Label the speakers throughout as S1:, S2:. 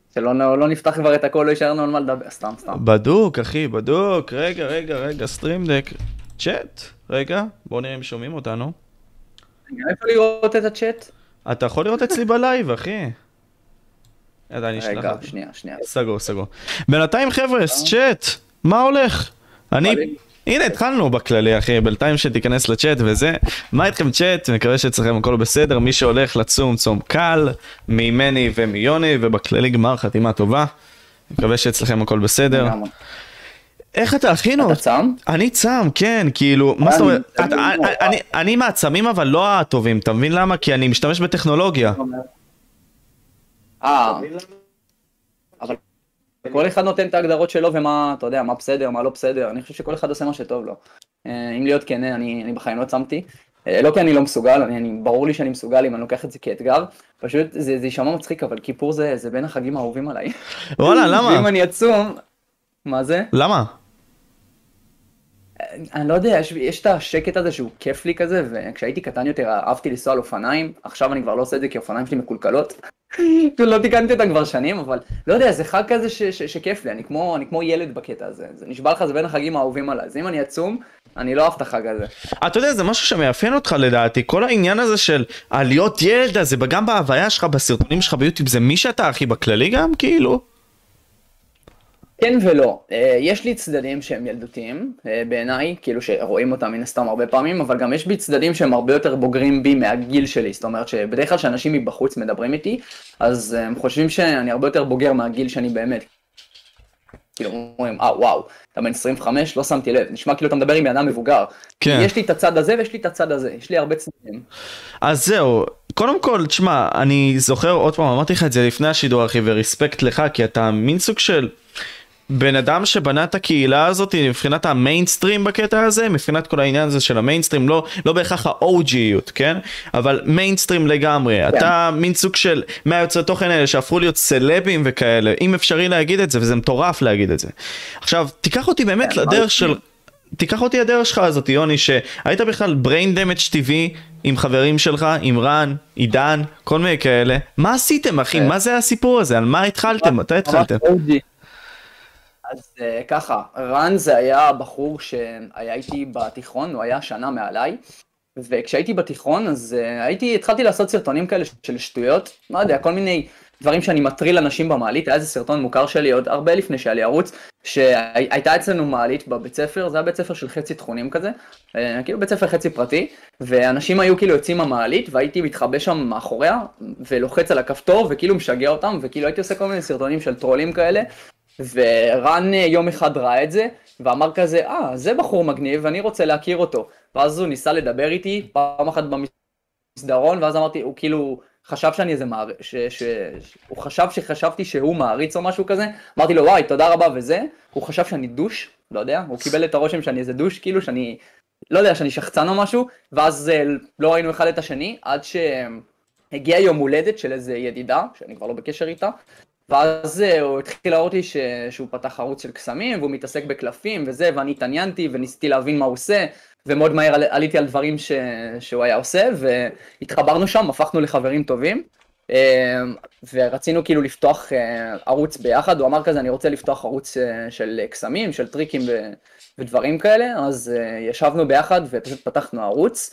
S1: שלא נפתח כבר את הכל, לא יישאר לנו על מה לדבר, סתם, סתם.
S2: בדוק, אחי, בדוק. רגע, סטרימדק. צ'אט. רגע, בוא נראה אם שומעים אותנו.
S1: רגע, איפה לראות את הצ'אט?
S2: אתה יכול לראות אצלי בלייב, אחי. עדיין נשלח
S1: רגע,
S2: לך.
S1: שנייה.
S2: סגור. בינתיים חבר'ה, צ'אט, מה הולך? הנה התחלנו בכללי אחי, בינתיים שתיכנס לצ'אט וזה. מה איתכם צ'אט? מקווה שאצלכם הכל בסדר. מי שהולך לצום צום קל, ממני ומיוני, ובכללי גמר חתימה טובה. מקווה שאצלכם הכל בסדר. איך אתה אחינו?
S1: אתה צם?
S2: אני צם, כן, כאילו, מה זאת אומרת? אני מהצמים אבל לא הטובים, אתה מבין למה? כי אני משתמש בטכנולוגיה.
S1: אבל כל אחד נותן את ההגדרות שלו ומה, אתה יודע, מה בסדר, מה לא בסדר. אני חושב שכל אחד עושה מה שטוב לו. אם להיות כן, אני בחיים לא צמתי. לא כי אני לא מסוגל, ברור לי שאני מסוגל אם אני לוקח את זה כאתגר. פשוט זה יישמע מצחיק, אבל כיפור זה בין החגים האהובים עליי.
S2: וואלה, למה?
S1: ואם אני אצום, מה זה?
S2: למה?
S1: אני לא יודע, יש את השקט הזה שהוא כיף לי כזה, וכשהייתי קטן יותר אהבתי לנסוע על אופניים, עכשיו אני כבר לא עושה את זה כי אופניים שלי מקולקלות. לא תיקנתי אותם כבר שנים, אבל לא יודע, זה חג כזה שכיף לי, אני כמו ילד בקטע הזה, זה נשבע לך, זה בין החגים האהובים עליי, אז אם אני אצום, אני לא אוהב את החג הזה.
S2: אתה יודע, זה משהו שמאפיין אותך לדעתי, כל העניין הזה של להיות ילד הזה, גם בהוויה שלך, בסרטונים שלך ביוטיוב, זה מי שאתה הכי בכללי גם, כאילו?
S1: כן ולא, יש לי צדדים שהם ילדותיים בעיניי, כאילו שרואים אותם מן הסתם הרבה פעמים, אבל גם יש בי צדדים שהם הרבה יותר בוגרים בי מהגיל שלי, זאת אומרת שבדרך כלל שאנשים מבחוץ מדברים איתי, אז הם חושבים שאני הרבה יותר בוגר מהגיל שאני באמת. כאילו אומרים, וואו, אתה בן 25, לא שמתי לב, נשמע כאילו אתה מדבר עם אדם מבוגר.
S2: כן.
S1: יש לי את הצד הזה ויש לי את הצד הזה, יש לי הרבה צדדים.
S2: אז זהו, קודם כל, תשמע, אני זוכר עוד פעם, אמרתי לך את זה לפני השידור אחי, ורספקט לך, כי אתה מין סוג של בן אדם שבנה את הקהילה הזאת מבחינת המיינסטרים בקטע הזה, מבחינת כל העניין הזה של המיינסטרים, לא בהכרח ה-OG-יות, כן? אבל מיינסטרים לגמרי, כן. אתה מין סוג של מהיוצרי תוכן האלה שהפכו להיות סלבים וכאלה, אם אפשרי להגיד את זה, וזה מטורף להגיד את זה. עכשיו, תיקח אותי באמת כן, לדרך של... תיקח אותי הדרך שלך הזאת, יוני, שהיית בכלל brain damage TV עם חברים שלך, עם רן, עידן, כל מיני כאלה. מה עשיתם, אחי? מה זה הסיפור הזה? על מה התחלתם? מתי התחלתם?
S1: אז ככה, רן זה היה בחור שהיה איתי בתיכון, הוא היה שנה מעליי, וכשהייתי בתיכון אז התחלתי לעשות סרטונים כאלה של שטויות, לא יודע, כל מיני דברים שאני מטריל אנשים במעלית. היה איזה סרטון מוכר שלי עוד הרבה לפני שהיה לי ערוץ, שהייתה אצלנו מעלית בבית ספר, זה היה בית ספר של חצי תכונים כזה, כאילו בית ספר חצי פרטי, ואנשים היו כאילו יוצאים מהמעלית והייתי מתחבא שם מאחוריה ולוחץ על הכפתור וכאילו משגע אותם, וכאילו הייתי עושה כל מיני סרטונים של טרולים כאלה. ורן יום אחד ראה את זה ואמר כזה, זה בחור מגניב ואני רוצה להכיר אותו, ואז הוא ניסה לדבר איתי פעם אחת במסדרון, ואז אמרתי, הוא כאילו חשב שאני איזה הוא חשב שחשבתי שהוא מעריץ או משהו כזה, אמרתי לו וואי תודה רבה וזה, הוא חשב שאני דוש, לא יודע, הוא קיבל את הרושם שאני איזה דוש, כאילו שאני, לא יודע, שאני שחצן או משהו, ואז לא ראינו אחד את השני, עד שהגיע יום הולדת של איזה ידידה, שאני כבר לא בקשר איתה, ואז הוא התחיל להראות לי שהוא פתח ערוץ של קסמים, והוא מתעסק בקלפים וזה, ואני התעניינתי וניסיתי להבין מה הוא עושה, ומאוד מהר עליתי על דברים שהוא היה עושה, והתחברנו שם, הפכנו לחברים טובים, ורצינו כאילו לפתוח ערוץ ביחד. הוא אמר כזה, אני רוצה לפתוח ערוץ של קסמים, של טריקים ודברים כאלה, אז ישבנו ביחד ופשוט פתחנו ערוץ.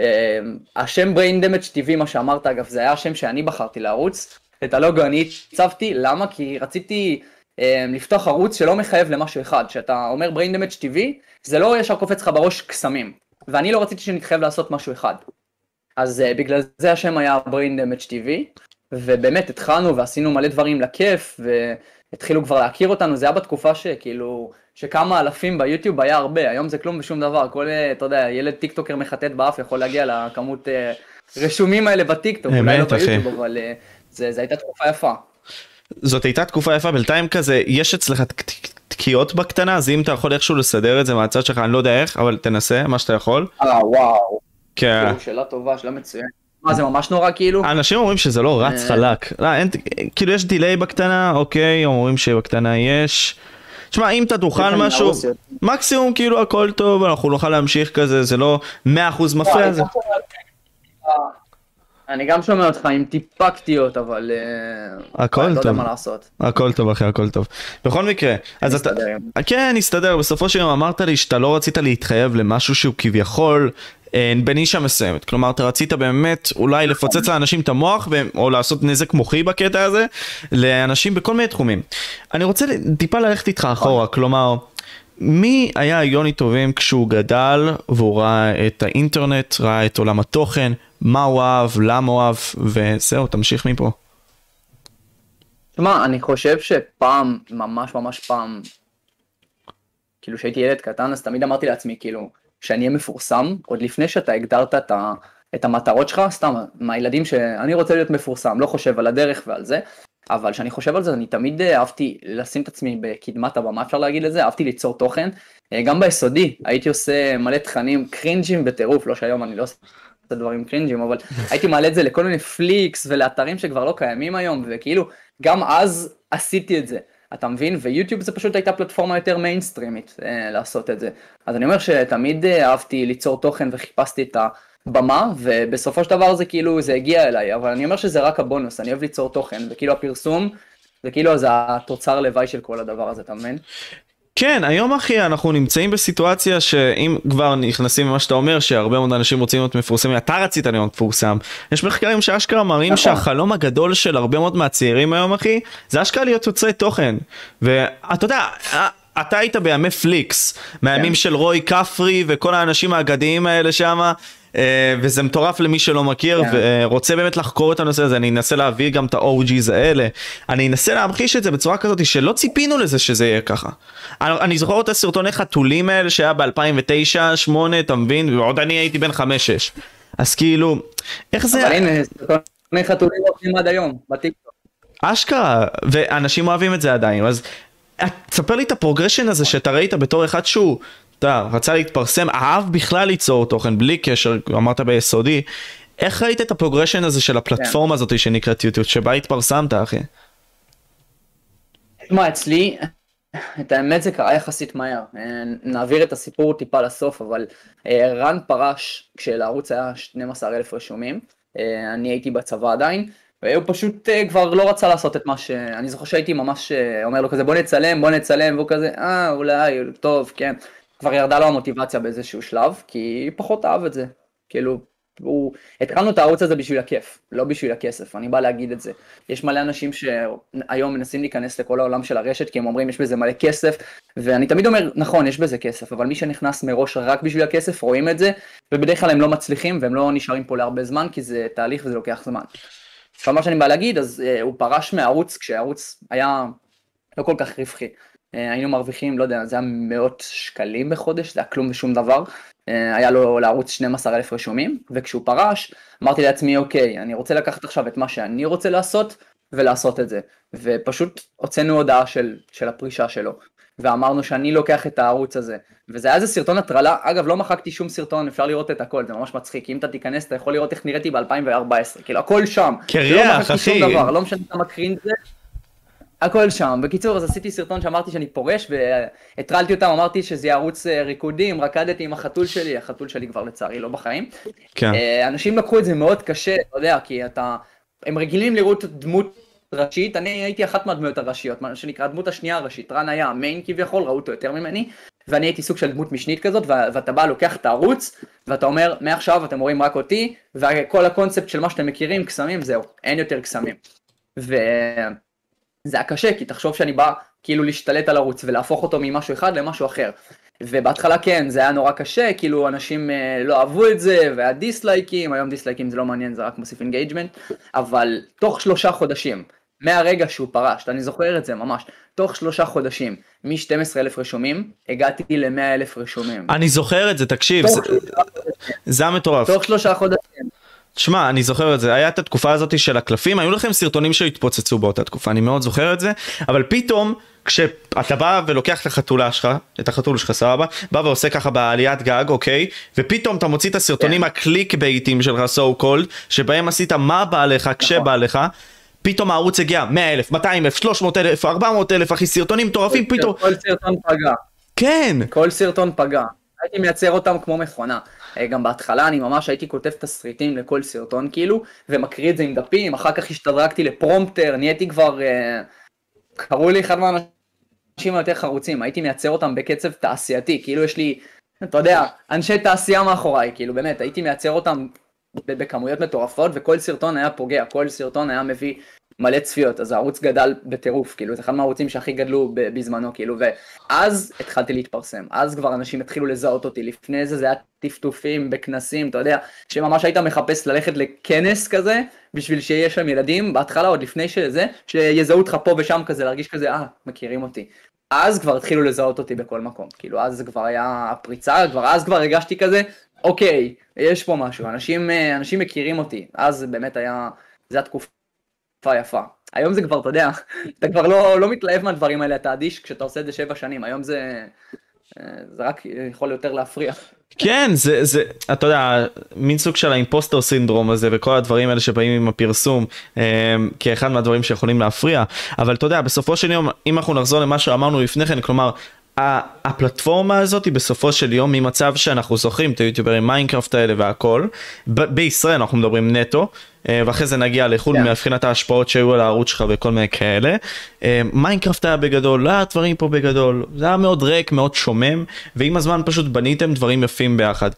S1: השם Brain Damage TV, מה שאמרת אגב, זה היה השם שאני בחרתי לערוץ. את הלוגו אני הצבתי, למה? כי רציתי לפתוח ערוץ שלא מחייב למשהו אחד. שאתה אומר Brain Damage TV, זה לא ישר קופץ לך בראש קסמים, ואני לא רציתי שנתחייב לעשות משהו אחד. אז בגלל זה השם היה Brain Damage TV, ובאמת התחלנו ועשינו מלא דברים לכיף, והתחילו כבר להכיר אותנו. זה היה בתקופה שכאילו, שכמה אלפים ביוטיוב היה הרבה, היום זה כלום ושום דבר. כל, אתה יודע, ילד טיקטוקר מחטט באף יכול להגיע לכמות רשומים האלה בטיקטוק, אולי לא ביוטיוב, אבל זה הייתה תקופה יפה.
S2: זאת הייתה תקופה יפה, בינתיים כזה, יש אצלך תקיעות בקטנה, אז אם אתה יכול איכשהו לסדר את זה מהצד שלך, אני לא יודע איך, אבל תנסה מה שאתה יכול.
S1: וואו.
S2: כן.
S1: שאלה טובה, שאלה מצוינת. מה, זה ממש נורא כאילו?
S2: אנשים אומרים שזה לא רץ חלק. לא, כאילו יש דיליי בקטנה, אוקיי, אומרים שבקטנה יש. תשמע, אם אתה תוכל משהו, מקסימום כאילו הכל טוב, אנחנו נוכל להמשיך כזה, זה לא 100% מפריע זה.
S1: אני גם שומע אותך עם טיפה קטיות, אבל
S2: הכל
S1: לא יודע
S2: טוב.
S1: מה לעשות.
S2: הכל טוב אחי, הכל טוב. בכל מקרה, אז אתה...
S1: נסתדר.
S2: כן, נסתדר. בסופו של יום אמרת לי שאתה לא רצית להתחייב למשהו שהוא כביכול בנישה מסוימת. כלומר, אתה רצית באמת אולי לפוצץ לאנשים את המוח, או לעשות נזק מוחי בקטע הזה, לאנשים בכל מיני תחומים. אני רוצה טיפה ללכת איתך אחורה, כלומר, מי היה יוני טובים כשהוא גדל והוא ראה את האינטרנט, ראה את עולם התוכן, מה הוא אהב, למה הוא אהב, וזהו, תמשיך מפה.
S1: תשמע, אני חושב שפעם, ממש פעם, כאילו שהייתי ילד קטן, אז תמיד אמרתי לעצמי, כאילו, שאני אהיה מפורסם, עוד לפני שאתה הגדרת את המטרות שלך, סתם, מהילדים שאני רוצה להיות מפורסם, לא חושב על הדרך ועל זה, אבל כשאני חושב על זה, אני תמיד אהבתי לשים את עצמי בקדמת הבמה, אפשר להגיד את זה, אהבתי ליצור תוכן, גם ביסודי, הייתי עושה מלא תכנים קרינג'ים בטירוף, לא שהיום אני לא עושה דברים קרינג'ים, אבל הייתי מעלה את זה לכל מיני פליקס ולאתרים שכבר לא קיימים היום, וכאילו, גם אז עשיתי את זה. אתה מבין? ויוטיוב זה פשוט הייתה פלטפורמה יותר מיינסטרימית לעשות את זה. אז אני אומר שתמיד אהבתי ליצור תוכן וחיפשתי את הבמה, ובסופו של דבר זה כאילו, זה הגיע אליי, אבל אני אומר שזה רק הבונוס, אני אוהב ליצור תוכן, וכאילו הפרסום, זה כאילו זה התוצר לוואי של כל הדבר הזה, אתה מבין?
S2: כן, היום אחי אנחנו נמצאים בסיטואציה שאם כבר נכנסים למה שאתה אומר שהרבה מאוד אנשים רוצים להיות מפורסמים, אתה רצית להיות מפורסם, יש מחקרים שאשכרה מראים שהחלום הגדול של הרבה מאוד מהצעירים היום אחי, זה אשכרה להיות יוצרי תוכן, ואתה יודע, אתה היית בימי פליקס, מהימים של רוי כפרי וכל האנשים האגדיים האלה שמה, וזה מטורף למי שלא מכיר ורוצה באמת לחקור את הנושא הזה. אני אנסה להביא גם את ה-OGs האלה, אני אנסה להמחיש את זה בצורה כזאת שלא ציפינו לזה שזה יהיה ככה. אני זוכר את הסרטוני חתולים האלה שהיה ב-2009-2008, אתה מבין? ועוד אני הייתי בן 5-6, אז כאילו איך זה...
S1: אבל הנה, סרטוני חתולים עושים עד היום בטיקטוק,
S2: אשכרה, ואנשים אוהבים את זה עדיין. אז תספר לי את הפרוגרשן הזה שאתה ראית בתור אחד שהוא אתה רצה להתפרסם, אהב בכלל ליצור תוכן בלי קשר, אמרת ביסודי, איך ראית את הפרוגרשן הזה של הפלטפורמה הזאת שנקראת יוטיוב, שבה התפרסמת אחי?
S1: תשמע, אצלי, את האמת זה קרה יחסית מהר, נעביר את הסיפור טיפה לסוף, אבל רן פרש כשלערוץ היה 12,000 רשומים, אני הייתי בצבא עדיין, והוא פשוט כבר לא רצה לעשות את מה אני זוכר שהייתי ממש אומר לו כזה בוא נצלם, והוא כזה אולי, טוב, כן. כבר ירדה לו המוטיבציה באיזשהו שלב, כי פחות אהב את זה. כאילו, התחלנו את הערוץ הזה בשביל הכיף, לא בשביל הכסף, אני בא להגיד את זה. יש מלא אנשים שהיום מנסים להיכנס לכל העולם של הרשת, כי הם אומרים יש בזה מלא כסף, ואני תמיד אומר, נכון, יש בזה כסף, אבל מי שנכנס מראש רק בשביל הכסף, רואים את זה, ובדרך כלל הם לא מצליחים, והם לא נשארים פה להרבה זמן, כי זה תהליך וזה לוקח זמן. מה שאני בא להגיד, אז הוא פרש מהערוץ, כשהערוץ היה לא כל כך רווחי. היינו מרוויחים, לא יודע, זה היה מאות שקלים בחודש, זה היה כלום ושום דבר. היה לו לערוץ 12,000 רשומים, וכשהוא פרש, אמרתי לעצמי, אוקיי, אני רוצה לקחת עכשיו את מה שאני רוצה לעשות, ולעשות את זה. ופשוט הוצאנו הודעה של הפרישה שלו, ואמרנו שאני לוקח את הערוץ הזה. וזה היה איזה סרטון הטרלה, אגב, לא מחקתי שום סרטון, אפשר לראות את הכל, זה ממש מצחיק. אם אתה תיכנס, אתה יכול לראות איך נראיתי ב-2014, כאילו, הכל שם.
S2: קריח,
S1: לא מחקתי
S2: אחי.
S1: שום דבר, לא משנה אתה מקרין את זה. הכל שם. בקיצור, אז עשיתי סרטון שאמרתי שאני פורש, והטרלתי אותם, אמרתי שזה יהיה ערוץ ריקודים, רקדתי עם החתול שלי כבר לצערי לא בחיים.
S2: כן.
S1: אנשים לקחו את זה מאוד קשה, אתה יודע, כי הם רגילים לראות דמות ראשית, אני הייתי אחת מהדמויות הראשיות, מה שנקרא הדמות השנייה הראשית, רן היה המיין כביכול, ראו אותו יותר ממני, ואני הייתי סוג של דמות משנית כזאת, ואתה בא, לוקח את הערוץ, ואתה אומר, מעכשיו אתם רואים רק אותי, וכל הקונספט של מה שאתם מכירים, קסמים, זהו, אין יותר קסמים. זה היה קשה, כי תחשוב שאני בא כאילו להשתלט על ערוץ ולהפוך אותו ממשהו אחד למשהו אחר. ובהתחלה כן, זה היה נורא קשה, כאילו אנשים לא אהבו את זה, והיה דיסלייקים, היום דיסלייקים זה לא מעניין, זה רק מוסיף אינגייג'מנט, אבל תוך 3 חודשים, מהרגע שהוא פרש, אני זוכר את זה ממש, תוך 3 חודשים, מ-12,000 רשומים, הגעתי ל-100,000 רשומים.
S2: אני זוכר את זה, תקשיב, זה המטורף.
S1: תוך 3 חודשים.
S2: תשמע, אני זוכר את זה, היה את התקופה הזאת של הקלפים, היו לכם סרטונים שהתפוצצו באותה תקופה, אני מאוד זוכר את זה, אבל פתאום, כשאתה בא ולוקח את החתול שלך, סבבה, בא ועושה ככה בעליית גג, אוקיי, ופתאום אתה מוציא את הסרטונים הקליק בייטים שלך, so called, שבהם עשית מה בא לך, כשבא לך, פתאום הערוץ הגיע 100,000, 200,000, 300,000, 400,000, אחי, סרטונים מטורפים, פתאום...
S1: כל סרטון פגע.
S2: כן.
S1: כל סרטון פגע. הייתי מייצר אותם כמו מכונה. גם בהתחלה אני ממש הייתי כותב תסריטים לכל סרטון כאילו, ומקריא את זה עם דפים, אחר כך השתדרגתי לפרומפטר, נהייתי כבר, קראו לי אחד מהאנשים היותר חרוצים, הייתי מייצר אותם בקצב תעשייתי, כאילו יש לי, אתה יודע, אנשי תעשייה מאחוריי, כאילו באמת, הייתי מייצר אותם בכמויות מטורפות, וכל סרטון היה פוגע, כל סרטון היה מביא מלא צפיות, אז הערוץ גדל בטירוף, כאילו, זה אחד מהערוצים שהכי גדלו בזמנו, כאילו, ואז התחלתי להתפרסם, אז כבר אנשים התחילו לזהות אותי, לפני זה היה טפטופים בכנסים, אתה יודע, שממש היית מחפש ללכת לכנס כזה, בשביל שיהיה שם ילדים, בהתחלה עוד לפני שזה, שיזהו אותך פה ושם כזה, להרגיש כזה, מכירים אותי. אז כבר התחילו לזהות אותי בכל מקום, כאילו, אז זה כבר היה הפריצה, אז כבר הרגשתי כזה, אוקיי, יש פה משהו, אנשים מכירים אותי, אז באמת היה, זה התקופה יפה. היום זה כבר, אתה יודע, אתה כבר לא מתלהב מהדברים האלה, אתה אדיש כשאתה עושה את זה 7 שנים, היום זה רק יכול יותר להפריע.
S2: כן, אתה יודע, מין סוג של האימפוסטר סינדרום הזה וכל הדברים האלה שבאים עם הפרסום כאחד מהדברים שיכולים להפריע, אבל אתה יודע, בסופו של יום, אם אנחנו נחזור למה שאמרנו לפני כן, כלומר, הפלטפורמה הזאת היא בסופו של יום ממצב שאנחנו זוכרים את היוטיוברים מיינקראפט האלה והכל, בישראל אנחנו מדברים נטו, ואחרי זה נגיע לחול מבחינת ההשפעות שהיו על הערוץ שלך וכל מיני כאלה. מיינקראפט היה בגדול, לא היה דברים פה בגדול, זה היה מאוד ריק, מאוד שומם, ועם הזמן פשוט בניתם דברים יפים ביחד.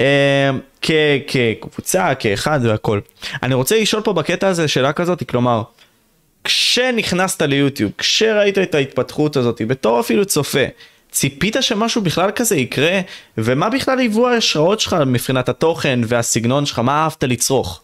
S2: כקבוצה, כאחד והכל. אני רוצה לשאול פה בקטע הזה שאלה כזאת, כלומר, כשנכנסת ליוטיוב, כשראית את ההתפתחות הזאת, בתור אפילו צופה, ציפית שמשהו בכלל כזה יקרה, ומה בכלל היוו ההשראות שלך מבחינת התוכן והסגנון שלך, מה אהבת לצרוך?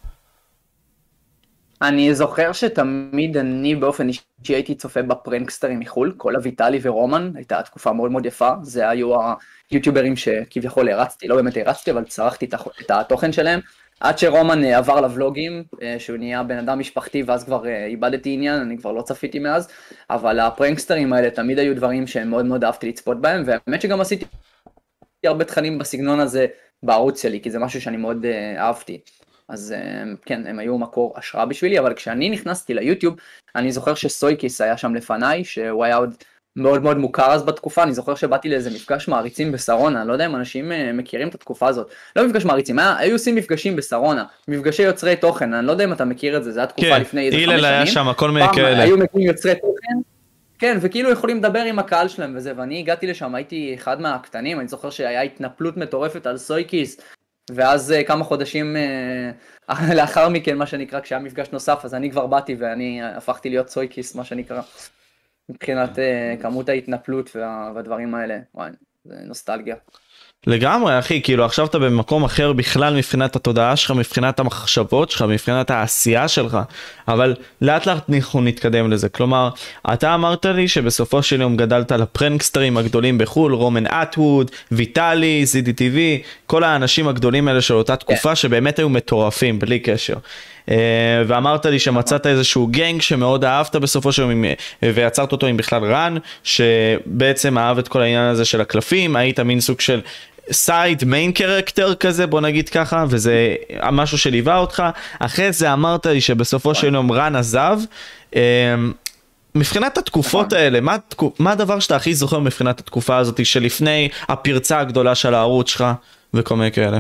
S1: אני זוכר שתמיד אני באופן אישי הייתי צופה בפרנקסטרים מחול, כל אביטלי ורומן, הייתה תקופה מאוד מאוד יפה, זה היו היוטיוברים שכביכול הרצתי, לא באמת הרצתי, אבל צרכתי את התוכן שלהם, עד שרומן עבר לבלוגים, שהוא נהיה בן אדם משפחתי, ואז כבר איבדתי עניין, אני כבר לא צפיתי מאז, אבל הפרנקסטרים האלה תמיד היו דברים שמאוד מאוד אהבתי לצפות בהם, והאמת שגם עשיתי הרבה תכנים בסגנון הזה בערוץ שלי, כי זה משהו שאני מאוד אהבתי. אז כן, הם היו מקור השראה בשבילי, אבל כשאני נכנסתי ליוטיוב, אני זוכר שסויקיס היה שם לפניי, שהוא היה עוד מאוד מאוד מוכר אז בתקופה, אני זוכר שבאתי לאיזה מפגש מעריצים בשרונה, אני לא יודע אם אנשים מכירים את התקופה הזאת, לא מפגש מעריצים, היו עושים מפגשים בשרונה, מפגשי יוצרי תוכן, אני לא יודע אם אתה מכיר את זה, זה היה תקופה לפני איזה 5 שנים,
S2: היה שם כל מיני כאלה.
S1: היו מגיעים יוצרי תוכן, כן, וכאילו יכולים לדבר עם הקהל שלהם וזה, ואני הגעתי לשם, הייתי אחד מהקטנים, אני זוכר שהיה התנפלות מטורפת על סויקיס, ואז כמה חודשים לאחר מכן, מה שנקרא, כשהיה מפגש נוסף, אז אני כבר באתי ואני הפכתי להיות סויקיס, מה שנקרא, מבחינת כמות ההתנפלות והדברים האלה. וואי, זה נוסטלגיה.
S2: לגמרי אחי, כאילו עכשיו אתה במקום אחר בכלל מבחינת התודעה שלך, מבחינת המחשבות שלך, מבחינת העשייה שלך, אבל לאט לאט אנחנו נתקדם לזה. כלומר, אתה אמרת לי שבסופו של יום גדלת על הפרנקסטרים הגדולים בחול, רומן אטווד, ויטלי, ZDTV, כל האנשים הגדולים האלה של אותה תקופה שבאמת היו מטורפים בלי קשר. ואמרת לי שמצאת איזשהו גנג שמאוד אהבת בסופו של יום, ויצרת אותו עם בכלל רן, שבעצם אהב את כל העניין הזה של הקלפים, היית מין סוג של סייד, מיין קרקטר כזה, בוא נגיד ככה, וזה משהו שליווה אותך. אחרי זה אמרת לי שבסופו של יום רן עזב. מבחינת התקופות האלה, מה הדבר שאתה הכי זוכר מבחינת התקופה הזאת שלפני הפרצה הגדולה של הערוץ שלך וכל מיני כאלה?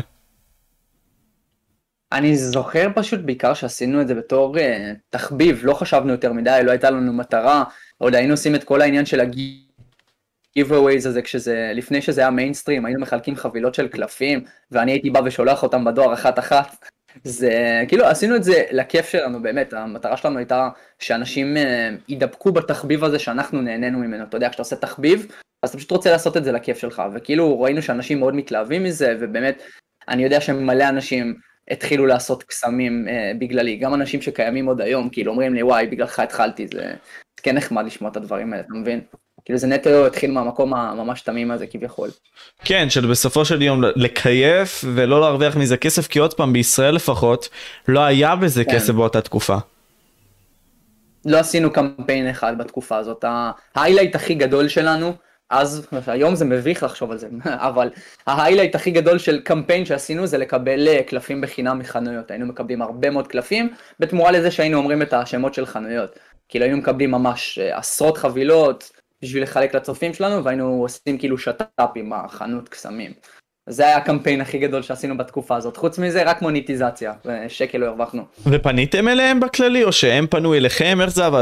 S1: אני זוכר פשוט בעיקר שעשינו את זה בתור תחביב, לא חשבנו יותר מדי, לא הייתה לנו מטרה, עוד היינו עושים את כל העניין של giveaways הזה, לפני שזה היה מיינסטרים, היינו מחלקים חבילות של קלפים, ואני הייתי בא ושולח אותם בדואר אחת. זה כאילו עשינו את זה לכיף שלנו באמת, המטרה שלנו הייתה שאנשים ידבקו בתחביב הזה שאנחנו נהנינו ממנו, אתה יודע, כשאתה עושה תחביב, אז אתה פשוט רוצה לעשות את זה לכיף שלך, וכאילו ראינו שאנשים מאוד מתלהבים מזה, ובאמת אני יודע שמלא אנשים התחילו לעשות קסמים בגללי, גם אנשים שקיימים עוד היום, כאילו אומרים לי וואי בגללך התחלתי, זה כן נחמד לשמוע את הדברים האלה, אתה מבין? כאילו זה נטו התחיל מהמקום הממש תמים הזה כביכול.
S2: כן, שבסופו של יום לקייף ולא להרוויח מזה כסף, כי עוד פעם בישראל לפחות לא היה בזה כסף באותה תקופה.
S1: לא עשינו קמפיין אחד בתקופה הזאת, ההיילייט הכי גדול שלנו, אז היום זה מביך לחשוב על זה, אבל ההיילייט הכי גדול של קמפיין שעשינו זה לקבל קלפים בחינם מחנויות, היינו מקבלים הרבה מאוד קלפים, בתמורה לזה שהיינו אומרים את השמות של חנויות, כאילו היינו מקבלים ממש עשרות חבילות, בשביל לחלק לצופים שלנו, והיינו עושים כאילו שטאפ עם החנות קסמים. זה היה הקמפיין הכי גדול שעשינו בתקופה הזאת. חוץ מזה, רק מוניטיזציה, שקל לא הרווחנו.
S2: ופניתם אליהם בכללי, או שהם פנו אליכם? איך זה עבד?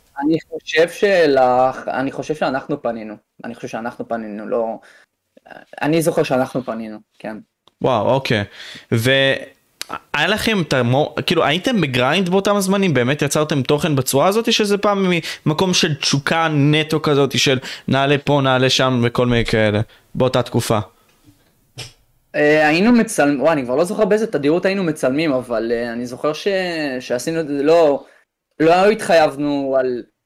S1: אני חושב שאנחנו פנינו. לא... אני זוכר שאנחנו פנינו, כן.
S2: וואו, אוקיי. והיה לכם, כאילו, הייתם בגריינד באותם הזמנים? באמת יצרתם תוכן בצורה הזאת, שזה פעם ממקום של תשוקה נטו כזאת, של נעלה פה, נעלה שם, וכל מיני כאלה, באותה תקופה?
S1: היינו מצלמים, וואי, אני כבר לא זוכר באיזה תדירות היינו מצלמים, אבל אני זוכר שעשינו את זה, לא התחייבנו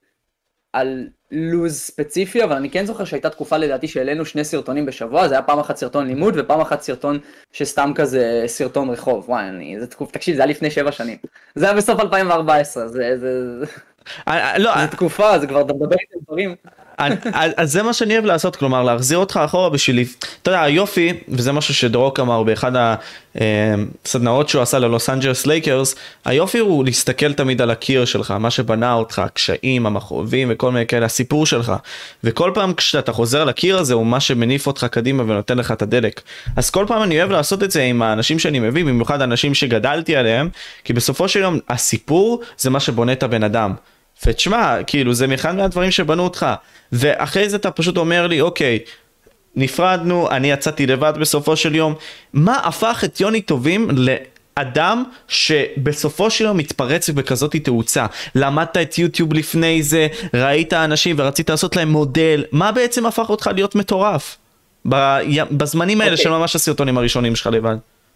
S1: על לוז ספציפי, אבל אני כן זוכר שהייתה תקופה לדעתי שהעלינו 2 סרטונים בשבוע, זה היה פעם אחת סרטון לימוד ופעם אחת סרטון שסתם כזה סרטון רחוב. וואי, תקשיב, זה היה לפני 7 שנים. זה היה בסוף 2014, זה תקופה, זה כבר מדבר איתם דברים.
S2: אז זה מה שאני אוהב לעשות, כלומר להחזיר אותך אחורה בשבילי, אתה יודע, היופי, וזה משהו שדרוק אמר באחד הסדנאות שהוא עשה ללוס אנג'לס לייקרס, היופי הוא להסתכל תמיד על הקיר שלך, מה שבנה אותך, הקשיים, המכאובים וכל מיני כאלה, הסיפור שלך, וכל פעם כשאתה חוזר לקיר הזה הוא מה שמניף אותך קדימה ונותן לך את הדלק. אז כל פעם אני אוהב לעשות את זה עם האנשים שאני מביא, במיוחד אנשים שגדלתי עליהם, כי בסופו של יום הסיפור זה מה שבונה את הבן אדם. ותשמע, כאילו, זה אחד מהדברים שבנו אותך, ואחרי זה אתה פשוט אומר לי, אוקיי, נפרדנו, אני יצאתי לבד בסופו של יום, מה הפך את יוני טובים לאדם שבסופו של יום מתפרץ בכזאת תאוצה? למדת את יוטיוב לפני זה, ראית אנשים ורצית לעשות להם מודל, מה בעצם הפך אותך להיות מטורף? בזמנים האלה של ממש הסרטונים הראשונים שלך לבד.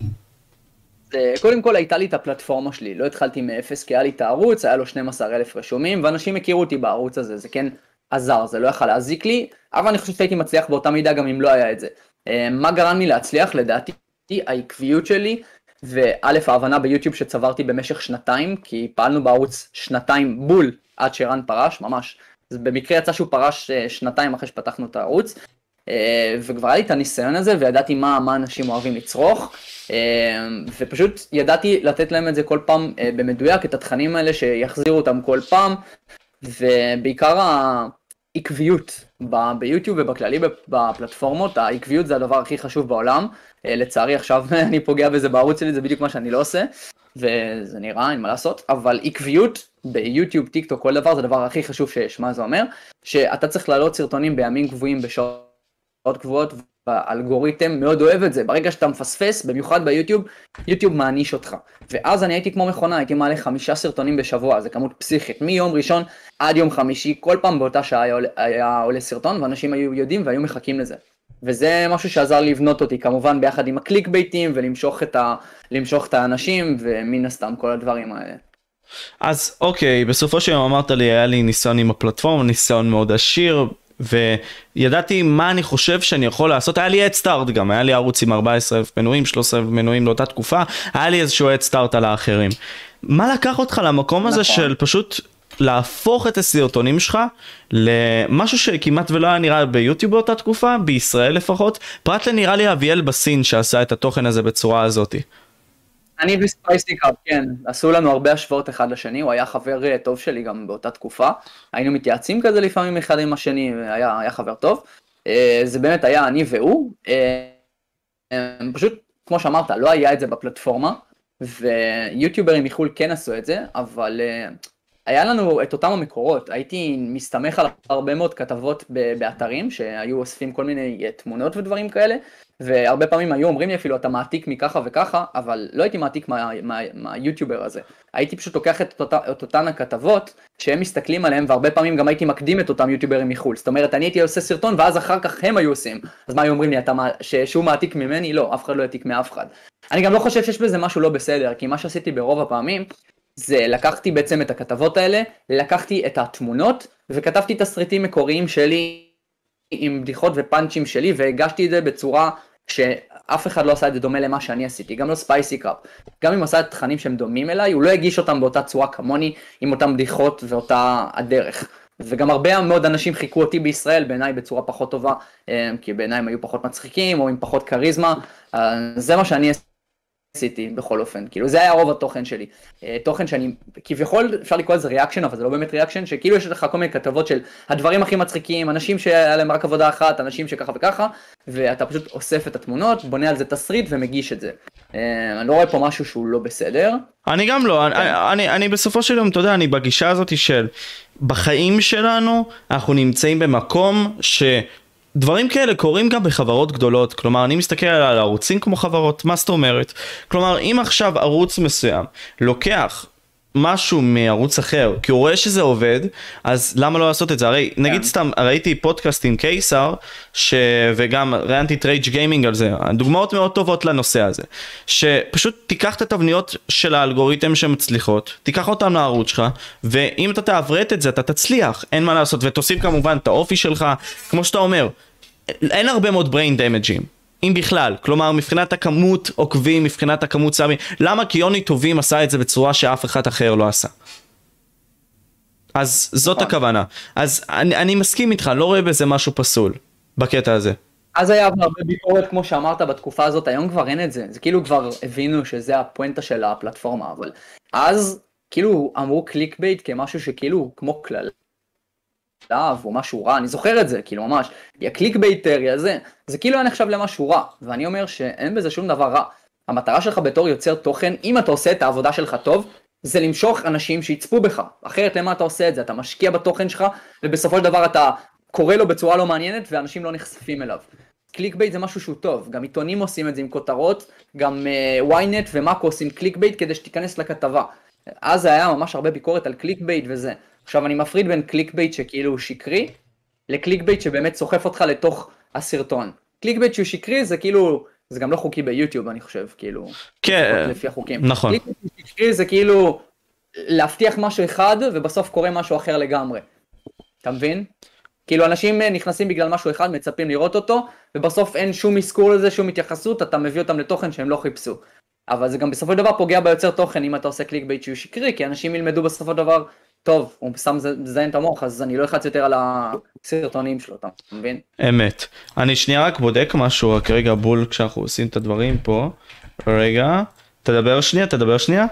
S1: קודם כל הייתה לי את הפלטפורמה שלי, לא התחלתי מאפס, כי היה לי את הערוץ, היה לו 12,000 רשומים, ואנשים הכירו אותי בערוץ הזה, זה כן עזר, זה לא יכל להזיק לי, אבל אני חושב שהייתי מצליח באותה מידה גם אם לא היה את זה. מה גרם לי להצליח? לדעתי, העקביות שלי, וא' ההבנה ביוטיוב שצברתי במשך 2 כי פעלנו בערוץ 2 בול עד שרן פרש, ממש. אז במקרה יצא שהוא פרש 2 אחרי שפתחנו את הערוץ, וכבר היה לי את הניסיון הזה, וידעתי מה אנשים אוהבים לצרוך, ופשוט ידעתי לתת להם את זה כל פעם במדויק, את התכנים האלה שיחזירו אותם כל פעם, ובעיקר העקביות ביוטיוב ובכללי בפלטפורמות, העקביות זה הדבר הכי חשוב בעולם, לצערי עכשיו אני פוגע בזה בערוץ שלי, זה בדיוק מה שאני לא עושה, וזה נראה, אין מה לעשות, אבל עקביות ביוטיוב, טיק טוק, כל דבר זה הדבר הכי חשוב שיש. מה זה אומר? שאתה צריך לעלות סרטונים בימים קבועים בשעות קבועות, והאלגוריתם מאוד אוהב את זה. ברגע שאתה מפספס, במיוחד ביוטיוב, יוטיוב מעניש אותך. ואז אני הייתי כמו מכונה, הייתי מעלה 5 סרטונים בשבוע, זה כמות פסיכית. מיום ראשון עד יום חמישי, כל פעם באותה שעה היה עולה סרטון, ואנשים היו יודעים והיו מחכים לזה. וזה משהו שעזר לבנות אותי, כמובן ביחד עם הקליק בייטים, ולמשוך את האנשים, ומן הסתם כל הדברים האלה.
S2: אז אוקיי, בסופו של יום אמרת לי, היה לי ניסיון עם הפלטפורמה, ניסיון מאוד עשיר, וידעתי מה אני חושב שאני יכול לעשות. היה לי Head Start גם, היה לי ערוץ עם 14,000 מנויים, 13,000 מנויים לאותה תקופה, היה לי איזשהו Head Start על האחרים. מה לקח אותך למקום הזה של פשוט להפוך את הסרטונים שלך למשהו שכמעט ולא היה נראה ביוטיוב באותה תקופה, בישראל לפחות, פרט לנראה לי אביאל בסין שעשה את התוכן הזה בצורה הזאת?
S1: אני וספייסי קאפ, כן, עשו לנו הרבה השוואות אחד לשני, הוא היה חבר טוב שלי גם באותה תקופה, היינו מתייעצים כזה לפעמים אחד עם השני, היה חבר טוב, זה באמת היה אני והוא, פשוט כמו שאמרת, לא היה את זה בפלטפורמה, ויוטיוברים מחול כן עשו את זה, אבל היה לנו את אותם המקורות, הייתי מסתמך על הרבה מאוד כתבות באתרים שהיו אוספים כל מיני תמונות ודברים כאלה, והרבה פעמים היו אומרים לי אפילו אתה מעתיק מככה וככה, אבל לא הייתי מעתיק מהיוטיובר הזה, הייתי פשוט לוקח את אותן הכתבות שהם מסתכלים עליהם, והרבה פעמים גם הייתי מקדים את אותם יוטיוברים מחול, זאת אומרת אני הייתי עושה סרטון ואז אחר כך הם היו עושים, אז מה היו אומרים לי, שהוא מעתיק ממני? לא, אף אחד לא יעתיק מאף אחד. אני גם לא חושב שיש בזה משהו לא בסדר, כי מה שעשיתי ברוב הפעמים זה לקחתי בעצם את הכתבות האלה, לקחתי את התמונות וכתבתי תסריטים מקוריים שלי עם בדיחות ופאנצ'ים שלי, והגשתי את זה בצורה שאף אחד לא עשה את זה דומה למה שאני עשיתי, גם לא ספייסי קראפ. גם אם עשה את תכנים שהם דומים אליי, הוא לא הגיש אותם באותה צורה כמוני, עם אותם בדיחות ואותה הדרך. וגם הרבה מאוד אנשים חיכו אותי בישראל, בעיניי בצורה פחות טובה, כי בעיניי הם היו פחות מצחיקים, או עם פחות קריזמה. זה מה שאני עשיתי בכל אופן, כאילו זה היה רוב התוכן שלי, תוכן שאני, כביכול אפשר לקרוא לזה ריאקשן, אבל זה לא באמת ריאקשן, שכאילו יש לך כל מיני כתבות של הדברים הכי מצחיקים, אנשים שהיה להם רק עבודה אחת, אנשים שככה וככה, ואתה פשוט אוסף את התמונות, בונה על זה תסריט ומגיש את זה. אני לא רואה פה משהו שהוא לא בסדר.
S2: אני גם לא, אני בסופו של יום, אתה יודע, אני בגישה הזאת של בחיים שלנו, אנחנו נמצאים במקום דברים כאלה קורים גם בחברות גדולות, כלומר אני מסתכל על ערוצים כמו חברות, מה זאת אומרת? כלומר אם עכשיו ערוץ מסוים לוקח משהו מערוץ אחר, כי הוא רואה שזה עובד, אז למה לא לעשות את זה? הרי נגיד סתם ראיתי פודקאסט עם קיסר, וגם ראיינתי את רייג' גיימינג על זה, דוגמאות מאוד טובות לנושא הזה, שפשוט תיקח את התבניות של האלגוריתם שמצליחות, תיקח אותם לערוץ שלך, ואם אתה תעברת את זה אתה תצליח, אין מה לעשות, ותוסיף כמובן את האופי שלך, כמו שאתה אומר, אין הרבה מאוד brain damage'ים, אם בכלל, כלומר מבחינת הכמות עוקבים, מבחינת הכמות סאבים, למה? כי יוני טובים עשה את זה בצורה שאף אחד אחר לא עשה. אז זאת הכוונה. אז אני מסכים איתך, לא רואה בזה משהו פסול, בקטע הזה.
S1: אז היה הרבה ביקורת כמו שאמרת בתקופה הזאת, היום כבר אין את זה, זה כאילו כבר הבינו שזה הפואנטה של הפלטפורמה, אבל אז כאילו אמרו קליק בייט כמשהו שכאילו כמו כלל. או משהו רע, אני זוכר את זה, כאילו ממש, הקליק בייטר, זה כאילו היה נחשב למשהו רע, ואני אומר שאין בזה שום דבר רע. המטרה שלך בתור יוצר תוכן, אם אתה עושה את העבודה שלך טוב, זה למשוך אנשים שיצפו בך, אחרת למה אתה עושה את זה? אתה משקיע בתוכן שלך, ובסופו של דבר אתה קורא לו בצורה לא מעניינת, ואנשים לא נחשפים אליו. קליק בייט זה משהו שהוא טוב, גם עיתונים עושים את זה עם כותרות, גם ynet ומאקו עושים קליק בייט כדי שתיכנס לכתבה. אז היה ממש הרבה ביקורת על קליק בייט וזה. עכשיו אני מפריד בין קליק בייט שכאילו הוא שקרי, לקליק בייט שבאמת סוחף אותך לתוך הסרטון. קליק בייט שהוא שקרי זה כאילו, זה גם לא חוקי ביוטיוב אני חושב, כאילו,
S2: כן,
S1: לפי החוקים.
S2: נכון.
S1: קליק בייט שקרי זה כאילו להבטיח משהו אחד ובסוף קורה משהו אחר לגמרי. אתה מבין? כאילו אנשים נכנסים בגלל משהו אחד, מצפים לראות אותו, ובסוף אין שום אזכור לזה, שום התייחסות, אתה מביא אותם לתוכן שהם לא חיפשו. אבל זה גם בסופו של דבר פוגע ביוצר תוכן אם אתה עושה קליק בייט שהוא שקרי, כי אנשים ילמדו בסופו של דבר, טוב, הוא שם זיין את המוח, אז אני לא אחץ יותר על הסרטונים שלו, אתה מבין?
S2: אמת. אני שנייה רק בודק משהו, רק רגע בול כשאנחנו עושים את הדברים פה. רגע, תדבר שנייה. תדבר שנייה?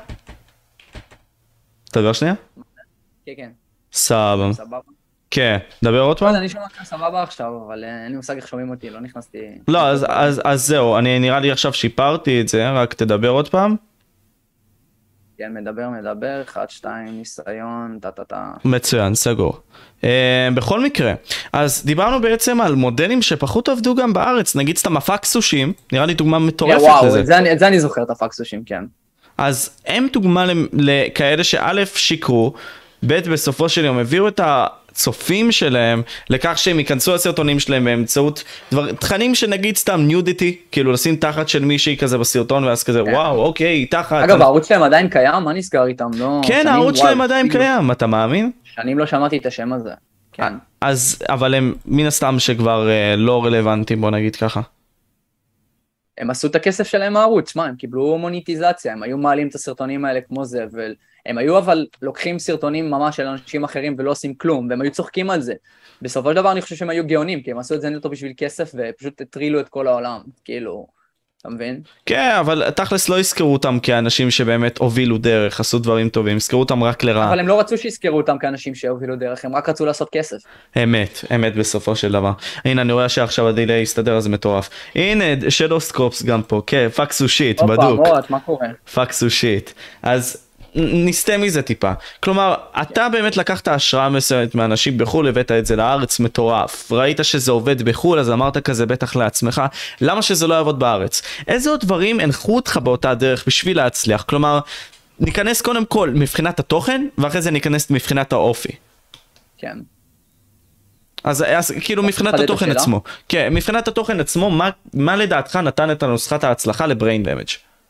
S1: כן, כן.
S2: סבבה.
S1: סבבה.
S2: כן, דבר עוד פעם?
S1: אני שומע כאן סבבה עכשיו, אבל אין לי מושג איך שומעים אותי, לא נכנסתי...
S2: לא, אז זהו, אני נראה לי עכשיו שיפרתי את זה, רק תדבר עוד פעם.
S1: כן, מדבר, 1, 2, ניסיון, טה.
S2: מצוין, סגור. בכל מקרה, אז דיברנו בעצם על מודלים שפחות עבדו גם בארץ, נגיד סתם הפקסושים, נראה לי דוגמה מטורפת לזה.
S1: וואו, את זה אני זוכר, את הפקסושים, כן.
S2: אז הם דוגמה לכאלה שא' שיקרו, ב' בסופו של יום הביאו את הצופים שלהם לכך שהם ייכנסו לסרטונים שלהם באמצעות תכנים שנגיד סתם ניודיטי, כאילו לשים תחת של מישהי כזה בסרטון ואז כזה וואו אוקיי תחת.
S1: אגב הערוץ שלהם עדיין קיים? מה נסגר איתם?
S2: כן הערוץ שלהם עדיין קיים, אתה מאמין?
S1: שנים לא שמעתי את השם הזה. כן.
S2: אז אבל הם מן הסתם שכבר לא רלוונטיים בוא נגיד ככה.
S1: הם עשו את הכסף שלהם מהערוץ, מה הם קיבלו מוניטיזציה, הם היו מעלים את הסרטונים האלה כמו זה, הם היו אבל לוקחים סרטונים ממש של אנשים אחרים ולא עושים כלום, והם היו צוחקים על זה. בסופו של דבר אני חושב שהם היו גאונים, כי הם עשו את זה נטו בשביל כסף ופשוט הטרילו את כל העולם, כאילו, אתה מבין?
S2: כן, אבל תכלס לא יזכרו אותם כאנשים שבאמת הובילו דרך, עשו דברים טובים, יזכרו אותם רק לרעה.
S1: אבל הם לא רצו שיזכרו אותם כאנשים שהובילו דרך, הם רק רצו לעשות כסף.
S2: אמת בסופו של דבר. הנה אני רואה שעכשיו הדילי יסתדר, אז מטורף. הנה, שדוסקופס גם פה, כן, פקסו שיט, בדוק.
S1: מה קורה?
S2: פקסו שיט. אז נסתה מזה טיפה. כלומר, אתה באמת לקחת השראה מסוימת מאנשים בחול, הבאת את זה לארץ מטורף. ראית שזה עובד בחול, אז אמרת כזה בטח לעצמך, למה שזה לא יעבוד בארץ? איזה עוד דברים הנחו אותך באותה דרך בשביל להצליח? כלומר, ניכנס קודם כל מבחינת התוכן, ואחרי זה ניכנס מבחינת האופי.
S1: כן.
S2: אז כאילו מבחינת התוכן עצמו. כן, מבחינת התוכן עצמו, מה לדעתך נתן את הנוסחת ההצלחה לבריין דמג'?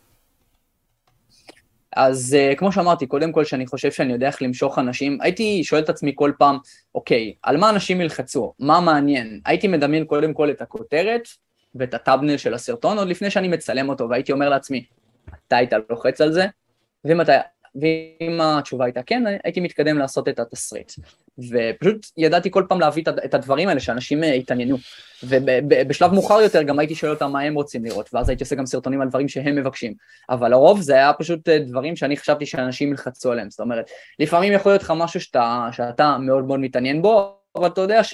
S1: אז כמו שאמרתי, קודם כל שאני חושב שאני יודע איך למשוך אנשים, הייתי שואל את עצמי כל פעם, אוקיי, על מה אנשים ילחצו? מה מעניין? הייתי מדמיין קודם כל את הכותרת ואת הטאבנל של הסרטון, עוד לפני שאני מצלם אותו, והייתי אומר לעצמי, אתה היית לוחץ על זה? ואם אתה ואם התשובה הייתה כן, הייתי מתקדם לעשות את התסריט. ופשוט ידעתי כל פעם להביא את הדברים האלה שאנשים התעניינו. ובשלב מאוחר יותר גם הייתי שואל אותם מה הם רוצים לראות, ואז הייתי עושה גם סרטונים על דברים שהם מבקשים. אבל לרוב זה היה פשוט דברים שאני חשבתי שאנשים ילחצו עליהם. זאת אומרת, לפעמים יכול להיות לך משהו שאתה מאוד מאוד מתעניין בו, אבל אתה יודע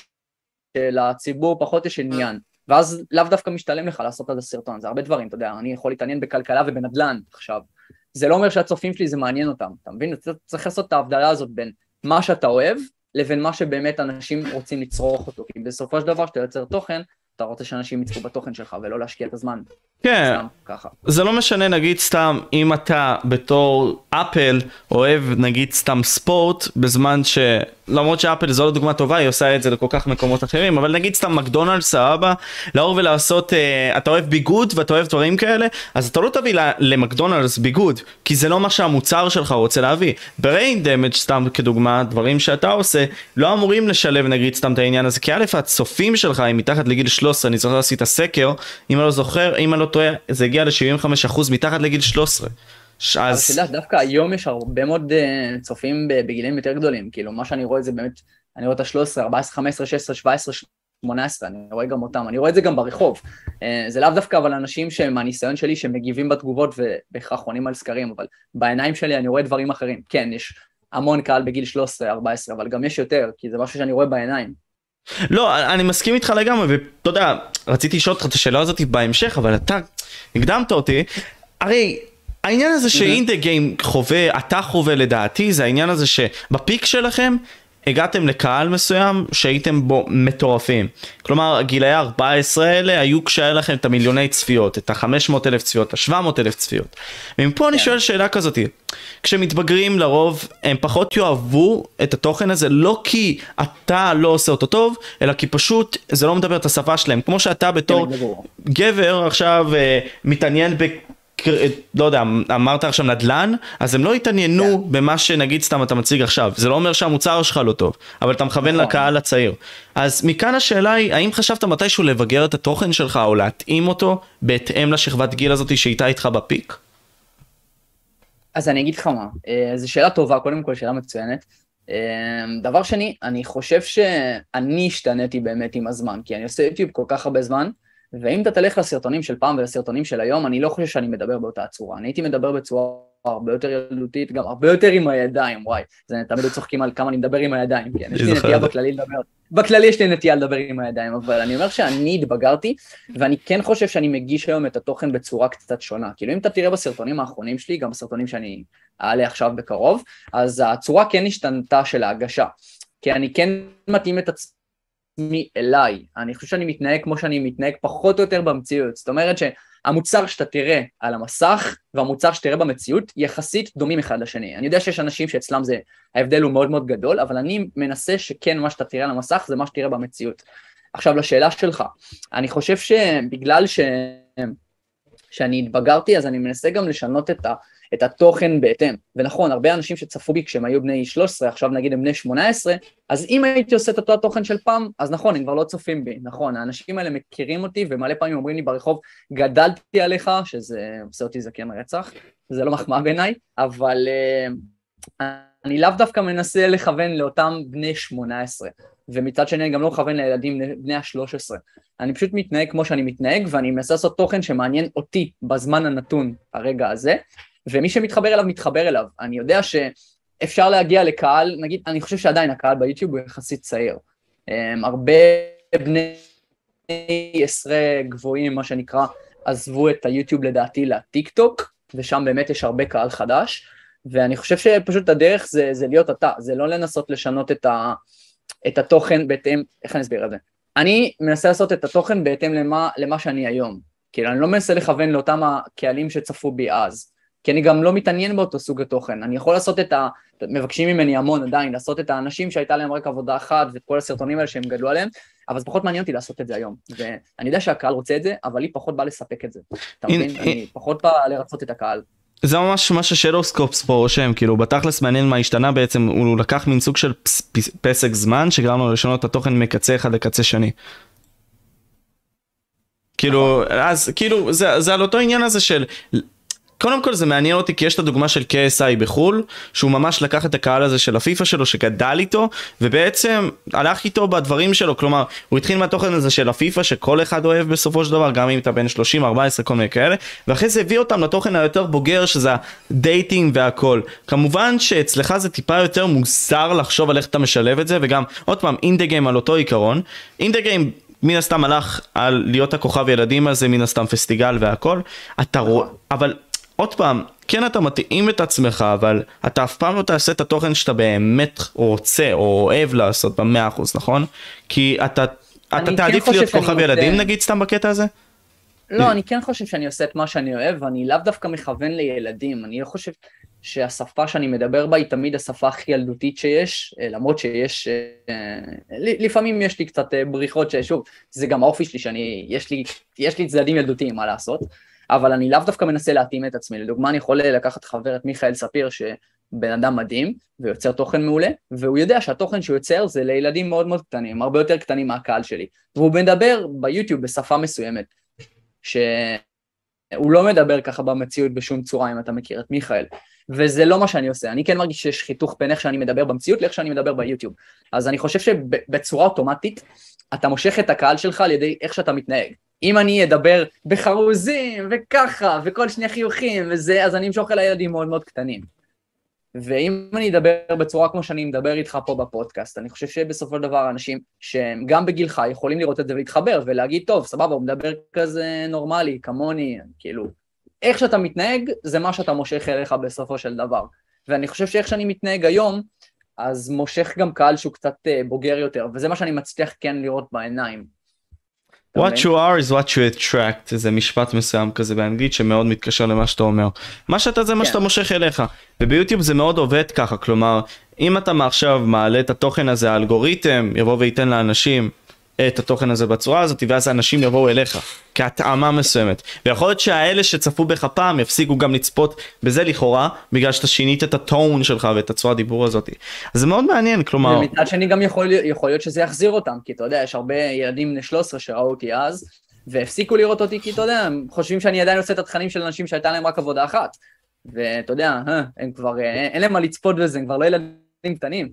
S1: שלציבור פחות יש עניין. ואז לאו דווקא משתלם לך לעשות על זה סרטון, זה הרבה דברים, אתה יודע, אני יכול להתעניין בכלכלה ובנדל"ן עכשיו. זה לא אומר שהצופים שלי זה מעניין אותם, אתה מבין? אתה צריך לעשות את ההבדלה הזאת בין מה שאתה אוהב, לבין מה שבאמת אנשים רוצים לצרוך אותו, כי בסופו של דבר שאתה יוצר תוכן, אתה רוצה שאנשים יצפו בתוכן שלך ולא להשקיע את הזמן.
S2: כן, זה לא משנה נגיד סתם אם אתה בתור אפל אוהב נגיד סתם ספורט בזמן למרות שאפל זו לא דוגמה טובה, היא עושה את זה לכל כך מקומות אחרים, אבל נגיד סתם מקדונלדס סבבה, לאור ולעשות, אתה אוהב ביגוד ואתה אוהב דברים כאלה, אז אתה לא תביא למקדונלדס ביגוד, כי זה לא מה שהמוצר שלך רוצה להביא. בריין דמג' סתם כדוגמה, דברים שאתה עושה, לא אמורים לשלב נגיד סתם את העניין הזה, כי א' הצופים שלך הם מתחת לגיל 13, אני זוכר עשית סקר, אם אני לא זוכר, אם אני לא טועה, זה הגיע ל-75% מתחת לגיל 13.
S1: אז אתה יודע, דווקא היום יש הרבה מאוד צופים בגילים יותר גדולים, כאילו מה שאני רואה זה באמת, אני רואה את ה-13, 14, 15, 16, 17, 18, אני רואה גם אותם, אני רואה את זה גם ברחוב, זה לאו דווקא אבל אנשים שמהניסיון שלי שמגיבים בתגובות ובכך עונים על סקרים, אבל בעיניים שלי אני רואה דברים אחרים, כן, יש המון קהל בגיל 13, 14, אבל גם יש יותר, כי זה משהו שאני רואה בעיניים.
S2: לא, אני מסכים איתך לגמרי, ואתה יודע, רציתי לשאול אותך את השאלה הזאת בהמשך, אבל אתה הקדמת אותי, הרי העניין הזה שאינדה גיים חווה, אתה חווה לדעתי, זה העניין הזה שבפיק שלכם הגעתם לקהל מסוים שהייתם בו מטורפים. כלומר, גילאי 14 האלה היו כשהיה לכם את המיליוני צפיות, את ה-500,000 צפיות, ה-700,000 צפיות. ומפה אני שואל שאלה כזאת, כשמתבגרים לרוב הם פחות יאהבו את התוכן הזה, לא כי אתה לא עושה אותו טוב, אלא כי פשוט זה לא מדבר את השפה שלהם. כמו שאתה בתור גבר עכשיו מתעניין לא יודע, אמרת עכשיו נדל"ן, אז הם לא התעניינו במה שנגיד סתם אתה מציג עכשיו. זה לא אומר שהמוצר שלך לא טוב, אבל אתה מכוון לקהל הצעיר. אז מכאן השאלה היא, האם חשבת מתישהו לבגר את התוכן שלך או להתאים אותו בהתאם לשכבת גיל הזאת שהייתה איתך בפיק?
S1: אז אני אגיד לך מה, זו שאלה טובה, קודם כל שאלה מצוינת. דבר שני, אני חושב שאני השתניתי באמת עם הזמן, כי אני עושה יוטיוב כל כך הרבה זמן, ואם אתה תלך לסרטונים של פעם ולסרטונים של היום, אני לא חושב שאני מדבר באותה צורה. אני הייתי מדבר בצורה הרבה יותר ילדותית, גם הרבה יותר עם הידיים, וואי. זה תמיד צוחקים על כמה אני מדבר עם הידיים, כן, יש לי נטייה בכללי לדבר. בכללי יש לי נטייה לדבר עם הידיים, אבל אני אומר שאני התבגרתי, ואני כן חושב שאני מגיש היום את התוכן בצורה קצת שונה. כאילו אם אתה תראה בסרטונים האחרונים שלי, גם בסרטונים שאני אעלה עכשיו בקרוב, אז הצורה כן השתנתה של ההגשה. כי אני כן מתאים את אליי, אני חושב שאני מתנהג כמו שאני מתנהג פחות או יותר במציאות, זאת אומרת שהמוצר שאתה תראה על המסך והמוצר שתראה במציאות יחסית דומים אחד לשני. אני יודע שיש אנשים שאצלם זה, ההבדל הוא מאוד מאוד גדול, אבל אני מנסה שכן מה שאתה תראה על המסך זה מה שתראה במציאות. עכשיו לשאלה שלך, אני חושב שבגלל שאני התבגרתי אז אני מנסה גם לשנות את התוכן בהתאם, ונכון, הרבה אנשים שצפו בי כשהם היו בני 13, עכשיו נגיד הם בני 18, אז אם הייתי עושה את אותו התוכן של פעם, אז נכון, הם כבר לא צופים בי, נכון, האנשים האלה מכירים אותי, ומלא פעמים אומרים לי ברחוב, גדלתי עליך, שזה עושה אותי זקן רצח, זה לא מחמאה בעיניי, אבל אני לאו דווקא מנסה לכוון לאותם בני 18, ומצד שני אני גם לא מכוון לילדים בני ה-13, אני פשוט מתנהג כמו שאני מתנהג, ואני מנסה לעשות תוכן שמעניין אותי בזמן הנתון הרגע הזה, ומי שמתחבר אליו, מתחבר אליו. אני יודע שאפשר להגיע לקהל, נגיד, אני חושב שעדיין הקהל ביוטיוב הוא יחסית צעיר. הרבה בני 10 גבוהים, מה שנקרא, עזבו את היוטיוב לדעתי לטיק טוק, ושם באמת יש הרבה קהל חדש, ואני חושב שפשוט הדרך זה להיות אתה, זה לא לנסות לשנות את התוכן בהתאם, איך אני אסביר את זה? אני מנסה לעשות את התוכן בהתאם למה שאני היום. כאילו, אני לא מנסה לכוון לאותם הקהלים שצפו בי אז. כי אני גם לא מתעניין באותו סוג התוכן, אני יכול לעשות מבקשים ממני המון עדיין, לעשות את האנשים שהייתה להם רק עבודה אחת, ואת כל הסרטונים האלה שהם גדלו עליהם, אבל זה פחות מעניין אותי לעשות את זה היום, ואני יודע שהקהל רוצה את זה, אבל לי פחות בא לספק את זה, אתה מבין? אני פחות בא לרצות את הקהל.
S2: זה ממש מה ששדוסקופס פה רושם, כאילו בתכלס מעניין מה השתנה בעצם, הוא לקח מין סוג של פסק זמן, שגרם לו לשנות את התוכן מקצה אחד לקצה שני. כאילו, אז כאילו, זה על אותו עניין הזה של קודם כל זה מעניין אותי כי יש את הדוגמה של KSI בחול, שהוא ממש לקח את הקהל הזה של הפיפה שלו שגדל איתו, ובעצם הלך איתו בדברים שלו, כלומר הוא התחיל מהתוכן הזה של הפיפה שכל אחד אוהב בסופו של דבר, גם אם אתה בן 30, 14, כל מיני כאלה, ואחרי זה הביא אותם לתוכן היותר בוגר שזה הדייטינג והכל. כמובן שאצלך זה טיפה יותר מוזר לחשוב על איך אתה משלב את זה, וגם עוד פעם אינדה גיים על אותו עיקרון, אינדה גיים מן הסתם הלך על להיות הכוכב ילדים הזה, מן הסתם פסטיגל והכל, אתה רואה, אבל עוד פעם, כן אתה מתאים את עצמך, אבל אתה אף פעם לא תעשה את התוכן שאתה באמת רוצה או אוהב לעשות ב100%, נכון? כי אתה תעדיף להיות כוכב ילדים נגיד סתם בקטע הזה?
S1: לא, אני כן חושב שאני עושה את מה שאני אוהב, ואני לאו דווקא מכוון לילדים, אני לא חושב שהשפה שאני מדבר בה היא תמיד השפה הכי ילדותית שיש, למרות שיש, לפעמים יש לי קצת בריחות ששוב, זה גם האופי שלי, יש לי צדדים ילדותיים, מה לעשות, אבל אני לאו דווקא מנסה להתאים את עצמי, לדוגמה אני יכול לקחת חבר את מיכאל ספיר, שבן אדם מדהים, ויוצר תוכן מעולה, והוא יודע שהתוכן שהוא יוצר זה לילדים מאוד מאוד קטנים, הרבה יותר קטנים מהקהל שלי, והוא מדבר ביוטיוב בשפה מסוימת, שהוא לא מדבר ככה במציאות בשום צורה, אם אתה מכיר את מיכאל, וזה לא מה שאני עושה, אני כן מרגיש שיש חיתוך בין איך שאני מדבר במציאות, לאיך שאני מדבר ביוטיוב, אז אני חושב שבצורה אוטומטית, אתה מושך את הקהל שלך על ידי איך שאתה מתנהג, אם אני אדבר בחרוזים וככה, וכל שני חיוכים וזה, אז אני אמשוך אל הילדים מאוד מאוד קטנים, ואם אני אדבר בצורה כמו שאני מדבר איתך פה בפודקאסט, אני חושב שבסופו של דבר אנשים שהם גם בגילך יכולים לראות את זה ולהתחבר ולהגיד, טוב, סבבה, הוא מדבר כזה נורמלי, כמוני, כאילו, איך שאתה מתנהג, זה מה שאתה מושך אליך בסופו של דבר. ואני חושב שאיך שאני מתנהג היום, אז מושך גם קהל שהוא קצת בוגר יותר, וזה מה שאני מצליח כן לראות בעיניים.
S2: What you are is what you attract, זה משפט מסוים כזה באנגלית שמאוד מתקשר למה שאתה אומר. מה שאתה זה מה שאתה מושך אליך, וביוטיוב זה מאוד עובד ככה, כלומר, אם אתה מעכשיו מעלה את התוכן הזה, האלגוריתם יבוא וייתן לאנשים את התוכן הזה בצורה הזאת, ואז האנשים יבואו אליך, כהתאמה מסוימת. ויכול להיות שהאלה שצפו בך פעם יפסיקו גם לצפות בזה לכאורה, בגלל שאתה שינית את הטון שלך ואת הצורה הדיבור הזאת. אז זה מאוד מעניין, כלומר...
S1: ומצד שני גם יכול להיות שזה יחזיר אותם, כי אתה יודע, יש הרבה ילדים בני 13 שראו אותי אז, והפסיקו לראות אותי, כי אתה יודע, הם חושבים שאני עדיין עושה את התכנים של אנשים שהייתה להם רק עבודה אחת. ואתה יודע, הם כבר, אין להם מה לצפות בזה, הם כבר לא ילדים קטנים.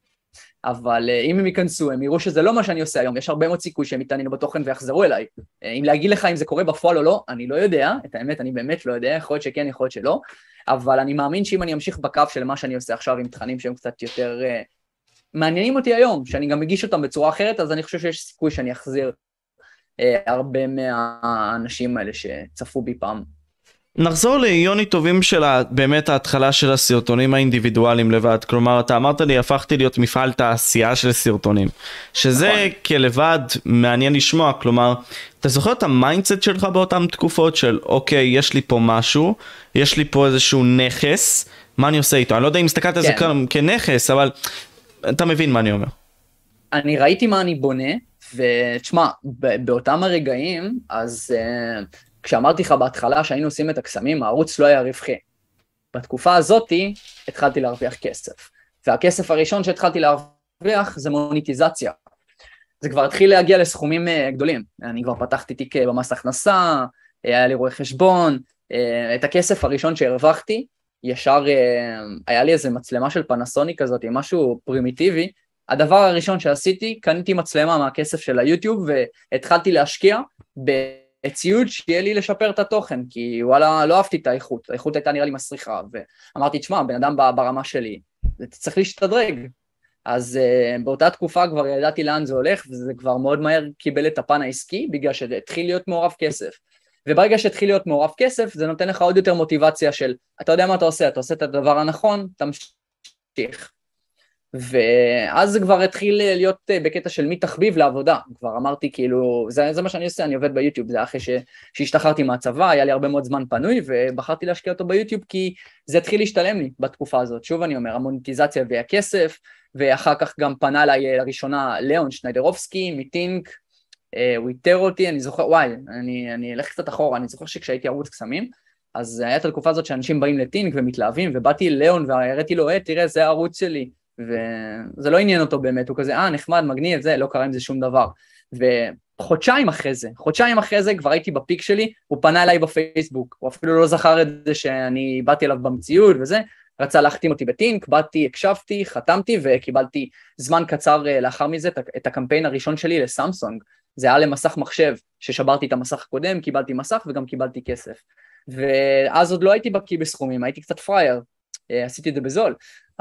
S1: אבל אם הם ייכנסו, הם יראו שזה לא מה שאני עושה היום, יש הרבה מאוד סיכוי שהם יתעניינו בתוכן ויחזרו אליי. אם להגיד לך אם זה קורה בפועל או לא, אני לא יודע, את האמת אני באמת לא יודע, יכול להיות שכן, יכול להיות שלא, אבל אני מאמין שאם אני אמשיך בקו של מה שאני עושה עכשיו עם תכנים שהם קצת יותר מעניינים אותי היום, שאני גם מגיש אותם בצורה אחרת, אז אני חושב שיש סיכוי שאני אחזיר הרבה מהאנשים האלה שצפו בי פעם.
S2: נחזור ליוני טובים של באמת ההתחלה של הסרטונים האינדיבידואליים לבד, כלומר אתה אמרת לי הפכתי להיות מפעל תעשייה של סרטונים, שזה כלבד מעניין לשמוע, כלומר אתה זוכר את המיינדסט שלך באותן תקופות של אוקיי יש לי פה משהו, יש לי פה איזשהו נכס, מה אני עושה איתו, אני לא יודע אם הסתכלת על זה כנכס, אבל אתה מבין מה אני אומר.
S1: אני ראיתי מה אני בונה, ותשמע, באותם הרגעים, אז כשאמרתי לך בהתחלה שהיינו עושים את הקסמים, הערוץ לא היה רווחי. בתקופה הזאת התחלתי להרוויח כסף. והכסף הראשון שהתחלתי להרוויח זה מוניטיזציה. זה כבר התחיל להגיע לסכומים גדולים. אני כבר פתחתי תיק במס הכנסה, היה לי רואה חשבון, את הכסף הראשון שהרווחתי, ישר היה לי איזה מצלמה של פנסוניק כזאת, משהו פרימיטיבי. הדבר הראשון שעשיתי, קניתי מצלמה מהכסף של היוטיוב, והתחלתי להשקיע ציוד שיהיה לי לשפר את התוכן, כי וואלה, לא אהבתי את האיכות, האיכות הייתה נראה לי מסריחה, ואמרתי, תשמע, בן אדם ברמה שלי, זה צריך להשתדרג, אז באותה תקופה כבר ידעתי לאן זה הולך, וזה כבר מאוד מהר קיבל את הפן העסקי, בגלל שהתחיל להיות מעורב כסף, וברגע שהתחיל להיות מעורב כסף, זה נותן לך עוד יותר מוטיבציה של, אתה יודע מה אתה עושה את הדבר הנכון, תמשיך. ואז זה כבר התחיל להיות בקטע של מתחביב לעבודה, כבר אמרתי כאילו, זה מה שאני עושה, אני עובד ביוטיוב, זה אחרי שהשתחררתי מהצבא, היה לי הרבה מאוד זמן פנוי, ובחרתי להשקיע אותו ביוטיוב, כי זה התחיל להשתלם לי בתקופה הזאת, שוב אני אומר, המוניטיזציה והכסף, ואחר כך גם פנה אליי לראשונה ליאון שניידרובסקי, מטינק, הוא איתר אותי, אני זוכר, וואי, אני אלך קצת אחורה, אני זוכר שכשהייתי ערוץ קסמים, אז היה את התקופה הזאת שאנשים באים לטינק ומתלהבים, ובאתי ליאון והראיתי לו, תראה, זה הערוץ שלי, וזה לא עניין אותו באמת, הוא כזה, נחמד, מגניב, זה, לא קרה עם זה שום דבר. חודשיים אחרי זה כבר הייתי בפיק שלי, הוא פנה אליי בפייסבוק, הוא אפילו לא זכר את זה שאני באתי אליו במציאות וזה, רצה להחתים אותי בטינק, באתי, הקשבתי, חתמתי וקיבלתי זמן קצר לאחר מזה את הקמפיין הראשון שלי לסמסונג, זה היה למסך מחשב, ששברתי את המסך הקודם, קיבלתי מסך וגם קיבלתי כסף, ואז עוד לא הייתי בקיא בסכומים, הייתי קצת פרייר, עשיתי את זה בזול,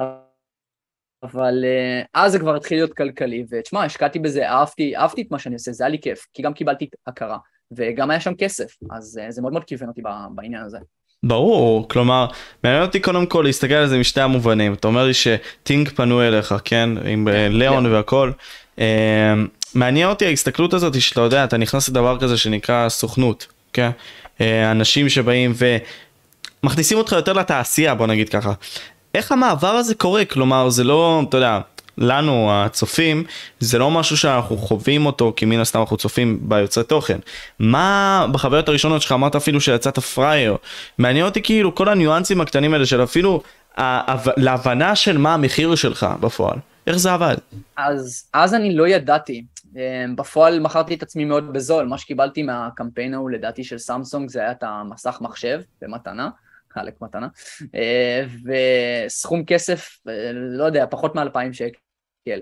S1: אבל אז זה כבר התחיל להיות כלכלי, ותשמע, השקעתי בזה, אהבתי את מה שאני עושה, זה היה לי כיף, כי גם קיבלתי הכרה, וגם היה שם כסף, אז זה מאוד מאוד כיוון אותי בעניין הזה.
S2: ברור, כלומר, מעניין אותי קודם כל להסתכל על זה משתי המובנים. אתה אומר לי שטינק פנו אליך, כן? עם ליאון והכל. מעניין אותי ההסתכלות הזאת שאתה יודע, אתה נכנס לדבר כזה שנקרא סוכנות, כן? אנשים שבאים ומכניסים אותך יותר לתעשייה, בוא נגיד ככה. איך המעבר הזה קורה? כלומר, זה לא, אתה יודע, לנו הצופים, זה לא משהו שאנחנו חווים אותו, כי מן הסתם אנחנו צופים ביוצרי תוכן. מה בחוויות הראשונות שלך אמרת אפילו שיצאת פרייר? מעניין אותי כאילו כל הניואנסים הקטנים האלה של אפילו להבנה של מה המחיר שלך בפועל. איך זה עבד?
S1: אז אני לא ידעתי. בפועל מכרתי את עצמי מאוד בזול. מה שקיבלתי מהקמפיין ההוא לדעתי של סמסונג זה היה את המסך מחשב במתנה. חלק מתנה, וסכום כסף, לא יודע, פחות מ2,000 שקל,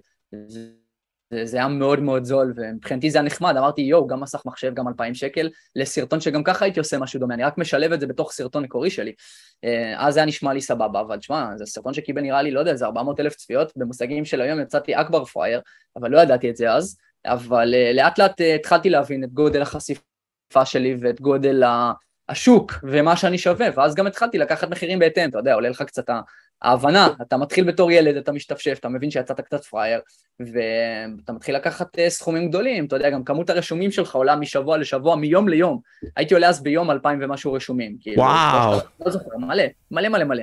S1: זה היה מאוד מאוד זול, ומבחינתי זה היה נחמד, אמרתי, יו, גם מסך מחשב, גם 2,000 שקל, לסרטון שגם ככה הייתי עושה משהו דומה, אני רק משלב את זה בתוך סרטון מקורי שלי, אז זה היה נשמע לי סבבה, אבל תשמע, זה סרטון שקיבל נראה לי, לא יודע, זה 400,000 צפיות, במושגים של היום יצאתי אכבר פרייר, אבל לא ידעתי את זה אז, אבל לאט לאט התחלתי להבין את גודל החשיפה שלי, ואת גודל השוק ומה שאני שווה, ואז גם התחלתי לקחת מחירים בהתאם, אתה יודע, עולה לך קצת ההבנה, אתה מתחיל בתור ילד, אתה משתפשף, אתה מבין שיצאת קצת פרייר, ואתה מתחיל לקחת סכומים גדולים, אתה יודע, גם כמות הרשומים שלך עולה משבוע לשבוע, מיום ליום, הייתי עולה אז ביום 2,000 ומשהו רשומים,
S2: וואו.
S1: לא זוכר, מלא.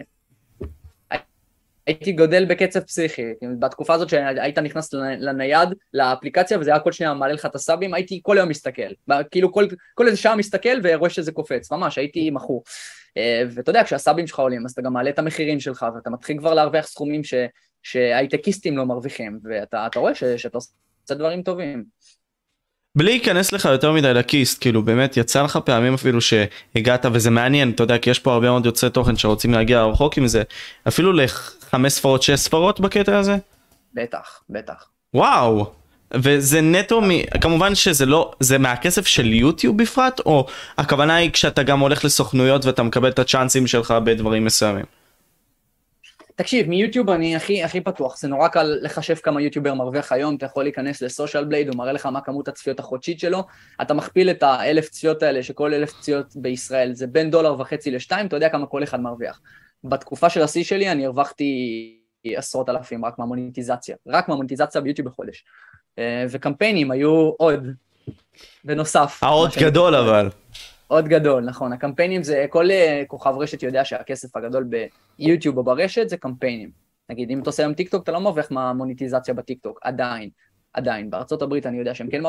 S1: הייתי גודל בקצב פסיכי, בתקופה הזאת שהיית נכנס לנייד, לאפליקציה, וזה היה כל שניה מעלה לך את הסאבים, הייתי כל היום מסתכל, כאילו כל איזה שעה מסתכל ורואה שזה קופץ, ממש, הייתי מכור. ואתה יודע, כשהסאבים שלך עולים, אז אתה גם מעלה את המחירים שלך, ואתה מתחיל כבר להרוויח סכומים שהייטקיסטים לא מרוויחים, ואתה רואה שאתה עושה דברים טובים.
S2: בלי להיכנס לך יותר מדי לכיס, כאילו באמת יצא לך פעמים אפילו שהגעת, וזה מעניין, אתה יודע, כי יש פה הרבה מאוד יוצאי תוכן שרוצים להגיע רחוק עם זה, אפילו ל5 ספרות, 6 ספרות בקטע הזה?
S1: בטח.
S2: וואו, וזה נטו, כמובן שזה לא, זה מהכסף של יוטיוב בפרט, או הכוונה היא כשאתה גם הולך לסוכנויות ואתה מקבל את הצ'אנסים שלך בדברים מסוימים?
S1: תקשיב, מיוטיוב אני הכי פתוח, זה נורא קל לחשב כמה יוטיובר מרוויח היום, אתה יכול להיכנס לסושיאל בלייד, הוא מראה לך מה כמות הצפיות החודשית שלו, אתה מכפיל את 1,000 צפיות האלה, שכל 1,000 צפיות בישראל זה בין $1.50 ל-2, אתה יודע כמה כל אחד מרוויח. בתקופה של השיא שלי אני הרווחתי עשרות אלפים רק מהמוניטיזציה ביוטיוב בחודש. וקמפיינים היו עוד, בנוסף.
S2: עוד גדול אבל.
S1: עוד גדול, נכון. הקמפיינים זה, כל כוכב רשת יודע שהכסף הגדול ביוטיוב או ברשת זה קמפיינים. נגיד, אם אתה עושה היום טיקטוק, אתה לא מרוויח מהמוניטיזציה בטיקטוק, עדיין. בארצות הברית אני יודע שהם כן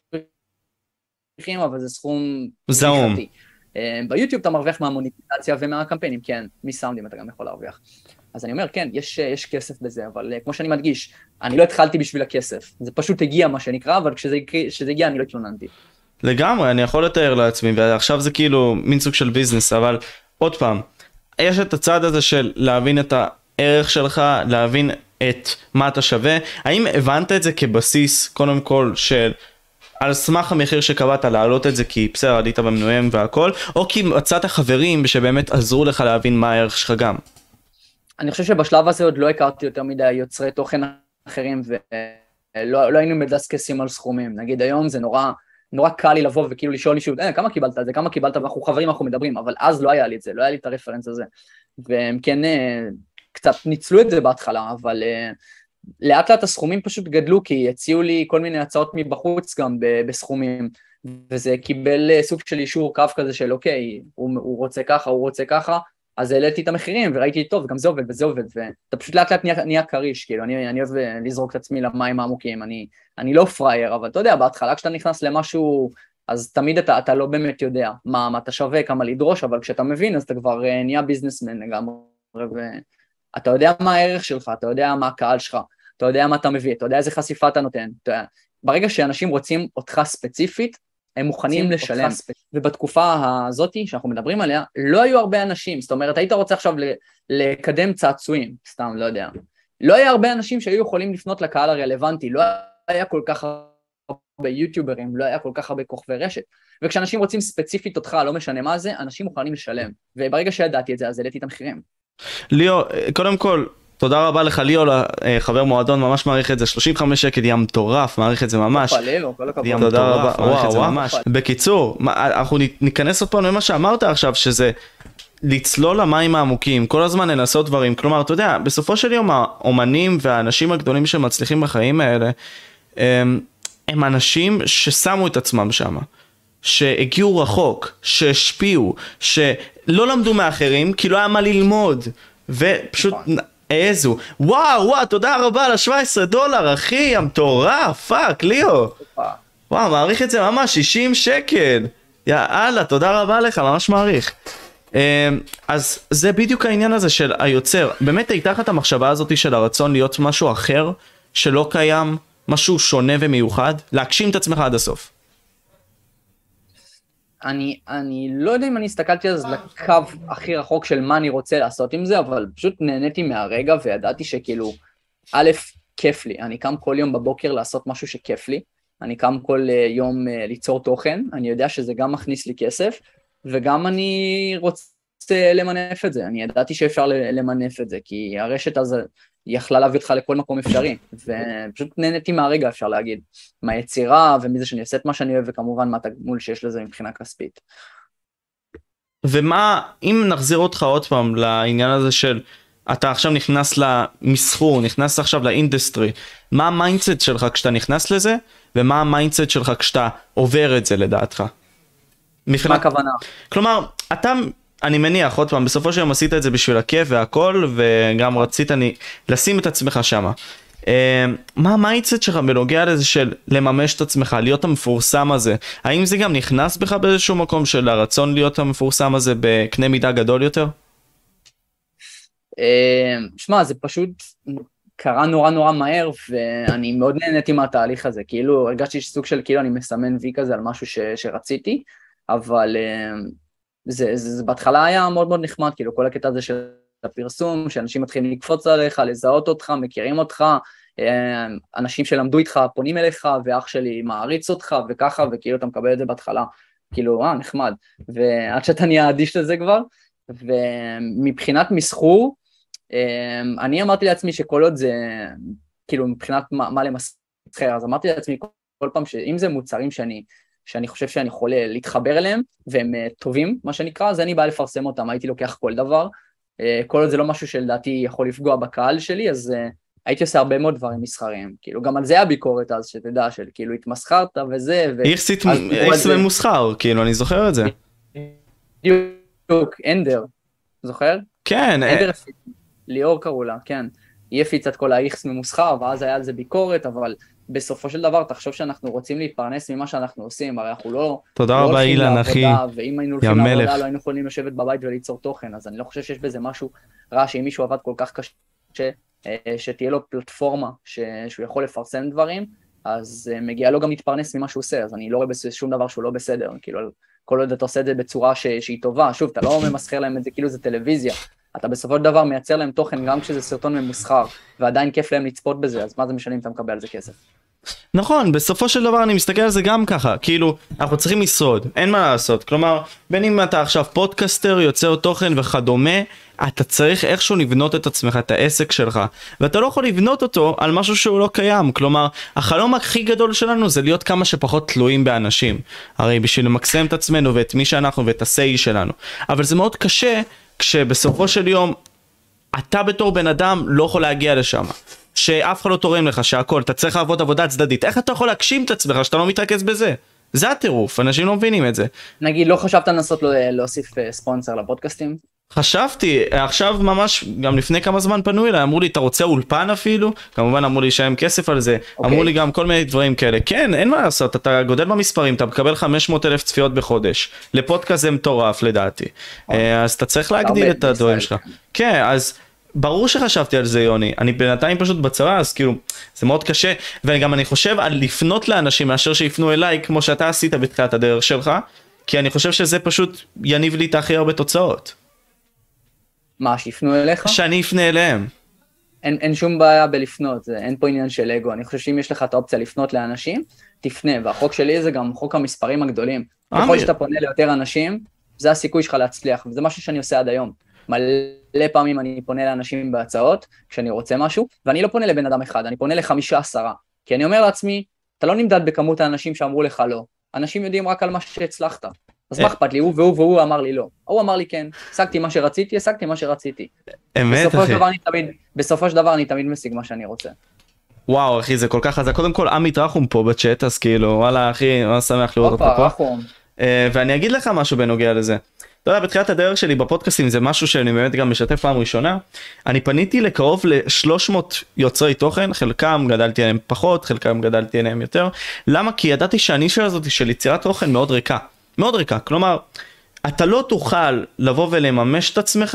S1: מרוויחים, אבל זה סכום
S2: זעום.
S1: ביוטיוב אתה מרוויח מהמוניטיזציה ומהקמפיינים, כן, מסאונדים אתה גם יכול להרוויח. אז אני אומר, כן, יש כסף בזה, אבל כמו שאני מדגיש, אני לא התחלתי בשביל הכסף, זה פשוט הגיע מה שנקרא, אבל כשזה הגיע אני לא התלוננתי.
S2: לגמרי, אני יכול לתאר לעצמי, ועכשיו זה כאילו מין סוג של ביזנס, אבל עוד פעם, יש את הצד הזה של להבין את הערך שלך, להבין את מה אתה שווה, האם הבנת את זה כבסיס, קודם כל, של על סמך המחיר שקבעת להעלות את זה, כי בסדר, עלית במנויים והכל, או כי מצאת חברים שבאמת עזרו לך להבין מה הערך שלך גם?
S1: אני חושב שבשלב הזה עוד לא הכרתי יותר מדי יוצרי תוכן אחרים, ולא היינו מדסקסים על סכומים, נגיד היום זה נורא קל לי לבוא וכאילו לשאול לי שוב, כמה קיבלת על זה, כמה קיבלת, ואנחנו חברים, אנחנו מדברים, אבל אז לא היה לי את זה, לא היה לי את הרפרנס הזה, והם כן קצת ניצלו את זה בהתחלה, אבל לאט לאט הסכומים פשוט גדלו, כי הציעו לי כל מיני הצעות מבחוץ גם בסכומים, וזה קיבל סוג של אישור קו כזה של אוקיי, הוא רוצה ככה, אז העליתי את המחירים וראיתי טוב, גם זה עובד וזה עובד, ואתה פשוט לאט לאט נהיה קריש, כאילו, אני אוהב לזרוק את עצמי למים העמוקים, אני לא פרייר, אבל אתה יודע, בהתחלה כשאתה נכנס למשהו, אז תמיד אתה לא באמת יודע מה אתה שווה, כמה לדרוש, אבל כשאתה מבין, אז אתה כבר נהיה ביזנסמן לגמרי, ואתה יודע מה הערך שלך, אתה יודע מה הקהל שלך, אתה יודע מה אתה מביא, אתה יודע איזה חשיפה אתה נותן, ברגע שאנשים רוצים אותך ספציפית, הם מוכנים לשלם. ובתקופה הזאת שאנחנו מדברים עליה, לא היו הרבה אנשים, זאת אומרת, היית רוצה עכשיו לקדם צעצועים, סתם, לא יודע. לא היה הרבה אנשים שהיו יכולים לפנות לקהל הרלוונטי, לא היה כל כך הרבה יוטיוברים, לא היה כל כך הרבה כוכבי רשת. וכשאנשים רוצים ספציפית אותך, לא משנה מה זה, אנשים מוכנים לשלם. וברגע שידעתי את זה, אז העליתי את המחירים.
S2: ליאו, קודם כל, תודה רבה לך ליאו, חבר מועדון, ממש מעריך את זה, 35 שקל, יא מטורף, מעריך את זה ממש. תודה רבה, וואו, בקיצור, אנחנו ניכנס עוד פעם למה שאמרת עכשיו, שזה לצלול למים העמוקים, כל הזמן לנסות דברים, כלומר, אתה יודע, בסופו של יום האומנים והאנשים הגדולים שמצליחים בחיים האלה, הם אנשים ששמו את עצמם שם, שהגיעו רחוק, שהשפיעו, שלא למדו מאחרים, כי לא היה מה ללמוד, ופשוט העזו. וואו, תודה רבה על $17, אחי, המטורף, פאק, ליאו. וואו, מעריך את זה ממש, 60 שקל. יאללה, תודה רבה לך, ממש מעריך. אז זה בדיוק העניין הזה של היוצר. באמת הייתה לך את המחשבה הזאת של הרצון להיות משהו אחר, שלא קיים, משהו שונה ומיוחד, להגשים את עצמך עד הסוף.
S1: אני לא יודע אם אני הסתכלתי אז לקו הכי רחוק של מה אני רוצה לעשות עם זה, אבל פשוט נהניתי מהרגע וידעתי שכאילו, א', כיף לי. אני קם כל יום בבוקר לעשות משהו שכיף לי, אני קם כל יום ליצור תוכן, אני יודע שזה גם מכניס לי כסף, וגם אני רוצה למנף את זה. אני ידעתי שאפשר למנף את זה, כי הרשת הזו יכלה להביא אותך לכל מקום אפשרי, ופשוט נהניתי מהרגע, אפשר להגיד, מהיצירה ומזה שאני אעשה את מה שאני אוהב, וכמובן מהתגמול שיש לזה מבחינה כספית.
S2: ומה, אם נחזיר אותך עוד פעם לעניין הזה של, אתה עכשיו נכנס למסחור, נכנס עכשיו לאינדסטרי, מה המיינדסט שלך כשאתה נכנס לזה, ומה המיינדסט שלך כשאתה עובר את זה לדעתך?
S1: מה הכוונה?
S2: כלומר, אתה... אני מניח, עוד פעם, בסופו של יום עשית את זה בשביל הכיף והכל, וגם רצית לשים את עצמך שם. מה המיינדסט שלך בנוגע לזה של לממש את עצמך, להיות המפורסם הזה? האם זה גם נכנס בך באיזשהו מקום של הרצון להיות המפורסם הזה בקנה מידה גדול יותר?
S1: שמע, זה פשוט קרה נורא מהר, ואני מאוד נהניתי מהתהליך הזה. כאילו, הרגשתי סוג של כאילו אני מסמן וי כזה על משהו שרציתי, אבל... זה בהתחלה היה מאוד נחמד, כאילו כל הקטע הזה של הפרסום, שאנשים מתחילים לקפוץ עליך, לזהות אותך, מכירים אותך, אנשים שלמדו איתך פונים אליך, ואח שלי מעריץ אותך וככה, וכאילו אתה מקבל את זה בהתחלה, כאילו נחמד, ועד שאתה נהיה אדיש לזה כבר, ומבחינת מסחור, אני אמרתי לעצמי שכל עוד זה, כאילו מבחינת מה למסחר, אז אמרתי לעצמי כל פעם שאם זה מוצרים שאני חושב שאני יכול להתחבר אליהם, והם טובים, מה שנקרא, אז אני בא לפרסם אותם, הייתי לוקח כל דבר, כל עוד זה לא משהו שלדעתי יכול לפגוע בקהל שלי, אז הייתי עושה הרבה מאוד דברים מסחריים, כאילו גם על זה הביקורת אז, שתדע, של כאילו התמסחרת וזה,
S2: איך זה ממוסחר, כאילו אני זוכר את זה.
S1: בדיוק, אנדר, זוכר?
S2: כן.
S1: אנדר, ליאור קראו לה, כן. היא הפיצה את כל האיכס ממוסחר, ואז היה על זה ביקורת, אבל בסופו של דבר, תחשוב שאנחנו רוצים להתפרנס ממה שאנחנו עושים, הרי אנחנו לא...
S2: תודה רבה אילן, אחי.
S1: ואם היינו הולכים לעבודה, לא היינו יכולים לשבת בבית וליצור תוכן, אז אני לא חושב שיש בזה משהו רע, שאם מישהו עבד כל כך קשה, שתהיה לו פלטפורמה, שהוא יכול לפרסם דברים, אז מגיע לו גם להתפרנס ממה שהוא עושה, אז אני לא רואה שום דבר שהוא לא בסדר, כאילו, כל עוד אתה עושה את זה בצורה שהיא טובה, שוב, אתה לא ממסחר להם את זה, כאילו זה טלוויזיה, אתה בסופו של דבר מייצר להם תוכן גם כשזה סרטון ממוסחר, ועדיין כיף להם לצפות בזה, אז מה זה משנה אם אתה מקבל על זה כסף?
S2: נכון, בסופו של דבר אני מסתכל על זה גם ככה, כאילו, אנחנו צריכים לשרוד, אין מה לעשות, כלומר, בין אם אתה עכשיו פודקאסטר, יוצר תוכן וכדומה, אתה צריך איכשהו לבנות את עצמך, את העסק שלך, ואתה לא יכול לבנות אותו על משהו שהוא לא קיים, כלומר, החלום הכי גדול שלנו זה להיות כמה שפחות תלויים באנשים, הרי בשביל למקסם את עצמנו ואת מי שאנחנו ואת הסי שלנו, אבל זה מאוד קשה כשבסופו של יום, אתה בתור בן אדם לא יכול להגיע לשם. שאף אחד לא תורם לך, שהכל, אתה צריך לעבוד עבודה צדדית, איך אתה יכול להגשים את עצמך שאתה לא מתרכז בזה? זה הטירוף, אנשים לא מבינים את זה.
S1: נגיד, לא חשבת לנסות להוסיף ספונסר לפודקאסטים?
S2: חשבתי, עכשיו ממש, גם לפני כמה זמן פנו אליי, אמרו לי, אתה רוצה אולפן אפילו? כמובן אמרו לי שהם כסף על זה, אמרו לי גם כל מיני דברים כאלה. כן, אין מה לעשות, אתה גודל במספרים, אתה מקבל 500,000 צפיות בחודש, לפודקאסט זה מטורף לדעתי. אז אתה צריך להגדיל את הדברים שלך. כן, אז ברור שחשבתי על זה יוני, אני בינתיים פשוט בצבא, אז כאילו זה מאוד קשה, וגם אני חושב על לפנות לאנשים מאשר שיפנו אליי כמו שאתה עשית בתחילת הדרך שלך, כי אני חושב שזה פשוט יניב לי את הכי הרבה תוצאות.
S1: מה, שיפנו אליך?
S2: שאני אפנה אליהם.
S1: אין שום בעיה בלפנות, אין פה עניין של אגו, אני חושב שאם יש לך את האופציה לפנות לאנשים, תפנה, והחוק שלי זה גם חוק המספרים הגדולים, ככל שאתה פונה ליותר אנשים, זה הסיכוי שלך להצליח, וזה משהו שאני עושה עד היום, מלא פעמים אני פונה לאנשים בהצעות, כשאני רוצה משהו, ואני לא פונה לבן אדם אחד, אני פונה ל5-10, כי אני אומר לעצמי, אתה לא נמדד בכמות האנשים שאמרו לך לא, אנשים יודעים רק על מה שהצלחת, אז מה אכפת לי, הוא והוא אמר לי לא, הוא אמר לי כן, השגתי מה שרציתי,
S2: אמת, אחי.
S1: בסופו של דבר אני תמיד משיג מה שאני רוצה.
S2: וואו אחי, זה כל כך חזק. קודם כל עמית רחום פה בצ'אט, אז כאילו וואלה אחי, אני שמח לראות אותך פה.
S1: רחום.
S2: ואני אגיד לך משהו בנוגע לזה. אתה יודע, בתחילת הדרך שלי בפודקאסטים זה משהו שאני באמת גם משתף פעם ראשונה. אני פניתי לקרוב ל300 יוצרי תוכן, חלקם גדלתי עליהם פחות, חלקם גדלתי עליהם יותר. למה? כי ידעתי שהנישה הזאת של יצירת תוכן מאוד ריקה. מאוד ריקה. כלומר, אתה לא תוכל לבוא ולממש את עצמך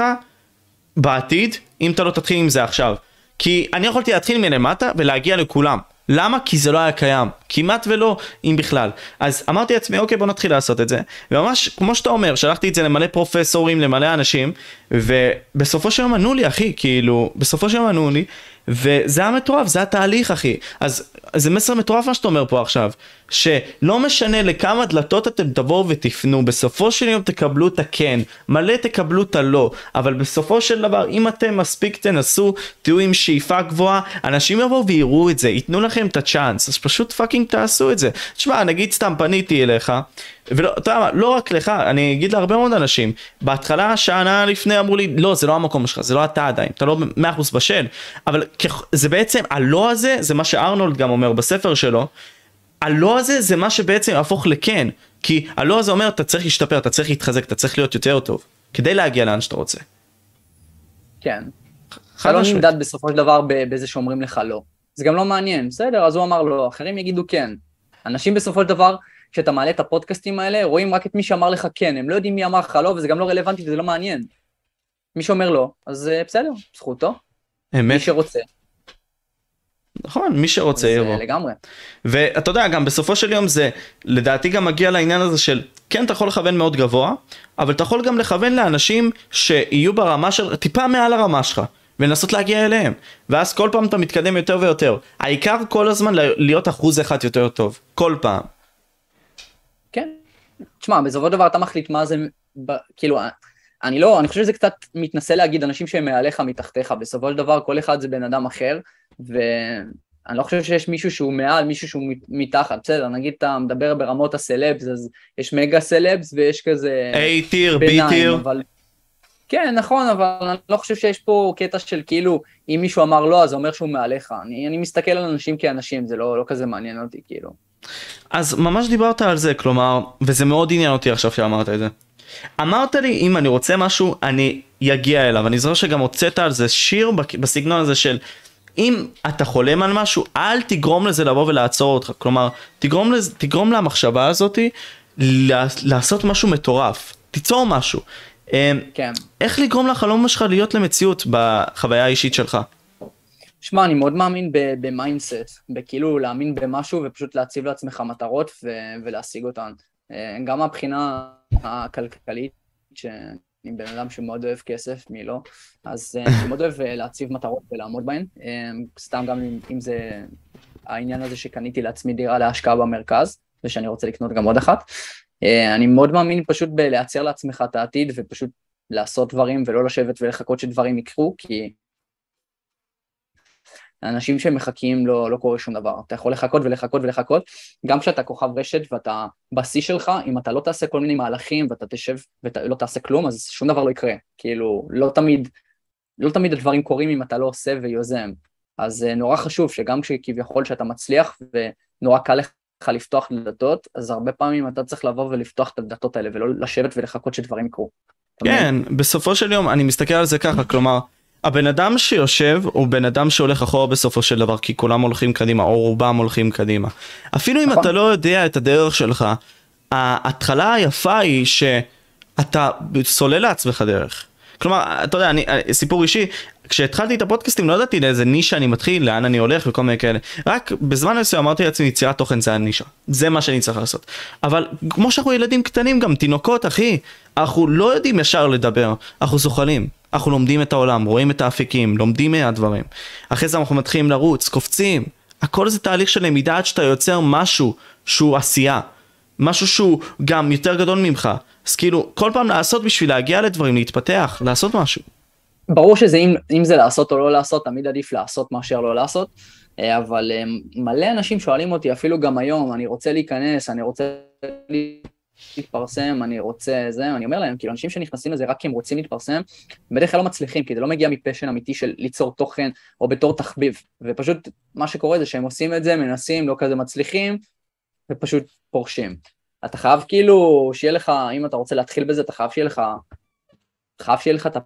S2: בעתיד, אם אתה לא תתחיל עם זה עכשיו. כי אני יכולתי להתחיל מלמטה ולהגיע לכולם. למה? כי זה לא היה קיים. כמעט ולא, אם בכלל. אז אמרתי לעצמי, אוקיי, בוא נתחיל לעשות את זה. וממש, כמו שאתה אומר, שלחתי את זה למלא פרופסורים, למלא אנשים, ובסופו של יום ענו לי, אחי, כאילו, בסופו של יום ענו לי, וזה היה מטורף, זה התהליך, אחי. אז זה מסר מטורף מה שאתה אומר פה עכשיו, שלא משנה לכמה דלתות אתם תבואו ותפנו, בסופו של יום תקבלו את הכן, מלא תקבלו את הלא, אבל בסופו של דבר, אם אתם מספיק תנסו, תהיו עם שאיפה גבוהה, אנשים יבואו ויראו את זה, ייתנו לכם את הצ'אנס, אז פשוט פאקינג תעשו את זה. תשמע, נגיד סתם פניתי אליך, ולא, אתה יודע מה, לא רק לך, אני אגיד להרבה מאוד אנשים, בהתחלה שנה לפני אמרו לי, לא, זה לא המקום שלך, זה לא אתה עדיין, אתה לא 100% בשל, אבל זה בעצם, הלא הזה, זה מה שארנולד גם אומר בספר שלו, הלא הזה זה מה שבעצם הפוך לכן, כי הלא הזה אומר, אתה צריך להשתפר, אתה צריך להתחזק, אתה צריך להיות יותר טוב, כדי להגיע לאן שאתה רוצה.
S1: כן. אתה לא נמדד בסופו של דבר בזה שאומרים לך לא. זה גם לא מעניין, בסדר, אז הוא אמר לא, אחרים יגידו כן. אנשים בסופו של דבר, כשאתה מעלה את הפודקאסטים האלה, רואים רק את מי שאמר לך כן, הם לא יודעים מי אמר לך לא, וזה גם לא רלוונטי, וזה לא מעניין. מי שאומר לא, אז בסדר, זכותו. מי שרוצה.
S2: נכון, מי שרוצה יבוא.
S1: לגמרי.
S2: ואתה יודע, גם בסופו של יום זה, לדעתי גם מגיע לעניין הזה של, כן, אתה יכול לכוון מאוד גבוה, אבל אתה יכול גם לכוון לאנשים שיהיו ברמה של, טיפה מעל הרמה שלך, ולנסות להגיע אליהם. ואז כל פעם אתה מתקדם יותר ויותר. העיקר כל הזמן להיות 1% יותר טוב. כל פעם.
S1: כן. תשמע, בסופו של דבר אתה מחליט מה זה, כאילו, אני חושב שזה קצת מתנסה להגיד אנשים שהם מעליך מתחתיך, בסופו של דבר כל אחד זה בן אדם אחר, ואני לא חושב שיש מישהו שהוא מעל, מישהו שהוא מתחת, בסדר, נגיד אתה מדבר ברמות הסלבס, אז יש מגה סלבס ויש כזה
S2: A טיר, B טיר.
S1: כן, נכון, אבל אני לא חושב שיש פה קטע של כאילו, אם מישהו אמר לא, אז זה אומר שהוא מעליך, אני מסתכל על אנשים כאנשים, זה לא כזה מעניין אותי, כאילו.
S2: אז ממש דיברת על זה, כלומר, וזה מאוד עניין אותי עכשיו שאמרת את זה. אמרת לי, אם אני רוצה משהו, אני יגיע אליו. אני זוכר שגם הוצאת על זה שיר בסגנון הזה של, אם אתה חולם על משהו, אל תגרום לזה לבוא ולעצור אותך. כלומר, תגרום למחשבה הזאת לעשות משהו מטורף. תיצור משהו.
S1: כן.
S2: איך לגרום לחלום שלך להיות למציאות בחוויה האישית שלך?
S1: שמע, אני מאוד מאמין במיינדסט, בכאילו להאמין במשהו ופשוט להציב לעצמך מטרות ולהשיג אותן. גם מהבחינה הכלכלית, שאני בן אדם שמאוד אוהב כסף, מי לא, אז אני מאוד אוהב להציב מטרות ולעמוד בהן, סתם גם אם זה העניין הזה שקניתי לעצמי דירה להשקעה במרכז, ושאני רוצה לקנות גם עוד אחת. אני מאוד מאמין פשוט בלייצר לעצמך את העתיד, ופשוט לעשות דברים ולא לשבת ולחכות שדברים יקרו, כי אנשים שמחכים לא קורה שום דבר, אתה יכול לחכות ולחכות ולחכות, גם כשאתה כוכב רשת ואתה בשיא שלך, אם אתה לא תעשה כל מיני מהלכים ואתה תשב ולא תעשה כלום, אז שום דבר לא יקרה, כאילו לא תמיד הדברים קורים אם אתה לא עושה ויוזם, אז נורא חשוב שגם כשכביכול שאתה מצליח ונורא קל לך לפתוח דלתות, אז הרבה פעמים אתה צריך לבוא ולפתוח את הדלתות האלה ולא לשבת ולחכות שדברים יקרו.
S2: כן, בסופו של יום אני מסתכל על זה ככה, כלומר, הבן אדם שיושב הוא בן אדם שהולך אחורה בסופו של דבר, כי כולם הולכים קדימה, או רובם הולכים קדימה. אפילו אם אתה לא יודע את הדרך שלך, ההתחלה היפה היא שאתה סולל לעצמך דרך. כלומר, אתה יודע, סיפור אישי, כשהתחלתי את הפודקאסטים לא ידעתי לאיזה נישה אני מתחיל, לאן אני הולך וכל מיני כאלה. רק בזמן מסוים אמרתי לעצמי, יצירת תוכן זה הנישה. זה מה שאני צריך לעשות. אבל כמו שאנחנו ילדים קטנים גם, תינוקות אחי, אנחנו לא יודעים ישר לדבר, אנחנו זוחלים. אנחנו לומדים את העולם, רואים את האפיקים, לומדים מהדברים. אחרי זה אנחנו מתחילים לרוץ, קופצים. הכל זה תהליך של למידה עד שאתה יוצר משהו שהוא עשייה. משהו שהוא גם יותר גדול ממך. אז כאילו, כל פעם לעשות בשביל להגיע לדברים, להתפתח, לעשות משהו.
S1: ברור שזה אם זה לעשות או לא לעשות, תמיד עדיף לעשות מאשר לא לעשות, אבל מלא אנשים שואלים אותי, אפילו גם היום, אני רוצה להיכנס, אני רוצה להתפרסם, אני רוצה זה, אני אומר להם, כאילו אנשים שנכנסים לזה רק כי הם רוצים להתפרסם, בדרך כלל לא מצליחים, כי זה לא מגיע מפשן אמיתי של ליצור תוכן או בתור תחביב, ופשוט מה שקורה זה שהם עושים את זה, מנסים, לא כזה מצליחים, ופשוט פורשים. אתה חייב כאילו שיהיה לך, אם אתה רוצה להתחיל בזה, אתה חייב שיהיה לך את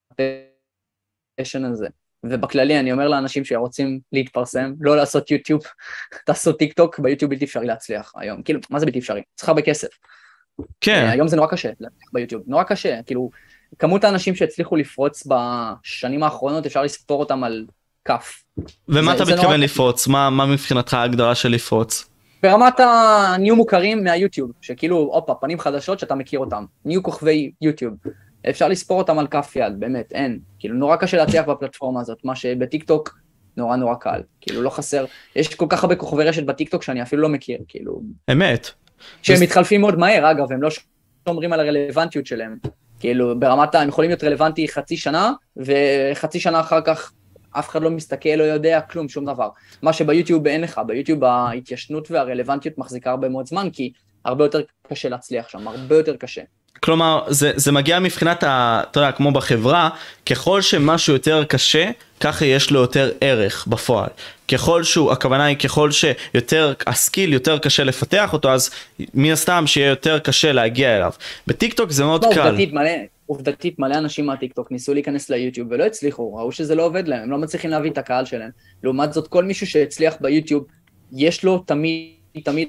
S1: הפשן הזה. ובכללי אני אומר לאנשים שרוצים להתפרסם, לא לעשות יוטיוב, תעשו טיק טוק, ביוטיוב בלתי אפשרי להצליח היום. כאילו, מה זה בלתי אפשרי? צריך הרבה כסף.
S2: כן.
S1: היום זה נורא קשה להצליח ביוטיוב, נורא קשה. כאילו, כמות האנשים שהצליחו לפרוץ בשנים האחרונות, אפשר לספור אותם על כף.
S2: ומה אתה מתכוון לפרוץ? מה מבחינתך ההגדרה של לפרוץ?
S1: ברמת הניו מוכרים מהיוטיוב, שכאילו, אופה, פנים חדשות שאתה מכיר אותם, ניו כוכבי יוטיוב. אפשר לספור אותם על כף יד, באמת, אין. כאילו, נורא קשה להצליח בפלטפורמה הזאת, מה שבטיק טוק נורא קל. כאילו, לא חסר. יש כל כך הרבה כוכבי רשת בטיק טוק שאני אפילו לא מכיר, כאילו.
S2: אמת.
S1: שהם מתחלפים מאוד מהר, אגב, הם לא שומרים על הרלוונטיות שלהם. כאילו, ברמת הם יכולים להיות רלוונטי חצי שנה, וחצי שנה אחר כך אף אחד לא מסתכל, לא יודע כלום, שום דבר. מה שביוטיוב אין לך, ביוטיוב ההתיישנות והרלוונטיות מחזיקה הרבה מאוד זמן, כי הרבה יותר קשה להצליח שם, הרבה יותר קשה.
S2: כלומר, זה מגיע מבחינת, אתה יודע, כמו בחברה, ככל שמשהו יותר קשה, ככה יש לו יותר ערך בפועל. הכוונה היא ככל שיותר הסקיל, יותר קשה לפתח אותו, אז מן הסתם שיהיה יותר קשה להגיע אליו. בטיק טוק זה מאוד קל.
S1: עובדתית, מלא אנשים מהטיק טוק ניסו להיכנס ליוטיוב ולא הצליחו, ראו שזה לא עובד להם, הם לא מצליחים להבין את הקהל שלהם. לעומת זאת, כל מישהו שהצליח ביוטיוב, יש לו תמיד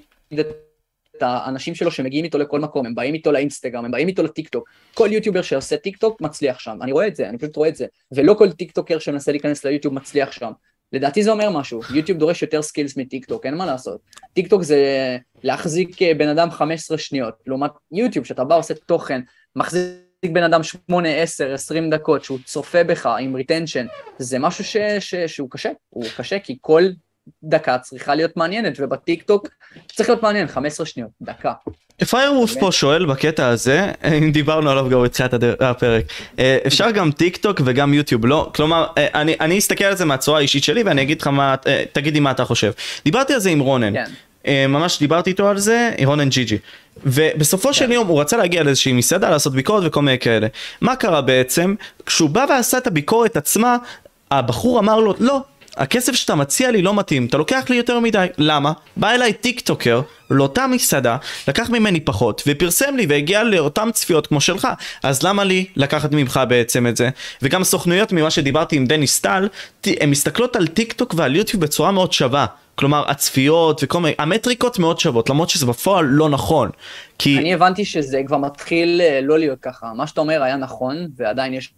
S1: את האנשים שלו שמגיעים איתו לכל מקום, הם באים איתו לאינסטגרם, הם באים איתו לטיק טוק, כל יוטיובר שעושה טיק טוק מצליח שם, אני רואה את זה, אני פשוט רואה את זה, ולא כל טיק טוקר שמנסה להיכנס ליוטיוב מצליח שם, לדעתי זה אומר משהו, יוטיוב דורש יותר סקילס מטיק טוק, אין מה לעשות, טיק טוק זה להחזיק בן אדם 15 שניות, לעומת יוטיוב שאתה בא עושה תוכן, מחזיק בן אדם 8, 10, 20 דקות, שהוא צופה בך עם ריטנשן, זה משהו שהוא קשה, הוא קשה כי כל דקה צריכה להיות מעניינת, ובטיק טוק צריך להיות מעניין, 15 שניות, דקה.
S2: פיירוולף פה שואל בקטע הזה, אם דיברנו עליו גם בתחילת הפרק, אפשר גם טיק טוק וגם יוטיוב, לא? כלומר, אני אסתכל על זה מהצורה האישית שלי, ואני אגיד לך תגידי מה אתה חושב. דיברתי על זה עם רונן, ממש דיברתי איתו על זה, רונן ג'י, ובסופו של יום הוא רצה להגיע לאיזושהי מסעדה, לעשות ביקורת וכל מיני כאלה. מה קרה בעצם? כשהוא בא ועשה את הביקורת עצמה, הבחור אמר לו, לא, הכסף שאתה מציע לי לא מתאים, אתה לוקח לי יותר מדי. למה? בא אליי טיק טוקר לאותה מסעדה, לקח ממני פחות ופרסם לי והגיע לאותם צפיות כמו שלך, אז למה לי לקחת ממך בעצם את זה? וגם סוכנויות, ממה שדיברתי עם דני סטל, הן מסתכלות על טיק טוק ועל יוטיוב בצורה מאוד שווה, כלומר הצפיות וכל מיני, המטריקות מאוד שוות, למרות שזה בפועל לא נכון, כי
S1: אני הבנתי שזה כבר מתחיל לא להיות ככה, מה שאתה אומר היה נכון, ועדיין יש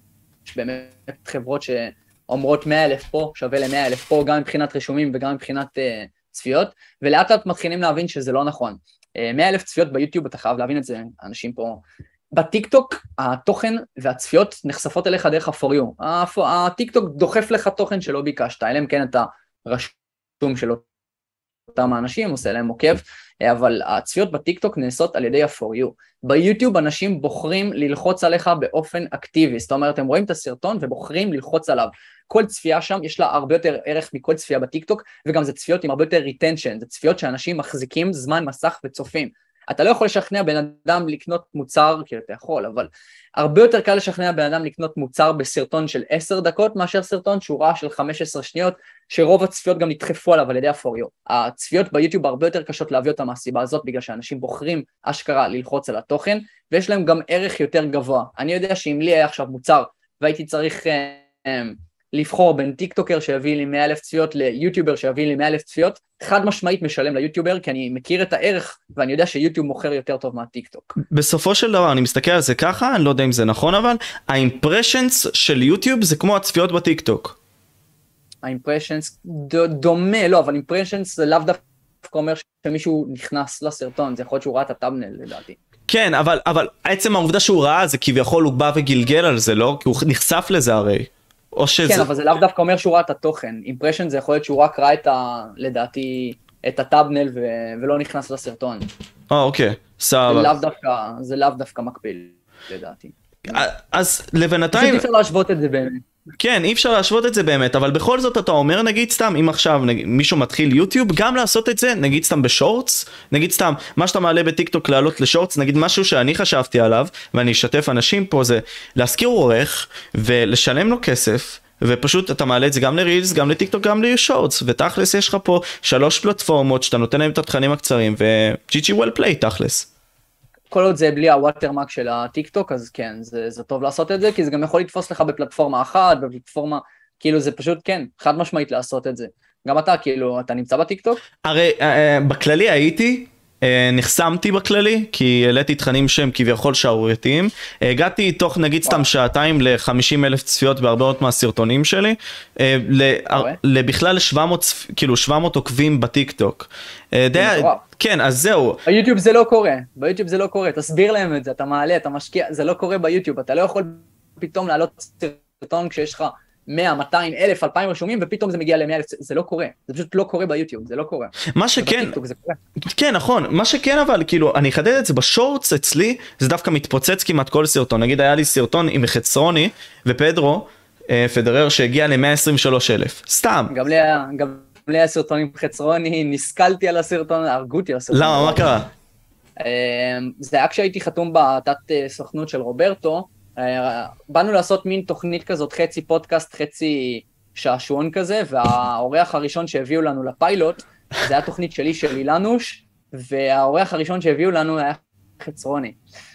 S1: באמת חברות אומרות 100,000 פה, שווה ל100,000 פה, גם מבחינת רשומים וגם מבחינת צפיות, ולאט לאט מתחילים להבין שזה לא נכון. 100,000 צפיות ביוטיוב, אתה חייב להבין את זה, אנשים פה. בטיק טוק, התוכן והצפיות נחשפות אליך דרך ה-for you. הטיק טוק דוחף לך תוכן שלא ביקשת, אלא אם כן אתה רשום של אותם האנשים, עושה להם עוקב, אבל הצפיות בטיק טוק נעשות על ידי ה-for you. ביוטיוב אנשים בוחרים ללחוץ עליך באופן אקטיבי, זאת אומרת, הם רואים את הסרטון ובוחרים ללחוץ עליו. כל צפייה שם יש לה הרבה יותר ערך מכל צפייה בטיק טוק, וגם זה צפיות עם הרבה יותר ריטנשן, זה צפיות שאנשים מחזיקים זמן מסך וצופים. אתה לא יכול לשכנע בן אדם לקנות מוצר, כי אתה יכול, אבל הרבה יותר קל לשכנע בן אדם לקנות מוצר בסרטון של 10 דקות, מאשר סרטון שהוא ראה של 15 שניות, שרוב הצפיות גם נדחפו עליו על ידי ה-for you. הצפיות ביוטיוב הרבה יותר קשות להביא אותם מהסיבה הזאת, בגלל שאנשים בוחרים אשכרה ללחוץ על התוכן, ויש להם גם ערך יותר גבוה. אני יודע שאם לי היה עכשיו מוצר, והייתי צריך לבחור בין טיקטוקר שיביא לי 100,000 צפיות ליוטיובר שיביא לי 100,000 צפיות, חד משמעית משלם ליוטיובר, כי אני מכיר את הערך, ואני יודע שיוטיוב מוכר יותר טוב מהטיקטוק.
S2: בסופו של דבר, אני מסתכל על זה ככה, אני לא יודע אם זה נכון, אבל האימפרשנס של יוטיוב זה כמו הצפיות בטיקטוק.
S1: האימפרשנס דומה, לא, אבל אימפרשנס זה לאו דווקא אומר שמישהו נכנס לסרטון, זה יכול להיות שהוא ראה את הטאבנל לדעתי.
S2: כן, אבל עצם העובדה שהוא ראה זה כביכול הוא בא וגלגל על זה, לא? כי הוא נחשף לזה הרי.
S1: כן, אבל זה לאו דווקא אומר שהוא ראה את התוכן. אימפרשן זה יכול להיות שהוא רק ראה לדעתי, את הטאבנל ולא נכנס לסרטון.
S2: אוקיי, סבבה.
S1: זה לאו דווקא מקביל, לדעתי.
S2: אז לבינתיים...
S1: פשוט אי אפשר להשוות את זה באמת.
S2: כן, אי אפשר להשוות את זה באמת, אבל בכל זאת אתה אומר, נגיד סתם, אם עכשיו מישהו מתחיל יוטיוב, גם לעשות את זה, נגיד סתם בשורטס, נגיד סתם, מה שאתה מעלה בטיקטוק לעלות לשורטס, נגיד משהו שאני חשבתי עליו, ואני אשתף אנשים פה, זה להזכיר עורך, ולשלם לו כסף, ופשוט אתה מעלה את זה גם לרילס, גם לטיקטוק, גם לשורטס, ותכלס יש לך פה 3 פלטפורמות, שאתה נותן להם את התכנים הקצרים, ו-GG well play תכלס.
S1: כל עוד זה בלי הווטרמרק של הטיקטוק, אז כן, זה טוב לעשות את זה, כי זה גם יכול לתפוס לך בפלטפורמה אחת, בפלטפורמה, כאילו זה פשוט, כן, חד משמעית לעשות את זה. גם אתה, כאילו, אתה נמצא בטיקטוק?
S2: הרי, בכללי הייתי, נחסמתי בכללי, כי העליתי תכנים שהם כביכול שערורייתיים, הגעתי תוך נגיד סתם שעתיים ל-50,000 צפיות בהרבה מאוד מהסרטונים שלי, לבכלל 700 עוקבים בטיקטוק. כן, אז זהו.
S1: ביוטיוב זה לא קורה, תסביר להם את זה, אתה מעלה, אתה משקיע, זה לא קורה ביוטיוב, אתה לא יכול פתאום לעלות סרטון כשיש לך 100, 200, 1,000, 2,000 רשומים, ופתאום זה מגיע ל-100,000, זה לא קורה, זה פשוט לא קורה ביוטיוב, זה לא קורה.
S2: מה שכן, כן נכון, מה שכן אבל, כאילו, אני אחדד את זה, בשורטס אצלי, זה דווקא מתפוצץ כמעט כל סרטון, נגיד היה לי סרטון עם חצרוני, ופדרו, פדרר שהגיע ל-123,000, סתם.
S1: גם לי היה סרטון עם חצרוני, נסקלתי על הסרטון, הרגותי על הסרטון.
S2: למה, מה קרה?
S1: זה היה כשהייתי חתום בתת סוכנות של רוברטו, באנו לעשות מין תוכנית כזאת, חצי פודקאסט, חצי שעשועון כזה, והאורח הראשון שהביאו לנו לפיילוט, זה היה תוכנית שלי של אילנוש, והאורח הראשון שהביאו לנו היה חצרוני.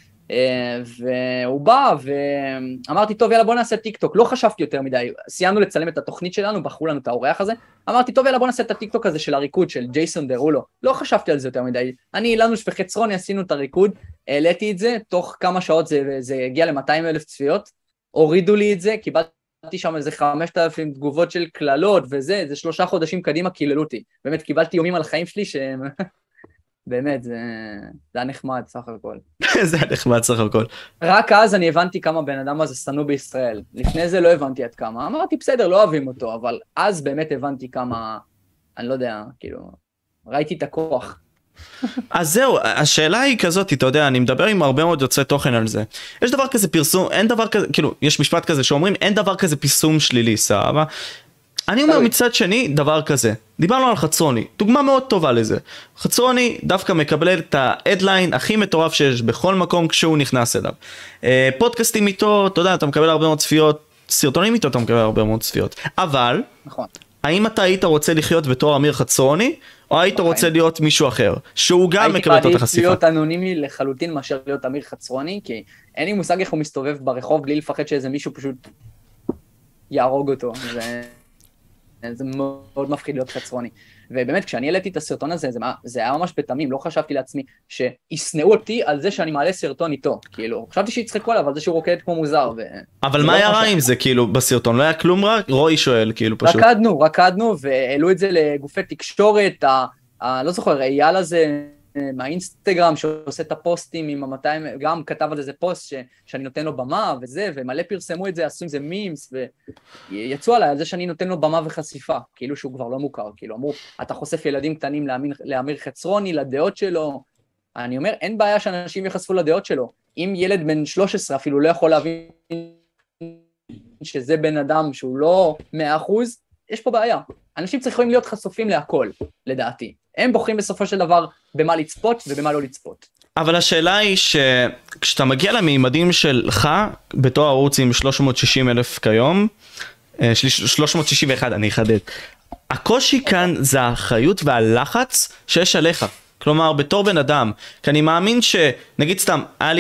S1: והוא בא, ואמרתי, טוב, יאללה, בוא נעשה טיקטוק. לא חשבתי יותר מדי, סיימנו לצלם את התוכנית שלנו, בחרו לנו את האורח הזה, אמרתי, טוב, יאללה, בוא נעשה את הטיקטוק הזה של הריקוד, של ג'ייסון דרולו. לא חשבתי על זה יותר מדי. אני, אילנוש וחצרוני עשינו את הריקוד, העליתי את זה, תוך כמה שעות זה הגיע ל-200,000 צפיות, הורידו לי את זה, קיבלתי שם איזה 5,000 תגובות של כללות, וזה, זה 3 חודשים קדימה קיללו אותי. באמת, קיבלתי יומים על החיים שלי שהם... באמת, זה היה נחמד סך הכל.
S2: זה היה נחמד סך הכל.
S1: רק אז אני הבנתי כמה בן אדם הזה שנוא בישראל. לפני זה לא הבנתי עד כמה. אמרתי, בסדר, לא אוהבים אותו, אבל אז באמת הבנתי כמה, אני לא יודע, כאילו, ראיתי את הכוח.
S2: אז זהו, השאלה היא כזאת, אתה יודע, אני מדבר עם הרבה מאוד יוצאי תוכן על זה. יש דבר כזה פרסום, אין דבר כזה, כאילו, יש משפט כזה שאומרים, אין דבר כזה פרסום שלילי, סבבה? אני אומר מצד שני דבר כזה, דיברנו על חצרוני, דוגמה מאוד טובה לזה. חצרוני דווקא מקבל את ההדליין הכי מטורף שיש בכל מקום כשהוא נכנס אליו. פודקאסטים איתו, אתה יודע, אתה מקבל הרבה מאוד צפיות, סרטונים איתו אתה מקבל הרבה מאוד צפיות. אבל,
S1: נכון.
S2: האם אתה היית רוצה לחיות בתור אמיר חצרוני, או היית רוצה להיות מישהו אחר, שהוא גם מקבל את אותה חשיפה?
S1: הייתי להיות אנונימי לחלוטין מאשר להיות אמיר חצרוני, כי אין לי מושג איך הוא מסתובב ברחוב בלי לפחד שאיזה מישהו פשוט יהרוג אותו. זה מאוד מפחיד להיות חצרוני. ובאמת, כשאני העליתי את הסרטון הזה, זה היה ממש בתמים, לא חשבתי לעצמי שיסנאו אותי על זה שאני מעלה סרטון איתו. כאילו, חשבתי שיצחקו עליו על זה שהוא רוקד כמו מוזר.
S2: אבל מה היה רע עם זה, כאילו, בסרטון? לא היה כלום רע? רועי שואל, כאילו, פשוט.
S1: רקדנו, והעלו את זה לגופי תקשורת, לא זוכר, אייל הזה מהאינסטגרם שעושה את הפוסטים עם ה-200, גם כתב על איזה פוסט שאני נותן לו במה וזה, ומלא פרסמו את זה, עשו עם זה מימס, ויצאו עליי על זה שאני נותן לו במה וחשיפה, כאילו שהוא כבר לא מוכר, כאילו אמרו, אתה חושף ילדים קטנים לאמיר חצרוני, לדעות שלו, אני אומר, אין בעיה שאנשים יחשפו לדעות שלו, אם ילד בן 13 אפילו לא יכול להבין שזה בן אדם שהוא לא 100%, יש פה בעיה. אנשים צריכים להיות חשופים להכל, לדעתי. הם בוחרים בסופו של דבר במה לצפות ובמה לא לצפות.
S2: אבל השאלה היא שכשאתה מגיע לממדים שלך, בתור ערוץ עם 360,000 כיום, 361 אני אחדד, הקושי כאן זה האחריות והלחץ שיש עליך. כלומר, בתור בן אדם, כי אני מאמין שנגיד סתם, היה לי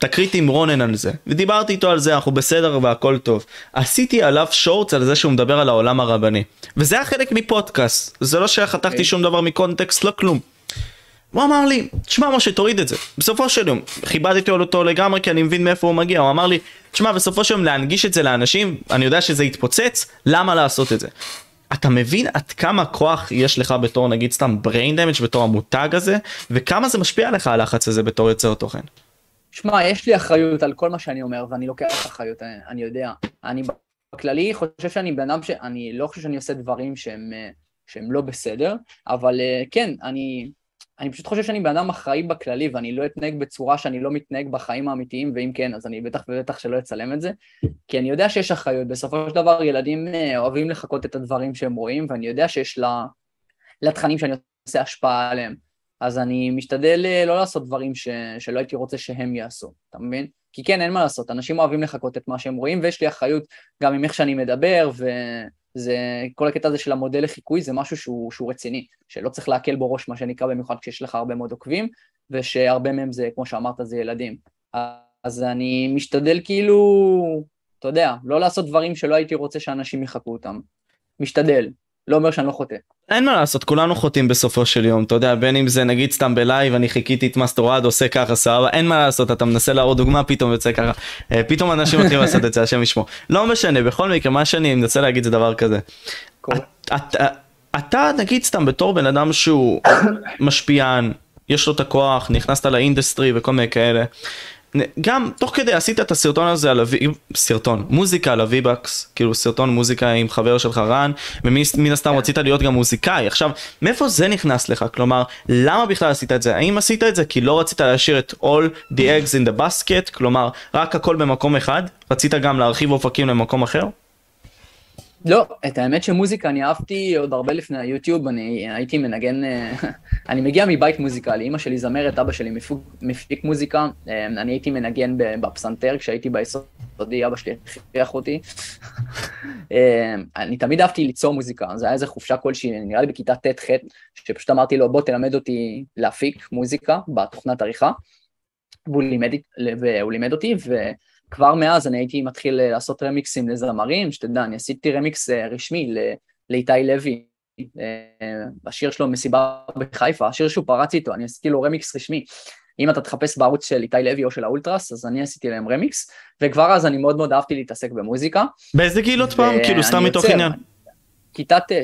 S2: תקרית עם רונן על זה, ודיברתי איתו על זה, אנחנו בסדר והכל טוב. עשיתי עליו שורטס על זה שהוא מדבר על העולם הרבני, וזה היה חלק מפודקאסט, זה לא שחתכתי שום דבר מקונטקסט, לא כלום. הוא אמר לי, תשמע משה, תוריד את זה. בסופו של יום, כיבדתי אותו לגמרי כי אני מבין מאיפה הוא מגיע. הוא אמר לי, תשמע, בסופו של יום להנגיש את זה לאנשים, אני יודע שזה יתפוצץ, למה לעשות את זה? אתה מבין עד כמה כוח יש לך בתור, נגיד סתם brain damage, בתור המותג הזה, וכמה זה משפיע לך הלחץ הזה בתור יוצר תוכן?
S1: שמע, יש לי אחריות על כל מה שאני אומר, ואני לוקח אחריות, אני יודע. אני בכללי חושב שאני בן אדם אני לא חושב שאני עושה דברים שהם לא בסדר, אבל כן, אני פשוט חושב שאני בן אדם אחראי בכללי, ואני לא אתנהג בצורה שאני לא מתנהג בחיים האמיתיים, ואם כן, אז אני בטח ובטח שלא אצלם את זה, כי אני יודע שיש אחריות. בסופו של דבר ילדים אוהבים לחכות את הדברים שהם רואים, ואני יודע שיש לתכנים שאני עושה השפעה עליהם, אז אני משתדל לא לעשות דברים שלא הייתי רוצה שהם יעשו, אתה מבין? כי כן, אין מה לעשות, אנשים אוהבים לחכות את מה שהם רואים, ויש לי אחריות גם עם איך שאני מדבר, זה, כל הקטע הזה של המודל לחיקוי, זה משהו שהוא רציני, שלא צריך להקל בו ראש, מה שנקרא, במיוחד כשיש לך הרבה מאוד עוקבים, ושהרבה מהם זה, כמו שאמרת, זה ילדים. אז אני משתדל כאילו, אתה יודע, לא לעשות דברים שלא הייתי רוצה שאנשים יחכו אותם. משתדל, לא אומר שאני לא חוטא.
S2: אין מה לעשות, כולנו חוטאים בסופו של יום, אתה יודע, בין אם זה נגיד סתם בלייב, אני חיכיתי את מאסטרואד, עושה ככה, סבבה, אין מה לעשות, אתה מנסה להראות דוגמה, פתאום יוצא ככה, פתאום אנשים מתחילים לעשות את זה, השם ישמור. לא משנה, בכל מקרה, מה שאני מנסה להגיד זה דבר כזה. אתה נגיד סתם בתור בן אדם שהוא משפיען, יש לו את הכוח, נכנסת לאינדסטרי וכל מיני כאלה, גם תוך כדי עשית את הסרטון הזה על סרטון מוזיקה על הוויבקס, כאילו סרטון מוזיקה עם חבר שלך רן, ומן הסתם רצית להיות גם מוזיקאי. עכשיו, מאיפה זה נכנס לך? כלומר, למה בכלל עשית את זה? האם עשית את זה כי לא רצית להשאיר את all the eggs in the basket, כלומר רק הכל במקום אחד? רצית גם להרחיב אופקים למקום אחר?
S1: לא, את האמת שמוזיקה אני אהבתי עוד הרבה לפני היוטיוב, אני הייתי מנגן, אני מגיע מבית מוזיקלי, אמא שלי זמרת, אבא שלי מפיק מוזיקה, אני הייתי מנגן בפסנתר כשהייתי ביסודי, אבא שלי הכריח אותי, אני תמיד אהבתי ליצור מוזיקה, זה היה איזה חופשה כלשהי, נראה לי בכיתה ט'-ח', שפשוט אמרתי לו בוא תלמד אותי להפיק מוזיקה בתוכנת עריכה, והוא לימד אותי, כבר מאז אני הייתי מתחיל לעשות רמיקסים לזמרים, שתדע, אני עשיתי רמיקס רשמי לאיתי לוי, השיר שלו מסיבה בחיפה, השיר שהוא פרץ איתו, אני עשיתי לו רמיקס רשמי, אם אתה תחפש בערוץ של איתי לוי או של האולטרס, אז אני עשיתי להם רמיקס, וכבר אז אני מאוד מאוד אהבתי להתעסק במוזיקה.
S2: באיזה גיל עוד פעם? כאילו סתם מתוך עניין?
S1: כיתה ט'.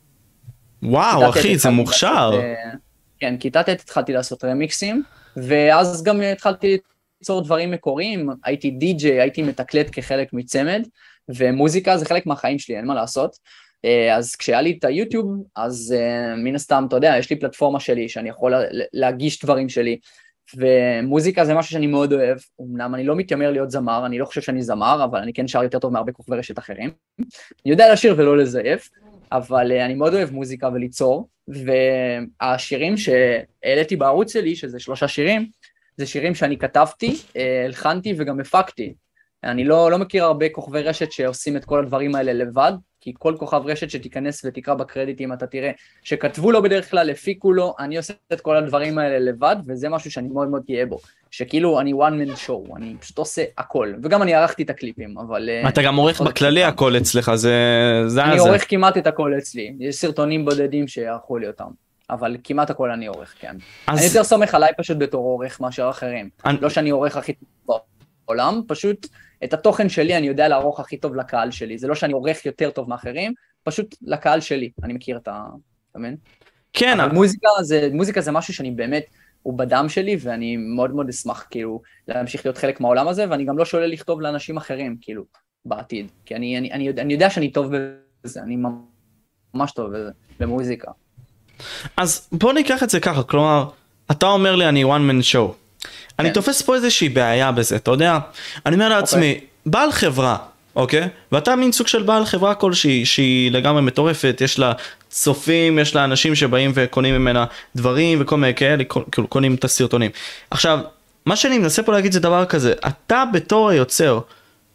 S2: וואו אחי, זה מוכשר.
S1: כן, כיתה ט' התחלתי לעשות רמיקסים, ואז גם התחלתי ליצור דברים מקוריים, הייתי די-ג'יי, הייתי מתקלט כחלק מצמד, ומוזיקה זה חלק מהחיים שלי, אין מה לעשות. אז כשהיה לי את היוטיוב, אז מן הסתם, אתה יודע, יש לי פלטפורמה שלי, שאני יכול להגיש דברים שלי, ומוזיקה זה משהו שאני מאוד אוהב, אמנם אני לא מתיימר להיות זמר, אני לא חושב שאני זמר, אבל אני כן שר יותר טוב מהרבה כוכבי רשת אחרים. אני יודע לשיר ולא לזייף, אבל אני מאוד אוהב מוזיקה וליצור, והשירים שהעליתי בערוץ שלי, שזה 3 שירים, זה שירים שאני כתבתי, הלחנתי וגם הפקתי. אני לא מכיר הרבה כוכבי רשת שעושים את כל הדברים האלה לבד, כי כל כוכב רשת שתיכנס ותקרא בקרדיטים, אתה תראה שכתבו לו בדרך כלל, הפיקו לו, אני עושה את כל הדברים האלה לבד, וזה משהו שאני מאוד מאוד גאה בו. שכאילו אני one man show, אני פשוט עושה הכל, וגם אני ערכתי את הקליפים, אבל... אתה גם
S2: עורך בכללי הכל אצלך, זה...
S1: אני עורך כמעט את הכל אצלי, יש סרטונים בודדים שערכו לי אותם. אבל כמעט הכל אני עורך, כן. אני יותר סומך עליי פשוט בתור עורך מאשר אחרים. לא שאני עורך הכי טוב בעולם, פשוט את התוכן שלי אני יודע לערוך הכי טוב לקהל שלי. זה לא שאני עורך יותר טוב מאחרים, פשוט לקהל שלי. אני מכיר את אתה מבין?
S2: כן.
S1: אבל מוזיקה זה משהו שאני באמת, הוא בדם שלי, ואני מאוד מאוד אשמח כאילו להמשיך להיות חלק מהעולם הזה, ואני גם לא שואל לכתוב לאנשים אחרים, כאילו, בעתיד. כי אני יודע שאני טוב בזה, אני ממש טוב בזה, במוזיקה.
S2: אז בוא ניקח את זה ככה, כלומר, אתה אומר לי אני one man show. אני תופס פה איזושהי בעיה בזה, אתה יודע? אני אומר לעצמי, בעל חברה, אוקיי? ואתה מין סוג של בעל חברה כלשהי, שהיא לגמרי מטורפת, יש לה צופים, יש לה אנשים שבאים וקונים ממנה דברים וכל מיני כאלה, כאילו קונים את הסרטונים. עכשיו, מה שאני מנסה פה להגיד זה דבר כזה, אתה בתור היוצר,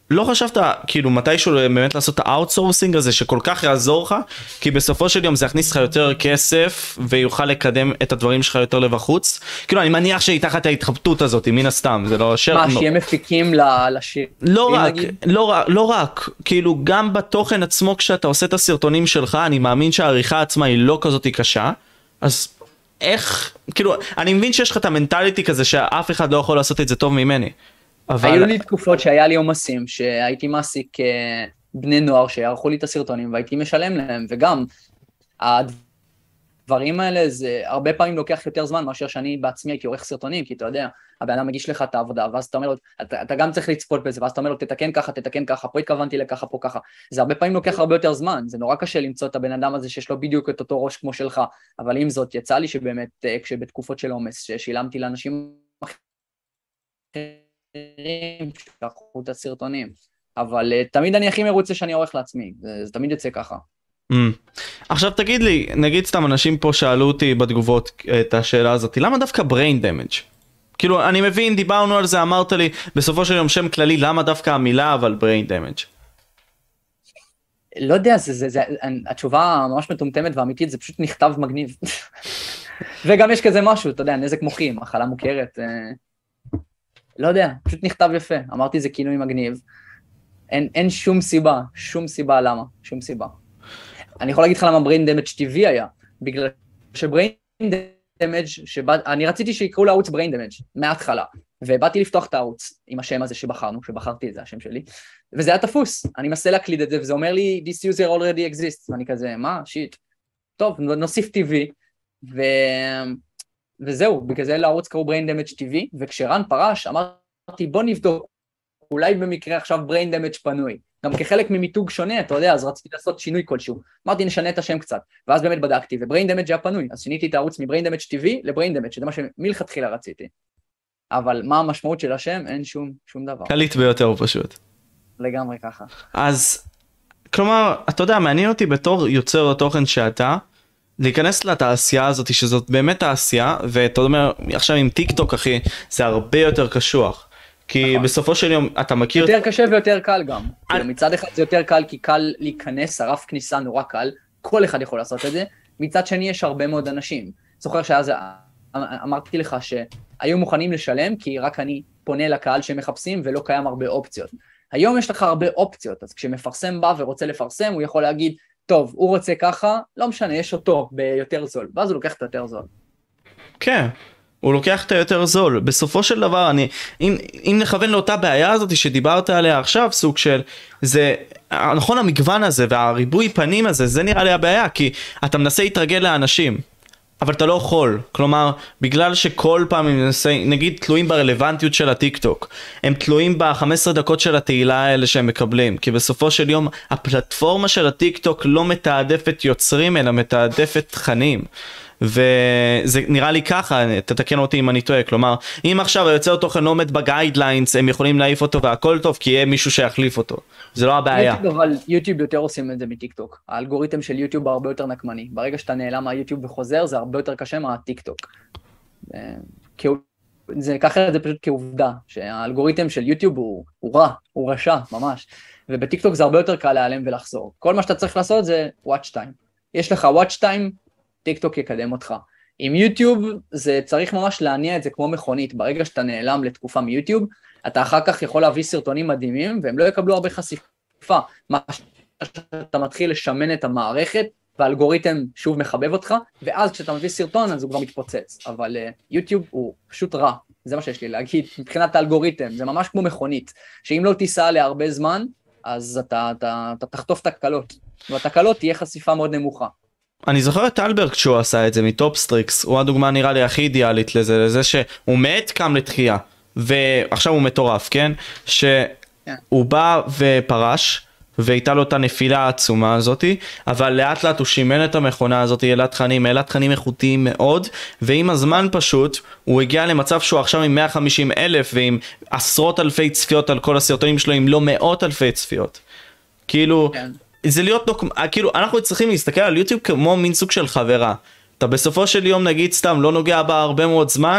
S2: לא חשבת כאילו מתישהו באמת לעשות את האוטסורסינג הזה שכל כך יעזור לך, כי בסופו של יום זה יכניס לך יותר כסף ויוכל לקדם את הדברים שלך יותר לבחוץ? כאילו אני מניח שהיא תחת ההתחבטות הזאת, מן הסתם, זה לא
S1: מה, שיהיה מפיקים לשיר?
S2: לא רק, כאילו גם בתוכן עצמו כשאתה עושה את הסרטונים שלך, אני מאמין שהעריכה עצמה היא לא כזאת קשה, אז איך, כאילו, אני מבין שיש לך את המנטליטי כזה שאף אחד לא יכול לעשות את זה טוב ממני.
S1: היו לי תקופות שהיה לי עומסים, שהייתי מעסיק בני נוער שיערכו לי את הסרטונים והייתי משלם להם, וגם הדברים האלה זה הרבה פעמים לוקח יותר זמן מאשר שאני בעצמי הייתי עורך סרטונים, כי אתה יודע, הבן אדם מגיש לך את העבודה, ואז אתה אומר לו, אתה גם צריך לצפות בזה, ואז אתה אומר לו, תתקן ככה, פה התכוונתי לככה, פה ככה, זה הרבה פעמים לוקח הרבה יותר זמן, זה נורא קשה למצוא את הבן אדם הזה שיש לו בדיוק את אותו ראש כמו שלך, אבל עם זאת יצא לי שבאמת, כשבתקופות של עומס, ששילמתי לאנשים שערכו את הסרטונים, אבל תמיד אני הכי מרוצה שאני עורך לעצמי, זה תמיד יוצא ככה.
S2: עכשיו תגיד לי, נגיד סתם אנשים פה שאלו אותי בתגובות את השאלה הזאת, למה דווקא brain damage? כאילו אני מבין, דיברנו על זה, אמרת לי בסופו של יום שם כללי, למה דווקא המילה אבל brain damage?
S1: לא יודע, התשובה ממש מטומטמת ואמיתית, זה פשוט נכתב מגניב. וגם יש כזה משהו, אתה יודע, נזק מוחי, מחלה מוכרת, לא יודע, פשוט נכתב יפה, אמרתי זה כינוי מגניב, אין שום סיבה למה, שום סיבה. אני יכול להגיד לך למה brain damage טבעי היה, בגלל ש-brain damage, אני רציתי שיקראו לערוץ brain damage, מההתחלה, ובאתי לפתוח את הערוץ עם השם הזה שבחרתי את זה, השם שלי, וזה היה תפוס, אני מנסה להקליד את זה, וזה אומר לי, this user already exists, ואני כזה, מה, שיט, טוב, נוסיף טבעי, וזהו, בגלל זה לערוץ קראו brain damage טבעי, וכשרן פרש, אמרתי, בוא נבדוק, אולי במקרה עכשיו brain damage פנוי, גם כחלק ממיתוג שונה, אתה יודע, אז רציתי לעשות שינוי כלשהו, אמרתי, נשנה את השם קצת, ואז באמת בדקתי, וbrain damage היה פנוי, אז שיניתי את הערוץ מbrain damage טבעי לbrain damage, שזה מה שמלכתחילה רציתי, אבל מה המשמעות של השם? אין שום דבר.
S2: קליט ביותר פשוט.
S1: לגמרי ככה.
S2: אז, כלומר, אתה יודע, מעניין אותי בתור יוצר התוכן שאתה, להיכנס לתעשייה הזאת, שזאת באמת תעשייה, ואתה אומר, עכשיו עם טיק טוק, אחי, זה הרבה יותר קשוח. כי נכון. בסופו של יום, אתה מכיר...
S1: יותר קשה ויותר קל גם. מצד אחד זה יותר קל, כי קל להיכנס, הרף כניסה נורא קל, כל אחד יכול לעשות את זה. מצד שני, יש הרבה מאוד אנשים. זוכר שאז אמרתי לך שהיו מוכנים לשלם, כי רק אני פונה לקהל שמחפשים, ולא קיים הרבה אופציות. היום יש לך הרבה אופציות, אז כשמפרסם בא ורוצה לפרסם, הוא יכול להגיד, טוב, הוא רוצה ככה, לא משנה, יש אותו ביותר זול, ואז הוא לוקח את היותר זול.
S2: כן, הוא לוקח את היותר זול. בסופו של דבר, אם נכוון לאותה בעיה הזאת שדיברת עליה עכשיו, סוג של, זה, נכון, המגוון הזה והריבוי פנים הזה, זה נראה לי הבעיה, כי אתה מנסה להתרגל לאנשים, אבל אתה לא יכול. כלומר, בגלל שכל פעם הם נגיד תלויים ברלוונטיות של הטיק טוק, הם תלויים ב-15 דקות של התהילה האלה שהם מקבלים, כי בסופו של יום הפלטפורמה של הטיק טוק לא מתעדפת יוצרים, אלא מתעדפת תכנים. וזה נראה לי ככה, תתקן אותי אם אני טועה, כלומר, אם עכשיו היוצר תוכן לא עומד בגיידליינס, הם יכולים להעיף אותו והכל טוב, כי יהיה מישהו שיחליף אותו. זה לא הבעיה.
S1: אבל יוטיוב יותר עושים את זה מטיק טוק. האלגוריתם של יוטיוב הרבה יותר נקמני. ברגע שאתה נעלם מהיוטיוב וחוזר, זה הרבה יותר קשה מהטיק טוק. ככה זה פשוט כעובדה, שהאלגוריתם של יוטיוב הוא רע, הוא רשע, ממש. ובטיק טוק זה הרבה יותר קל להיעלם ולחזור. כל מה שאתה צריך לעשות זה watch time. יש לך watch time, טיק טוק יקדם אותך. עם יוטיוב זה צריך ממש להניע את זה כמו מכונית, ברגע שאתה נעלם לתקופה מיוטיוב, אתה אחר כך יכול להביא סרטונים מדהימים, והם לא יקבלו הרבה חשיפה, מה שאתה מתחיל לשמן את המערכת, והאלגוריתם שוב מחבב אותך, ואז כשאתה מביא סרטון אז הוא כבר מתפוצץ, אבל יוטיוב הוא פשוט רע, זה מה שיש לי להגיד, מבחינת האלגוריתם, זה ממש כמו מכונית, שאם לא תיסע עליה הרבה זמן, אז אתה תחטוף תקלות, והתקלות תהיה חשיפה מאוד נמוכה.
S2: אני זוכר את אלברט כשהוא עשה את זה מטופסטריקס, הוא הדוגמה נראה לי הכי אידיאלית לזה שהוא מת קם לתחייה, ועכשיו הוא מטורף, כן? שהוא בא ופרש, והייתה לו את הנפילה העצומה הזאת, אבל לאט לאט הוא שימן את המכונה הזאת, העלה תכנים איכותיים מאוד, ועם הזמן פשוט, הוא הגיע למצב שהוא עכשיו עם 150,000, ועם עשרות אלפי צפיות על כל הסרטונים שלו, עם לא מאות אלפי צפיות. כאילו... כן. זה להיות, כאילו, אנחנו צריכים להסתכל על יוטיוב כמו מין סוג של חברה. אתה בסופו של יום, נגיד סתם, לא נוגע בה הרבה מאוד זמן,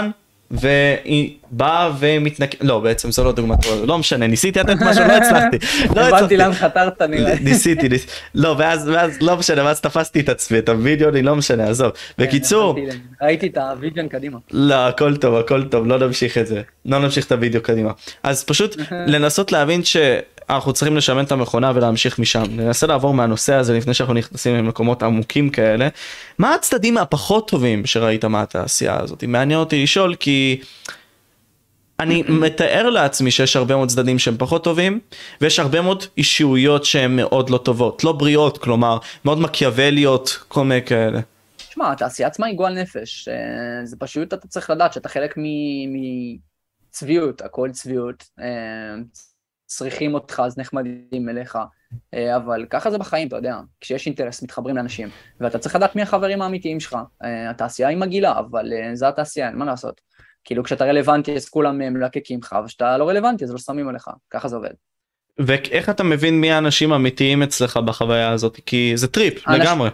S2: והיא באה לא, בעצם זו לא דוגמה טובה, לא משנה, ניסיתי לתת משהו, לא הצלחתי.
S1: הבנתי לאן חתרת נראה.
S2: ניסיתי, לא, ואז לא משנה, ואז תפסתי את עצמי, את הוידאו, אני לא משנה, עזוב. בקיצור,
S1: ראיתי את הוידאו קדימה.
S2: לא, הכל טוב, לא נמשיך את זה, לא נמשיך את הוידאו קדימה. אז פשוט לנסות להבין שאנחנו צריכים לשמן את המכונה ולהמשיך משם. ננסה לעבור מהנושא הזה לפני שאנחנו נכנסים למקומות עמוקים כאלה. מה הצדדים הפחות טובים שראית מהתעשייה הזאת? מעניין אותי לשאול, כי אני מתאר לעצמי שיש הרבה מאוד צדדים שהם פחות טובים, ויש הרבה מאוד אישיויות שהן מאוד לא טובות, לא בריאות, כלומר, מאוד מקיאווליות, כל מיני כאלה.
S1: תשמע, התעשייה עצמה היא גועל נפש, זה פשוט, אתה צריך לדעת שאתה חלק מצביעות, הכל צביעות, צריכים אותך, אז נחמדים אליך, אבל ככה זה בחיים, אתה יודע, כשיש אינטרס מתחברים לאנשים, ואתה צריך לדעת מי החברים האמיתיים שלך, התעשייה היא מגעילה, אבל זה התעשייה, אין מה לעשות, כאילו כשאתה רלוונטי אז כולם מלקקים לך, וכשאתה לא רלוונטי אז לא שמים עליך, ככה זה עובד.
S2: ואיך אתה מבין מי האנשים האמיתיים אצלך בחוויה הזאת? כי זה טריפ, לגמרי.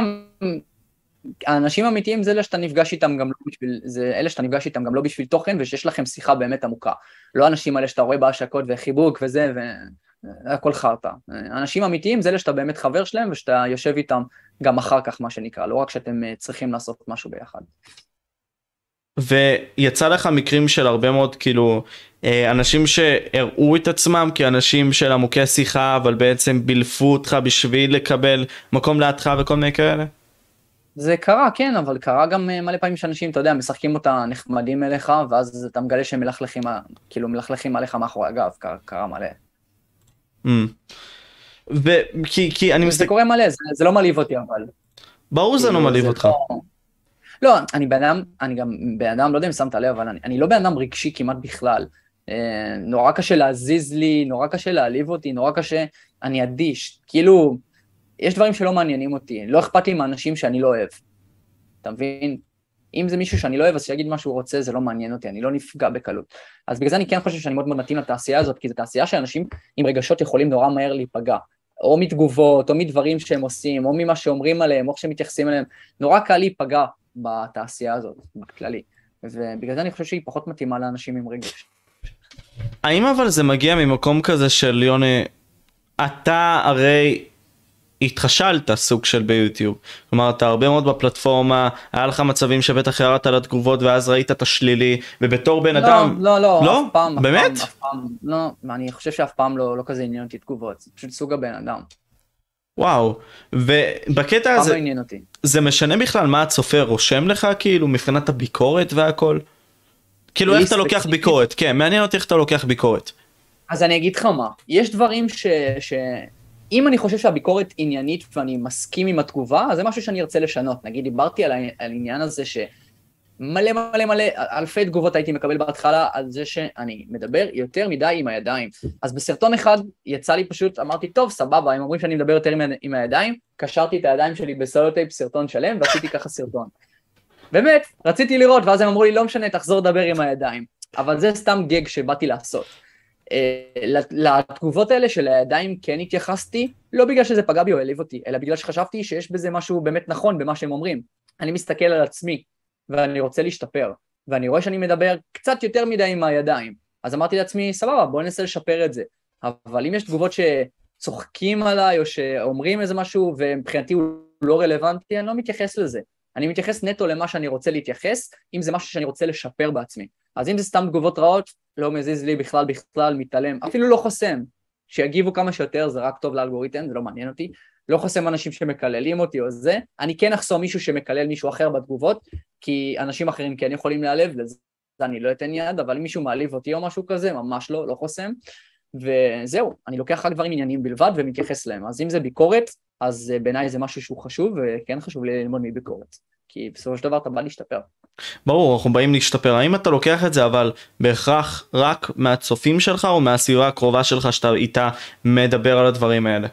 S1: האנשים האמיתיים זה אלה שאתה נפגש איתם גם לא בשביל, זה אלה שאתה נפגש איתם גם לא בשביל תוכן, ושיש לכם שיחה באמת עמוקה. לא אנשים האלה שאתה רואה בהשקות וחיבוק וזה, והכל חרטה. האנשים אמיתיים זה אלה שאתה באמת חבר שלהם, ושאתה יושב איתם גם אחר כך, מה שנקרא, לא רק שאתם צריכים לעשות משהו ביחד.
S2: ויצא לך מקרים של הרבה מאוד, כאילו, אנשים שהראו את עצמם כאנשים של עמוקי שיחה, אבל בעצם בלפו אותך בשביל לקבל מקום לידך וכל מיני כאלה?
S1: זה קרה, כן, אבל קרה גם מלא פעמים שאנשים, אתה יודע, משחקים אותה נחמדים אליך, ואז אתה מגלה שהם מלכלכים עליך מאחורי הגב, קרה מלא.
S2: כי אני
S1: זה קורה מלא, זה לא מלהיב אותי, אבל...
S2: ברור זה לא מלהיב אותך.
S1: לא, אני גם בן אדם, לא יודע אם שמת לב, אבל אני לא בן אדם רגשי כמעט בכלל. נורא קשה להזיז לי, נורא קשה להעליב אותי, נורא קשה, אני אדיש, כאילו... יש דברים שלא מעניינים אותי, לא אכפת לי מהאנשים שאני לא אוהב, אתה מבין? אם זה מישהו שאני לא אוהב, אז שיגיד מה שהוא רוצה, זה לא מעניין אותי, אני לא נפגע בקלות. אז בגלל זה אני כן חושב שאני מאוד מאוד מתאים לתעשייה הזאת, כי זו תעשייה שאנשים עם רגשות יכולים נורא מהר להיפגע, או מתגובות, או מדברים שהם עושים, או ממה שאומרים עליהם, או שמתייחסים אליהם, נורא קל להיפגע בתעשייה הזאת, בכללי, ובגלל זה אני חושב שהיא פחות מתאימה לאנשים עם רגש.
S2: האם אבל זה מגיע ממקום כזה של יוני, אתה הרי התחשלת סוג של ביוטיוב, כלומר אתה הרבה מאוד בפלטפורמה, היה לך מצבים שבטח ירדת על התגובות ואז ראית את השלילי, ובתור בן אדם...
S1: לא, אף פעם,
S2: באמת?
S1: אף פעם, לא, אני חושב שאף פעם לא כזה עניין אותי תגובות, זה פשוט סוג הבן אדם.
S2: וואו, ובקטע הזה, זה משנה בכלל מה הצופה רושם לך, כאילו, מבחינת הביקורת והכל? כאילו, איך אתה לוקח ביקורת? כן, מעניין אותי איך אתה לוקח ביקורת.
S1: אז אני אגיד לך מה, יש דברים אם אני חושב שהביקורת עניינית ואני מסכים עם התגובה, אז זה משהו שאני ארצה לשנות. נגיד, דיברתי על העניין הזה שמלא מלא מלא, אלפי תגובות הייתי מקבל בהתחלה על זה שאני מדבר יותר מדי עם הידיים. אז בסרטון אחד יצא לי פשוט, אמרתי, טוב, סבבה, הם אומרים שאני מדבר יותר עם הידיים, קשרתי את הידיים שלי בסלוטייפ סרטון שלם, ועשיתי ככה סרטון. באמת, רציתי לראות, ואז הם אמרו לי, לא משנה, תחזור לדבר עם הידיים. אבל זה סתם גג שבאתי לעשות. לתגובות האלה של הידיים כן התייחסתי, לא בגלל שזה פגע בי או העליב אותי, אלא בגלל שחשבתי שיש בזה משהו באמת נכון במה שהם אומרים. אני מסתכל על עצמי, ואני רוצה להשתפר, ואני רואה שאני מדבר קצת יותר מדי עם הידיים, אז אמרתי לעצמי, סבבה, בוא ננסה לשפר את זה. אבל אם יש תגובות שצוחקים עליי, או שאומרים איזה משהו, ומבחינתי הוא לא רלוונטי, אני לא מתייחס לזה. אני מתייחס נטו למה שאני רוצה להתייחס, אם זה משהו שאני רוצה לשפר בעצמי. אז אם זה סתם תגובות רעות, לא מזיז לי בכלל, מתעלם, אפילו לא חוסם, שיגיבו כמה שיותר, זה רק טוב לאלגוריתם, זה לא מעניין אותי, לא חוסם אנשים שמקללים אותי או זה, אני כן אחסום מישהו שמקלל מישהו אחר בתגובות, כי אנשים אחרים כן יכולים להעלב, לזה אני לא אתן יד, אבל אם מישהו מעליב אותי או משהו כזה, ממש לא חוסם, וזהו, אני לוקח רק דברים עניינים בלבד ומתייחס להם, אז אם זה ביקורת, אז בעיניי זה משהו שהוא חשוב, וכן חשוב ללמוד מביקורת, כי בסופו של דבר אתה בא להשתפר.
S2: ברור, אנחנו באים להשתפר. האם אתה לוקח את זה אבל בהכרח רק מהצופים שלך או מהסביבה הקרובה שלך שאתה איתה מדבר על הדברים האלה?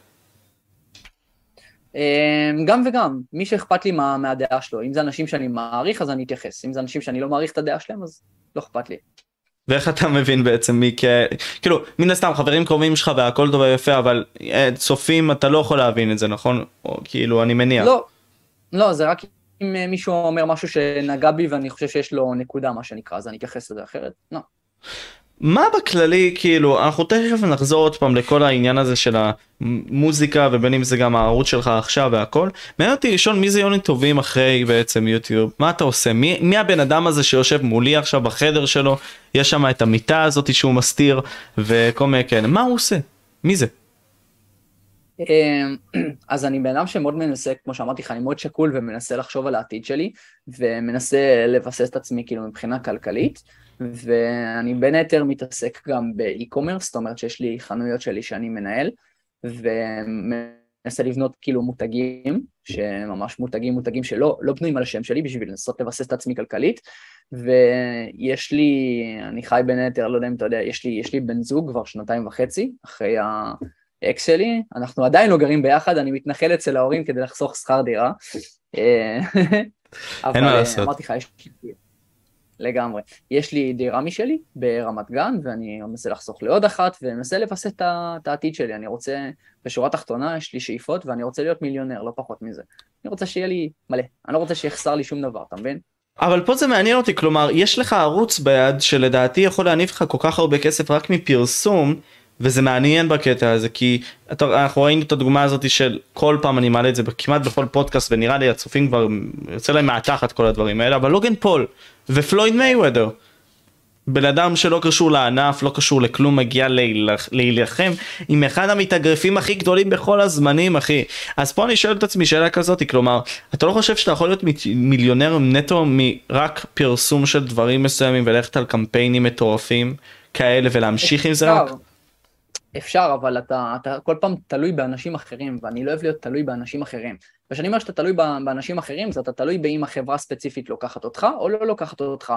S1: גם וגם, מי שאכפת לי מהדעה שלו, אם זה אנשים שאני מעריך אז אני אתייחס, אם זה אנשים שאני לא מעריך את הדעה שלהם אז לא אכפת לי.
S2: ואיך אתה מבין בעצם מי כאילו, מן הסתם חברים קרובים שלך והכל טוב ויפה, אבל צופים אתה לא יכול להבין את זה, נכון? או כאילו, אני מניח.
S1: לא, זה רק אם מישהו אומר משהו שנגע בי ואני חושב שיש לו נקודה, מה שנקרא, אז אני אתייחס לזה אחרת. לא.
S2: מה בכללי, כאילו, אנחנו תכף נחזור עוד פעם לכל העניין הזה של המוזיקה, ובין אם זה גם הערוץ שלך עכשיו והכל. מעניין אותי לשאול מי זה יוני טובים אחרי בעצם יוטיוב, מה אתה עושה? מי הבן אדם הזה שיושב מולי עכשיו בחדר שלו, יש שם את המיטה הזאת שהוא מסתיר, וכל מיני כאלה, מה הוא עושה? מי זה?
S1: אז אני בן אדם שמאוד מנסה, כמו שאמרתי לך, אני מאוד שקול ומנסה לחשוב על העתיד שלי, ומנסה לבסס את עצמי כאילו מבחינה כלכלית, ואני בין היתר מתעסק גם באי-קומרס, זאת אומרת שיש לי חנויות שלי שאני מנהל, ומנסה לבנות כאילו מותגים, שממש מותגים שלא בנויים על השם שלי, בשביל לנסות לבסס את עצמי כלכלית, ויש לי, אני חי בין היתר, לא יודע אם אתה יודע, יש לי בן זוג כבר 2.5 אחרי האקס שלי, אנחנו עדיין לא גרים ביחד, אני מתנחל אצל ההורים כדי לחסוך שכר דירה,
S2: אין מה לעשות.
S1: אמרתי לך, לגמרי. יש לי דירה משלי ברמת גן, ואני מנסה לחסוך לעוד אחת, ומנסה לבסס את העתיד שלי. אני רוצה, בשורה תחתונה, יש לי שאיפות, ואני רוצה להיות מיליונר, לא פחות מזה. אני רוצה שיהיה לי מלא. אני לא רוצה שיחסר לי שום דבר, אתה מבין?
S2: אבל פה זה מעניין אותי, כלומר, יש לך ערוץ ביד שלדעתי יכול להניב לך כל כך הרבה כסף רק מפרסום, וזה מעניין בקטע הזה, כי אנחנו ראינו את הדוגמה הזאת של כל פעם אני מעלה את זה כמעט בכל פודקאסט, ונראה לי הצופים כבר יוצא להם מהתחת כל הדברים האלה, אבל לוגן פול ופלויד מייוודר, בן אדם שלא קשור לענף, לא קשור לכלום, מגיע להילחם עם אחד המתאגרפים הכי גדולים בכל הזמנים, אחי. אז פה אני שואל את עצמי שאלה כזאת, כלומר, אתה לא חושב שאתה יכול להיות מיליונר נטו מרק פרסום של דברים מסוימים, וללכת על קמפיינים מטורפים כאלה, ולהמשיך עם זה רק?
S1: אפשר, אבל אתה כל פעם תלוי באנשים אחרים, ואני לא אוהב להיות תלוי באנשים אחרים. וכשאני אומר שאתה תלוי באנשים אחרים, זה אתה תלוי באם החברה ספציפית לוקחת אותך, או לא לוקחת אותך.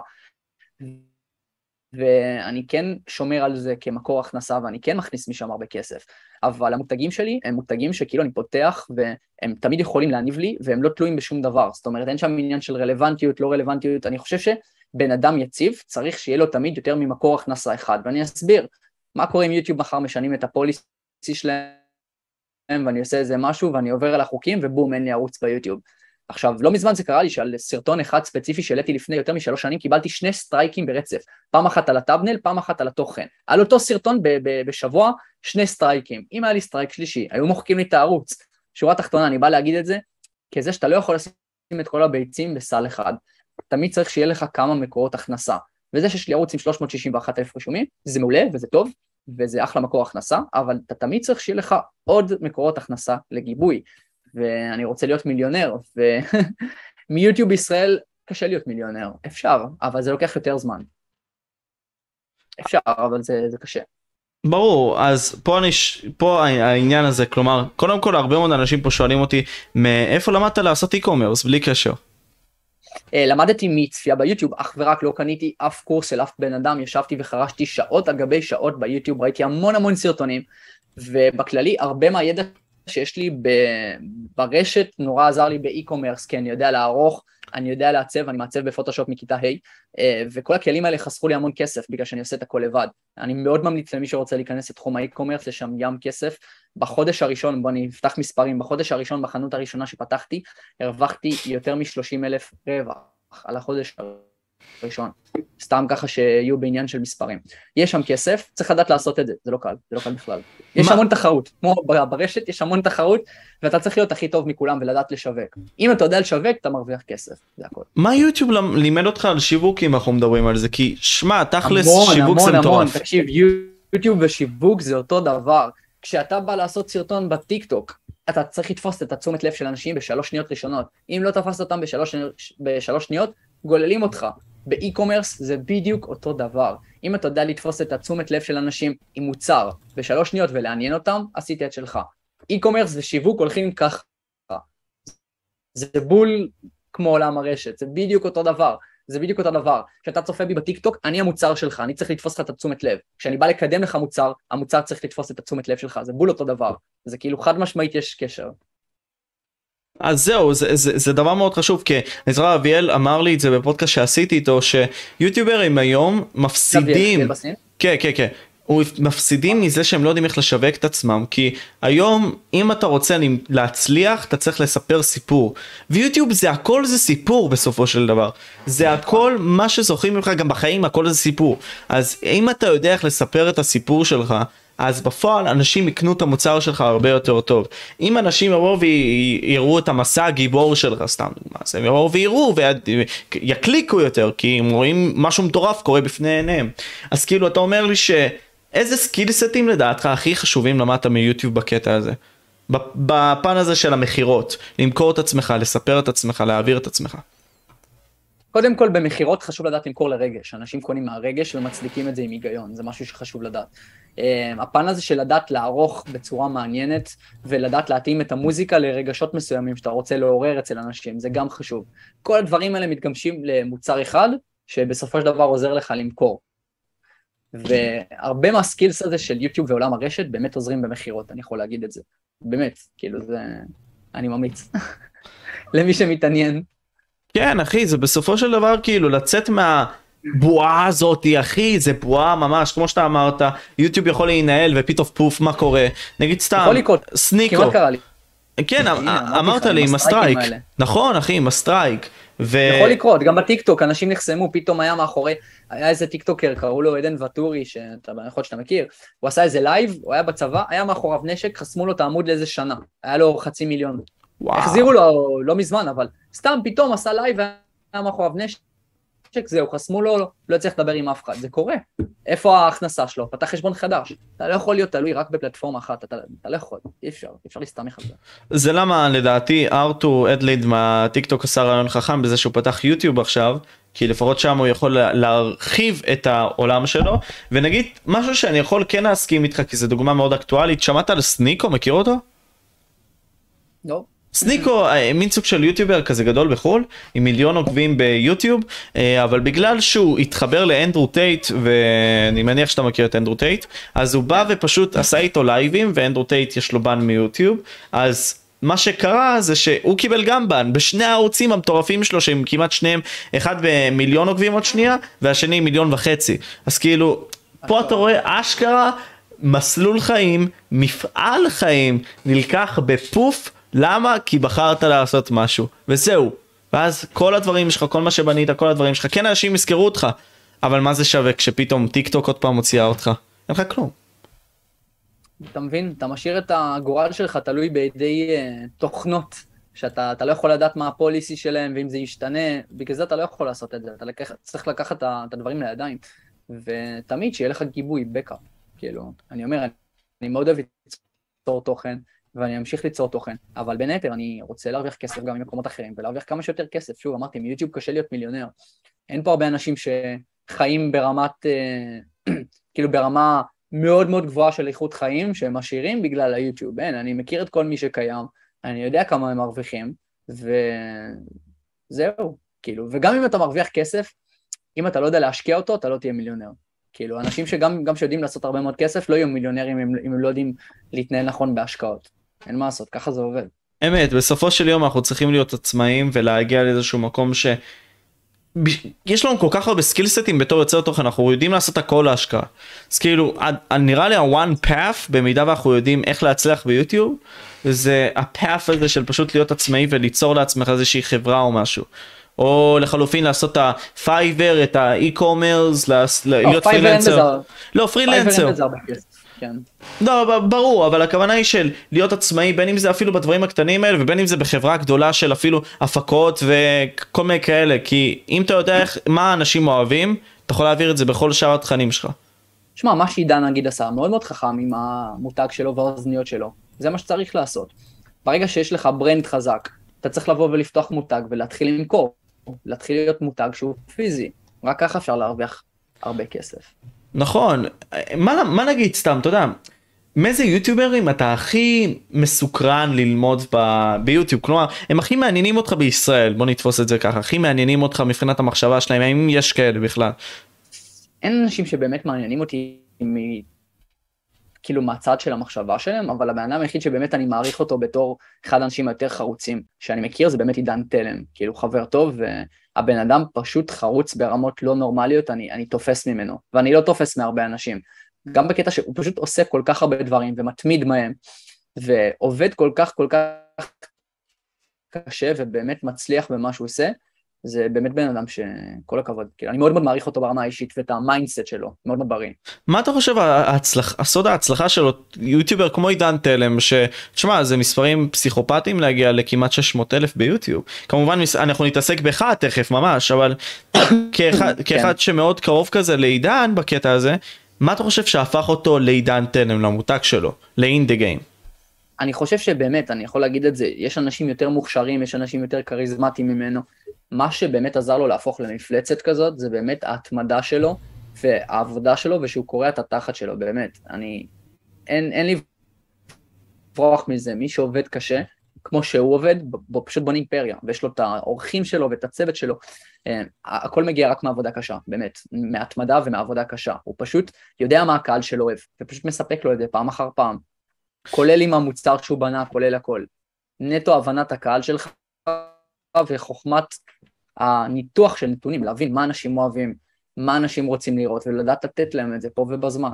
S1: ואני כן שומר על זה כמקור הכנסה, ואני כן מכניס משם הרבה כסף. אבל המותגים שלי הם מותגים שכאילו אני פותח, והם תמיד יכולים להניב לי, והם לא תלויים בשום דבר. זאת אומרת, אין שם עניין של רלוונטיות, לא רלוונטיות. אני חושב שבן אדם יציב צריך שיהיה לו תמיד יותר ממקור הכנסה אחד. ואני אסביר. מה קורה אם יוטיוב מחר משנים את הפוליסי שלהם, ואני עושה איזה משהו, ואני עובר על החוקים, ובום, אין לי ערוץ ביוטיוב. עכשיו, לא מזמן זה קרה לי שעל סרטון אחד ספציפי שהעליתי לפני יותר מ3 שנים, קיבלתי 2 סטרייקים ברצף, פעם אחת על הטאבנל, פעם אחת על התוכן. על אותו סרטון בשבוע, 2 סטרייקים. אם היה לי סטרייק שלישי, היו מוחקים לי את הערוץ. שורה תחתונה, אני בא להגיד את זה, כזה שאתה לא יכול לשים את כל הביצים בסל אחד. תמיד צריך שיהיה לך כמה מקורות הכנסה. וזה שיש לי ערוץ עם 361,000 רשומים, זה מעולה וזה טוב, וזה אחלה מקור הכנסה, אבל אתה תמיד צריך שיהיה לך עוד מקורות הכנסה לגיבוי, ואני רוצה להיות מיליונר, ומיוטיוב בישראל קשה להיות מיליונר, אפשר, אבל זה לוקח יותר זמן. אפשר, אבל זה קשה.
S2: ברור, אז פה העניין הזה, כלומר, קודם כל הרבה מאוד אנשים פה שואלים אותי, מאיפה למדת לעשות e-commerce בלי קשר?
S1: למדתי מצפייה ביוטיוב, אך ורק לא קניתי אף קורס של אף בן אדם, ישבתי וחרשתי שעות על גבי שעות ביוטיוב, ראיתי המון סרטונים, ובכללי הרבה מהידע שיש לי ברשת נורא עזר לי באי-קומרס, כי אני יודע לערוך, אני יודע לעצב, אני מעצב בפוטושופ מכיתה ה', וכל הכלים האלה חסכו לי המון כסף, בגלל שאני עושה את הכל לבד. אני מאוד ממליץ למי שרוצה להיכנס לתחום האי-קומרס, יש שם ים כסף. בחודש הראשון, בוא אני אפתח מספרים, בחודש הראשון, בחנות הראשונה שפתחתי, הרווחתי יותר מ-30,000 רווח על החודש הראשון. סתם ככה שיהיו בעניין של מספרים. יש שם כסף, צריך לדעת לעשות את זה, זה לא קל בכלל. יש המון תחרות, כמו ברשת יש המון תחרות, ואתה צריך להיות הכי טוב מכולם ולדעת לשווק. אם אתה יודע לשווק, אתה מרוויח כסף, זה הכל.
S2: מה יוטיוב לימד אותך על שיווק אם אנחנו מדברים על זה? כי שמה, תכלס שיווק זה מטורף.
S1: המון, תקשיב, יוטיוב ושיווק זה אותו דבר. כשאתה בא לעשות סרטון בטיק-טוק, אתה צריך לתפוס את התשומת לב של אנשים ב3 שניות ראשונות. אם לא תפסת אותם ב3 שניות, גוללים אותך. באי-קומרס זה בדיוק אותו דבר. אם אתה יודע לתפוס את התשומת לב של אנשים עם מוצר ב3 שניות ולעניין אותם, עשיתי את שלך. אי-קומרס ושיווק הולכים ככה. זה בול כמו עולם הרשת, זה בדיוק אותו דבר. זה בדיוק אותו דבר. כשאתה צופה בי בטיק-טוק, אני המוצר שלך, אני צריך לתפוס לך את התשומת לב. כשאני בא לקדם לך מוצר, המוצר צריך לתפוס את התשומת לב שלך, זה בול אותו דבר. זה כאילו חד משמעית יש קשר.
S2: אז זהו, זה דבר מאוד חשוב, כי עזרא אביאל אמר לי את זה בפודקאסט שעשיתי איתו, שיוטיוברים היום מפסידים, כן, מפסידים מזה שהם לא יודעים איך לשווק את עצמם, כי היום אם אתה רוצה להצליח אתה צריך לספר סיפור, ויוטיוב זה הכל זה סיפור בסופו של דבר, זה הכל מה שזוכרים ממך גם בחיים, הכל זה סיפור. אז אם אתה יודע איך לספר את הסיפור שלך, אז בפועל אנשים יקנו את המוצר שלך הרבה יותר טוב. אם אנשים יראו ויראו את המסע הגיבור שלך, סתם דוגמה, אז הם יראו ויראו ויקליקו יותר, כי הם רואים משהו מטורף קורה בפני עיניהם. אז כאילו אתה אומר לי איזה סקילסטים לדעתך הכי חשובים למדת מיוטיוב בקטע הזה? בפן הזה של המחירות, למכור את עצמך, לספר את עצמך, להעביר את עצמך.
S1: קודם כל, במחירות חשוב לדעת למכור לרגש. אנשים קונים מהרגש ומצדיקים את זה עם היגיון, זה משהו שחשוב לדעת. הפן הזה של לדעת לערוך בצורה מעניינת, ולדעת להתאים את המוזיקה לרגשות מסוימים שאתה רוצה לעורר אצל אנשים, זה גם חשוב. כל הדברים האלה מתגמשים למוצר אחד, שבסופו של דבר עוזר לך למכור. והרבה מהסקילס הזה של יוטיוב ועולם הרשת באמת עוזרים במחירות, אני יכול להגיד את זה. באמת, כאילו זה, אני ממליץ. למי שמתעניין.
S2: כן אחי, זה בסופו של דבר כאילו לצאת מהבועה הזאת, אחי, זה בועה ממש, כמו שאתה אמרת, יוטיוב יכול להינהל ופתאום פוף מה קורה, נגיד סתם,
S1: יכול לקרות,
S2: סניקו.
S1: כמעט קרה לי.
S2: כן, אמרת לי עם הסטרייק, נכון אחי, עם הסטרייק.
S1: יכול לקרות, גם בטיקטוק, אנשים נחסמו, פתאום היה מאחורי, היה איזה טיקטוקר, קראו לו עדן וטורי, יכול שאתה מכיר, הוא עשה איזה לייב, הוא היה בצבא, היה מאחוריו נשק, חסמו לו את העמוד לאיזה שנה, היה לו 500,000. החזירו לו לא מזמן, אבל סתם פתאום עשה לייב, היה מאחוריו נשק, זהו, חסמו לו, לא צריך לדבר עם אף אחד, זה קורה. איפה ההכנסה שלו? פתח חשבון חדש. אתה לא יכול להיות תלוי רק בפלטפורמה אחת, אתה לא יכול, אי אפשר להסתמך על זה.
S2: זה למה לדעתי ארתור אדליד מהטיקטוק עשה רעיון חכם בזה שהוא פתח יוטיוב עכשיו, כי לפחות שם הוא יכול להרחיב את העולם שלו, ונגיד משהו שאני יכול כן להסכים איתך, כי זו דוגמה מאוד אקטואלית, שמעת על סניקו, מכיר אותו?
S1: לא.
S2: סניקו מין סוג של יוטיובר כזה גדול בחול, עם 1,000,000 עוקבים ביוטיוב, אבל בגלל שהוא התחבר לאנדרו טייט, ואני מניח שאתה מכיר את אנדרו טייט, אז הוא בא ופשוט עשה איתו לייבים, ואנדרו טייט יש לו בן מיוטיוב, אז מה שקרה זה שהוא קיבל גם בן, בשני הערוצים המטורפים שלו, שהם כמעט שניהם, אחד ב1,000,000 עוקבים עוד שנייה, והשני 1,500,000, אז כאילו, פה אתה רואה אשכרה, מסלול חיים, מפעל חיים, נלקח בפוף, למה? כי בחרת לעשות משהו, וזהו. ואז כל הדברים שלך, כל מה שבנית, כל הדברים שלך, כן אנשים יזכרו אותך, אבל מה זה שווה כשפתאום טיק טוק עוד פעם מוציאה אותך? אין לך כלום.
S1: אתה מבין? אתה משאיר את הגורל שלך תלוי בידי תוכנות, שאתה לא יכול לדעת מה הפוליסי שלהם, ואם זה ישתנה, בגלל זה אתה לא יכול לעשות את זה, אתה צריך לקחת את הדברים לידיים, ותמיד שיהיה לך גיבוי, בקאפ. כאילו, אני אומר, אני מאוד אוהב ליצור תוכן, ואני אמשיך ליצור תוכן, אבל בין היתר אני רוצה להרוויח כסף גם ממקומות אחרים, ולהרוויח כמה שיותר כסף. שוב, אמרתי, מיוטיוב קשה להיות מיליונר. אין פה הרבה אנשים שחיים ברמת, כאילו ברמה מאוד מאוד גבוהה של איכות חיים, שהם עשירים בגלל היוטיוב. אין, אני מכיר את כל מי שקיים, אני יודע כמה הם מרוויחים, וזהו, כאילו, וגם אם אתה מרוויח כסף, אם אתה לא יודע להשקיע אותו, אתה לא תהיה מיליונר. כאילו, אנשים שגם שיודעים לעשות הרבה מאוד כסף, לא יהיו מיליונרים אם הם לא יודעים להתנהל נכון בהשקעות. אין מה לעשות, ככה זה עובד.
S2: אמת, בסופו של יום אנחנו צריכים להיות עצמאים ולהגיע לאיזשהו מקום יש לנו כל כך הרבה סקילסטים בתור יוצר תוכן, אנחנו יודעים לעשות הכל להשקעה. אז כאילו, נראה לי ה-one path, במידה ואנחנו יודעים איך להצליח ביוטיוב, זה ה-path הזה של פשוט להיות עצמאי וליצור לעצמך איזושהי חברה או משהו. או לחלופין לעשות את ה-Fiverr, את ה-e-commerce, להיות פרילנסר. לא, פרילנסר. לא, ברור, אבל הכוונה היא של להיות עצמאי, בין אם זה אפילו בדברים הקטנים האלה, ובין אם זה בחברה גדולה של אפילו הפקות וכל מיני כאלה, כי אם אתה יודע מה האנשים אוהבים, אתה יכול להעביר את זה בכל שאר התכנים שלך.
S1: שמע, מה שעידן נגיד עשה, מאוד מאוד חכם עם המותג שלו והאוזניות שלו, זה מה שצריך לעשות. ברגע שיש לך ברנד חזק, אתה צריך לבוא ולפתוח מותג ולהתחיל למכור, להתחיל להיות מותג שהוא פיזי, רק ככה אפשר להרוויח הרבה כסף.
S2: נכון, מה נגיד סתם, אתה יודע, מאיזה יוטיוברים אתה הכי מסוקרן ללמוד ביוטיוב? כלומר, הם הכי מעניינים אותך בישראל, בוא נתפוס את זה ככה, הכי מעניינים אותך מבחינת המחשבה שלהם, האם יש כאלה בכלל?
S1: אין אנשים שבאמת מעניינים אותי כאילו מהצד של המחשבה שלהם, אבל הבן אדם היחיד שבאמת אני מעריך אותו בתור אחד האנשים היותר חרוצים שאני מכיר, זה באמת עידן תלם, כאילו חבר טוב, והבן אדם פשוט חרוץ ברמות לא נורמליות, אני תופס ממנו, ואני לא תופס מהרבה אנשים. גם בקטע שהוא פשוט עושה כל כך הרבה דברים ומתמיד מהם, ועובד כל כך קשה ובאמת מצליח במה שהוא עושה, זה באמת בן אדם שכל הכבוד, אני מאוד מאוד מעריך אותו ברמה האישית ואת המיינדסט שלו, מאוד מאוד בריא.
S2: מה אתה חושב הסוד ההצלחה שלו, יוטיובר כמו עידן תלם, שתשמע, זה מספרים פסיכופטיים להגיע לכמעט 600,000 ביוטיוב, כמובן אנחנו נתעסק בך תכף ממש, אבל כאחד שמאוד קרוב כזה לעידן בקטע הזה, מה אתה חושב שהפך אותו לעידן תלם, למותג שלו, לאינדי גיים?
S1: אני חושב שבאמת, אני יכול להגיד את זה, יש אנשים יותר מוכשרים, יש אנשים יותר כריזמטיים ממנו, מה שבאמת עזר לו להפוך למפלצת כזאת, זה באמת ההתמדה שלו, והעבודה שלו, ושהוא קורא את התחת שלו, באמת. אין לי ברוח מזה, מי שעובד קשה, כמו שהוא עובד, פשוט בונה אימפריה, ויש לו את האורחים שלו ואת הצוות שלו, הכל מגיע רק מעבודה קשה, באמת, מהתמדה ומעבודה קשה. הוא פשוט יודע מה הקהל שלו אוהב, ופשוט מספק לו את זה פעם אחר פעם, כולל עם המוצר שהוא בנה, כולל הכל. נטו הבנת הקהל שלך, וחוכמת הניתוח של נתונים, להבין מה אנשים אוהבים, מה אנשים רוצים לראות, ולדעת לתת להם את זה פה ובזמן.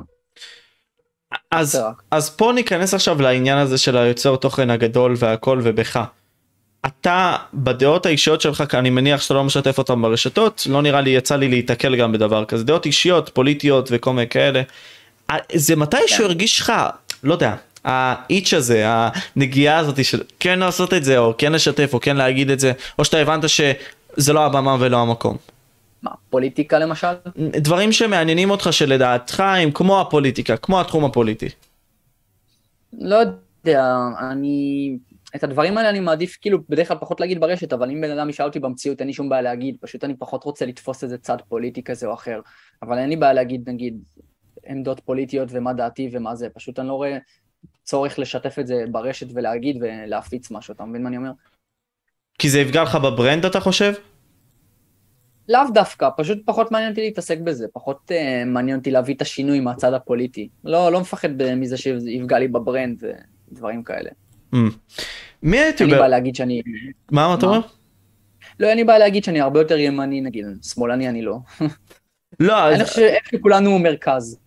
S2: אז פה ניכנס עכשיו לעניין הזה של היוצר תוכן הגדול והכל ובך. אתה בדעות האישיות שלך, אני מניח שאתה לא משתף אותם ברשתות, לא נראה לי, יצא לי להתקל גם בדבר כזה, דעות אישיות, פוליטיות וכל מיני כאלה. זה מתי שהוא הרגיש לך, לא יודע, האיץ' הזה, הנגיעה הזאת של כן לעשות את זה, או כן לשתף, או כן להגיד את זה, או שאתה הבנת שזה לא הבמה ולא המקום.
S1: מה, פוליטיקה למשל?
S2: דברים שמעניינים אותך שלדעתך הם כמו הפוליטיקה, כמו התחום הפוליטי.
S1: לא יודע, את הדברים האלה אני מעדיף כאילו בדרך כלל פחות להגיד ברשת, אבל אם בן אדם ישאל אותי במציאות, אין לי שום בעיה להגיד, פשוט אני פחות רוצה לתפוס איזה צד פוליטי כזה או אחר, אבל אין לי בעיה להגיד, נגיד, עמדות פוליטיות ומה דעתי ומה זה, פשוט אני לא רואה צורך לשתף את זה ברשת ולהגיד ולהפיץ משהו, אתה מבין מה אני אומר?
S2: כי זה יפגע לך בברנד, אתה חושב?
S1: לאו דווקא, פשוט פחות מעניין אותי להתעסק בזה, פחות מעניין אותי להביא את השינוי מהצד הפוליטי. לא מפחד מזה שיפגע לי בברנד ודברים כאלה.
S2: מי היוטיובר?
S1: אין לי בעיה להגיד שאני...
S2: מה אתה אומר?
S1: לא, אין לי בעיה להגיד שאני הרבה יותר ימני, נגיד, שמאלני אני לא.
S2: לא,
S1: אני חושב שכולנו מרכז.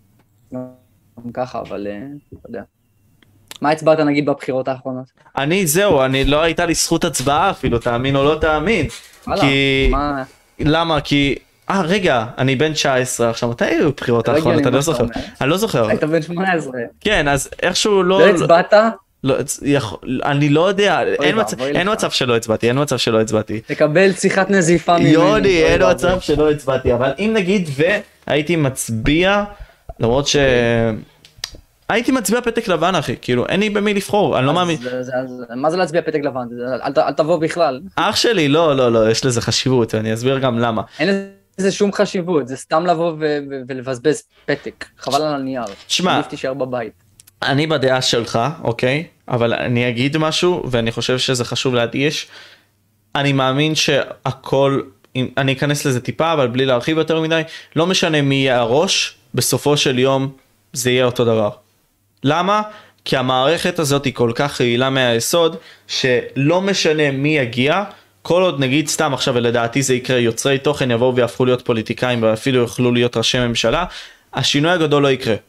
S1: גם ככה, אבל לא יודע. מה הצבעת נגיד בבחירות האחרונות?
S2: אני לא הייתה לי זכות הצבעה אפילו, תאמין או לא תאמין. כי... למה? כי... רגע, אני בן 19 עכשיו, מתי היו בחירות האחרונות? אני לא זוכר. אני לא זוכר.
S1: היית בן 18.
S2: כן, אז איכשהו לא...
S1: לא הצבעת?
S2: אני לא יודע, אין מצב שלא הצבעתי.
S1: תקבל שיחת נזיפה ממני.
S2: יוני, אין מצב שלא הצבעתי, אבל אם נגיד והייתי מצביע, למרות ש... הייתי מצביע פתק לבן אחי, כאילו אין לי במי לבחור, אני לא מאמין.
S1: מה זה להצביע פתק לבן? אל תבוא בכלל.
S2: אח שלי, לא, יש לזה חשיבות, ואני אסביר גם למה.
S1: אין לזה שום חשיבות, זה סתם לבוא ולבזבז פתק, חבל על הנייר.
S2: תשמע,
S1: עדיף תישאר בבית.
S2: אני בדעה שלך, אוקיי? אבל אני אגיד משהו, ואני חושב שזה חשוב להדגיש. אני מאמין שהכל, אני אכנס לזה טיפה, אבל בלי להרחיב יותר מדי, לא משנה מי יהיה הראש, בסופו של יום זה יהיה אותו דבר. למה? כי המערכת הזאת היא כל כך רעילה מהיסוד, שלא משנה מי יגיע, כל עוד נגיד סתם עכשיו, ולדעתי זה יקרה, יוצרי תוכן יבואו ויהפכו להיות פוליטיקאים, ואפילו יוכלו להיות ראשי ממשלה, השינוי הגדול לא יקרה.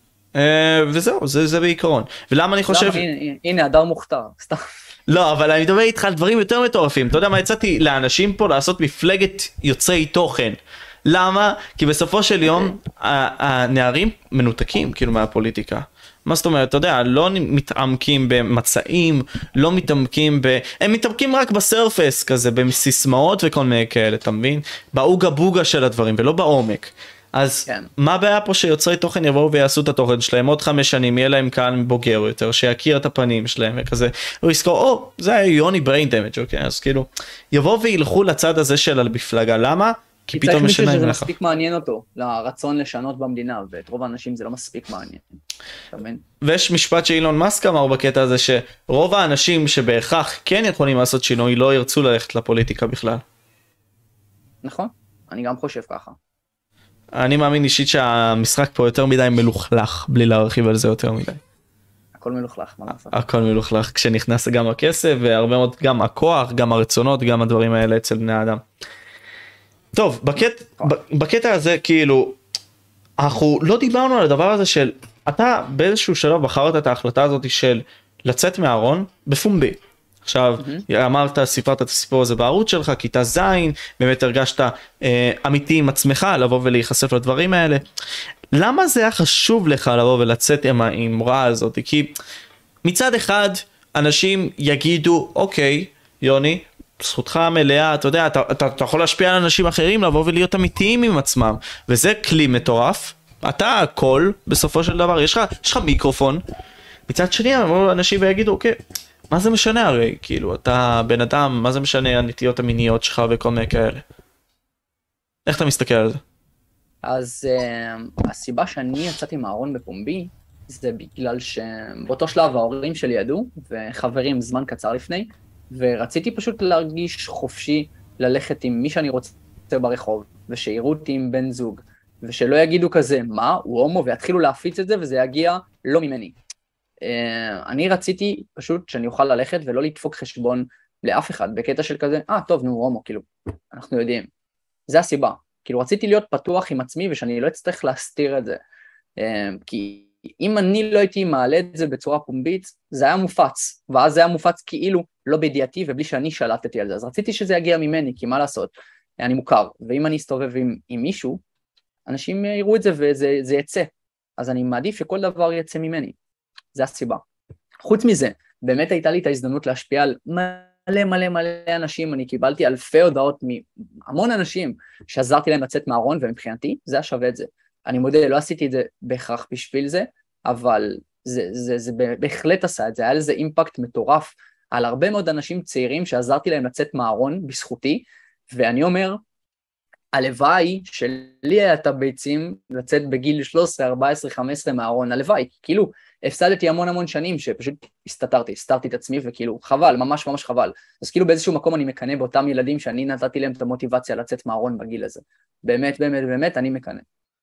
S2: וזהו, זה בעיקרון. ולמה אני חושב...
S1: הנה, הדר מוכתר, סתם.
S2: לא, אבל אני מדבר איתך על דברים יותר מטורפים. אתה יודע מה, יצאתי לאנשים פה לעשות מפלגת יוצרי תוכן. למה? כי בסופו של יום, הנערים מנותקים, כאילו, מהפוליטיקה. מה זאת אומרת, אתה יודע, לא מתעמקים במצעים, לא מתעמקים הם מתעמקים רק בסרפס כזה, בסיסמאות וכל מיני כאלה, אתה מבין? באוגה בוגה של הדברים, ולא בעומק. אז כן. מה הבעיה פה שיוצרי תוכן יבואו ויעשו את התוכן שלהם עוד 5 שנים, יהיה להם קהל בוגר יותר, שיכיר את הפנים שלהם וכזה, הוא יזכור, זה היה יוני בריין דמג', אוקיי? אז כאילו, יבואו וילכו לצד הזה של המפלגה, למה? כי פתאום משנה
S1: מישהו שזה מספיק מעניין אותו, לרצון לשנות במדינה, ואת רוב האנשים זה לא מספיק מעניין.
S2: ויש משפט שאילון מאסק אמר בקטע הזה, שרוב האנשים שבהכרח כן יכולים לעשות שינוי, לא ירצו ללכת לפוליטיקה בכלל.
S1: נכון, אני גם חושב ככה.
S2: אני מאמין אישית שהמשחק פה יותר מדי מלוכלך, בלי להרחיב על זה יותר מדי.
S1: הכל מלוכלך, מה לעשות?
S2: הכל מלוכלך, כשנכנס גם הכסף, והרבה מאוד גם הכוח, גם הרצונות, גם הדברים האלה אצל בני האדם. טוב, בקטע הזה כאילו, אנחנו לא דיברנו על הדבר הזה של, אתה באיזשהו שלב בחרת את ההחלטה הזאת של לצאת מהארון בפומבי. עכשיו, אמרת, סיפרת את הסיפור הזה בערוץ שלך, כיתה ז', באמת הרגשת אמיתי עם עצמך, לבוא ולהיחשף לדברים האלה. למה זה היה חשוב לך לבוא ולצאת עם האמרה הזאת? כי מצד אחד, אנשים יגידו, אוקיי, יוני, זכותך המלאה, אתה יודע, אתה יכול להשפיע על אנשים אחרים, לבוא ולהיות אמיתיים עם עצמם, וזה כלי מטורף. אתה הכל, בסופו של דבר, יש לך מיקרופון. מצד שני, יבואו אנשים ויגידו, אוקיי, מה זה משנה הרי? כאילו, אתה בן אדם, מה זה משנה הנטיות המיניות שלך וכל מיני כאלה? איך אתה מסתכל על זה?
S1: אז הסיבה שאני יצאתי מהארון בפומבי, זה בגלל שבאותו שלב ההורים שלי ידעו, וחברים זמן קצר לפני, ורציתי פשוט להרגיש חופשי ללכת עם מי שאני רוצה ברחוב, ושיראו אותי עם בן זוג, ושלא יגידו כזה, מה, הוא הומו, ויתחילו להפיץ את זה, וזה יגיע לא ממני. אני רציתי פשוט שאני אוכל ללכת ולא לדפוק חשבון לאף אחד, בקטע של כזה, טוב, נו, הומו, כאילו, אנחנו יודעים. זה הסיבה. כאילו, רציתי להיות פתוח עם עצמי, ושאני לא אצטרך להסתיר את זה. כי אם אני לא הייתי מעלה את זה בצורה פומבית, זה היה מופץ, ואז זה היה מופץ כאילו לא בידיעתי, ובלי שאני שלטתי על זה. אז רציתי שזה יגיע ממני, כי מה לעשות? אני מוכר, ואם אני אסתובב עם מישהו, אנשים יראו את זה וזה יצא. אז אני מעדיף שכל דבר יצא ממני. זה הסיבה. חוץ מזה, באמת הייתה לי את ההזדמנות להשפיע על מלא מלא מלא אנשים, אני קיבלתי אלפי הודעות מהמון אנשים שעזרתי להם לצאת מהארון, ומבחינתי זה היה שווה את זה. אני מודה, לא עשיתי את זה בהכרח בשביל זה, אבל זה בהחלט עשה את זה, היה לזה אימפקט מטורף על הרבה מאוד אנשים צעירים שעזרתי להם לצאת מהארון בזכותי, ואני אומר, הלוואי שלי היה את הביצים לצאת בגיל 13, 14, 15 מהארון, הלוואי, כאילו הפסדתי המון שנים שפשוט הסתרתי את עצמי, וכאילו חבל, ממש ממש חבל. אז כאילו באיזשהו מקום אני מקנה באותם ילדים שאני נתתי להם את המוטיבציה לצאת מהארון בגיל הזה. באמת, באמת, באמת, אני מקנה.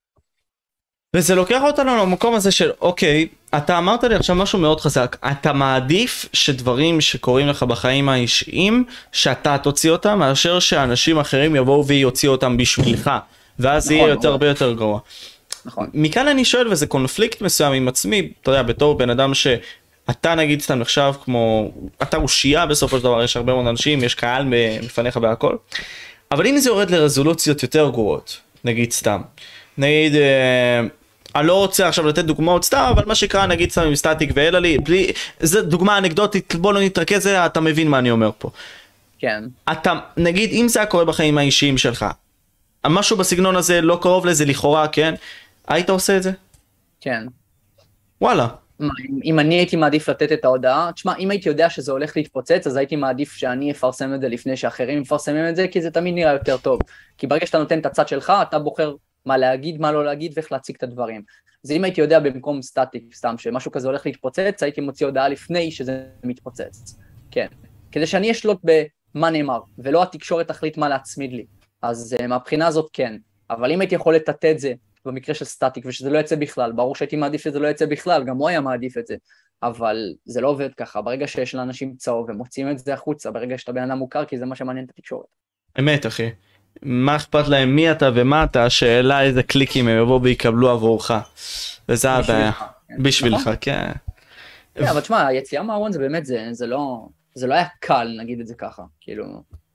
S2: וזה לוקח אותנו למקום הזה של, אוקיי, אתה אמרת לי עכשיו משהו מאוד חזק, אתה מעדיף שדברים שקורים לך בחיים האישיים, שאתה תוציא אותם, מאשר שאנשים אחרים יבואו ויוציאו אותם בשבילך, ואז זה יהיה יותר הרבה יותר גרוע.
S1: נכון.
S2: מכאן אני שואל, וזה קונפליקט מסוים עם עצמי, אתה יודע, בתור בן אדם שאתה נגיד סתם נחשב כמו, אתה אושייה בסופו של דבר, יש הרבה מאוד אנשים, יש קהל מפניך והכל, אבל אם זה יורד לרזולוציות יותר גרועות, נגיד סתם, נגיד, אני לא רוצה עכשיו לתת דוגמאות סתם, אבל מה שקרה נגיד סתם עם סטטיק ואלה לי, זו דוגמה אנקדוטית, בוא לא נתרכז, אתה מבין מה אני אומר פה.
S1: כן.
S2: אתה, נגיד, אם זה היה קורה בחיים האישיים שלך, משהו בסגנון הזה לא קרוב לזה לכאורה, כן? היית עושה את זה?
S1: כן.
S2: וואלה.
S1: אם אני הייתי מעדיף לתת את ההודעה, תשמע, אם הייתי יודע שזה הולך להתפוצץ, אז הייתי מעדיף שאני אפרסם את זה לפני שאחרים יפרסמים את זה, כי זה תמיד נראה יותר טוב. כי ברגע שאתה נותן את הצד שלך, אתה בוחר מה להגיד, מה לא להגיד, ואיך להציג את הדברים. אז אם הייתי יודע במקום סטטיק, סתם, שמשהו כזה הולך להתפוצץ, הייתי מוציא הודעה לפני שזה מתפוצץ. כן. כדי שאני אשלוט במה נאמר, ולא התקשורת תחליט מה להצמיד לי. אז מהבחינה הזאת כן. אבל אם הייתי יכול לטאטא את זה, במקרה של סטטיק, ושזה לא יצא בכלל, ברור שהייתי מעדיף שזה לא יצא בכלל, גם הוא היה מעדיף את זה, אבל זה לא עובד ככה, ברגע שיש לאנשים צהוב, ומוצאים את זה החוצה, ברגע שאתה בן אדם מוכר, כי זה מה שמעניין את התקשורת.
S2: אמת אחי, מה אכפת להם מי אתה ומה אתה, השאלה איזה קליקים הם יבואו ויקבלו עבורך, וזה הבעיה, בשבילך, כן.
S1: כן, אבל תשמע, היציאה מהארון זה באמת, זה לא היה קל, נגיד את זה ככה, כאילו...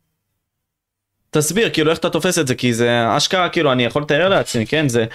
S2: תסביר, כאילו איך אתה תופס את זה, כי זה אשכרה, כאילו אני יכול לתאר לעצמי, כן, זה,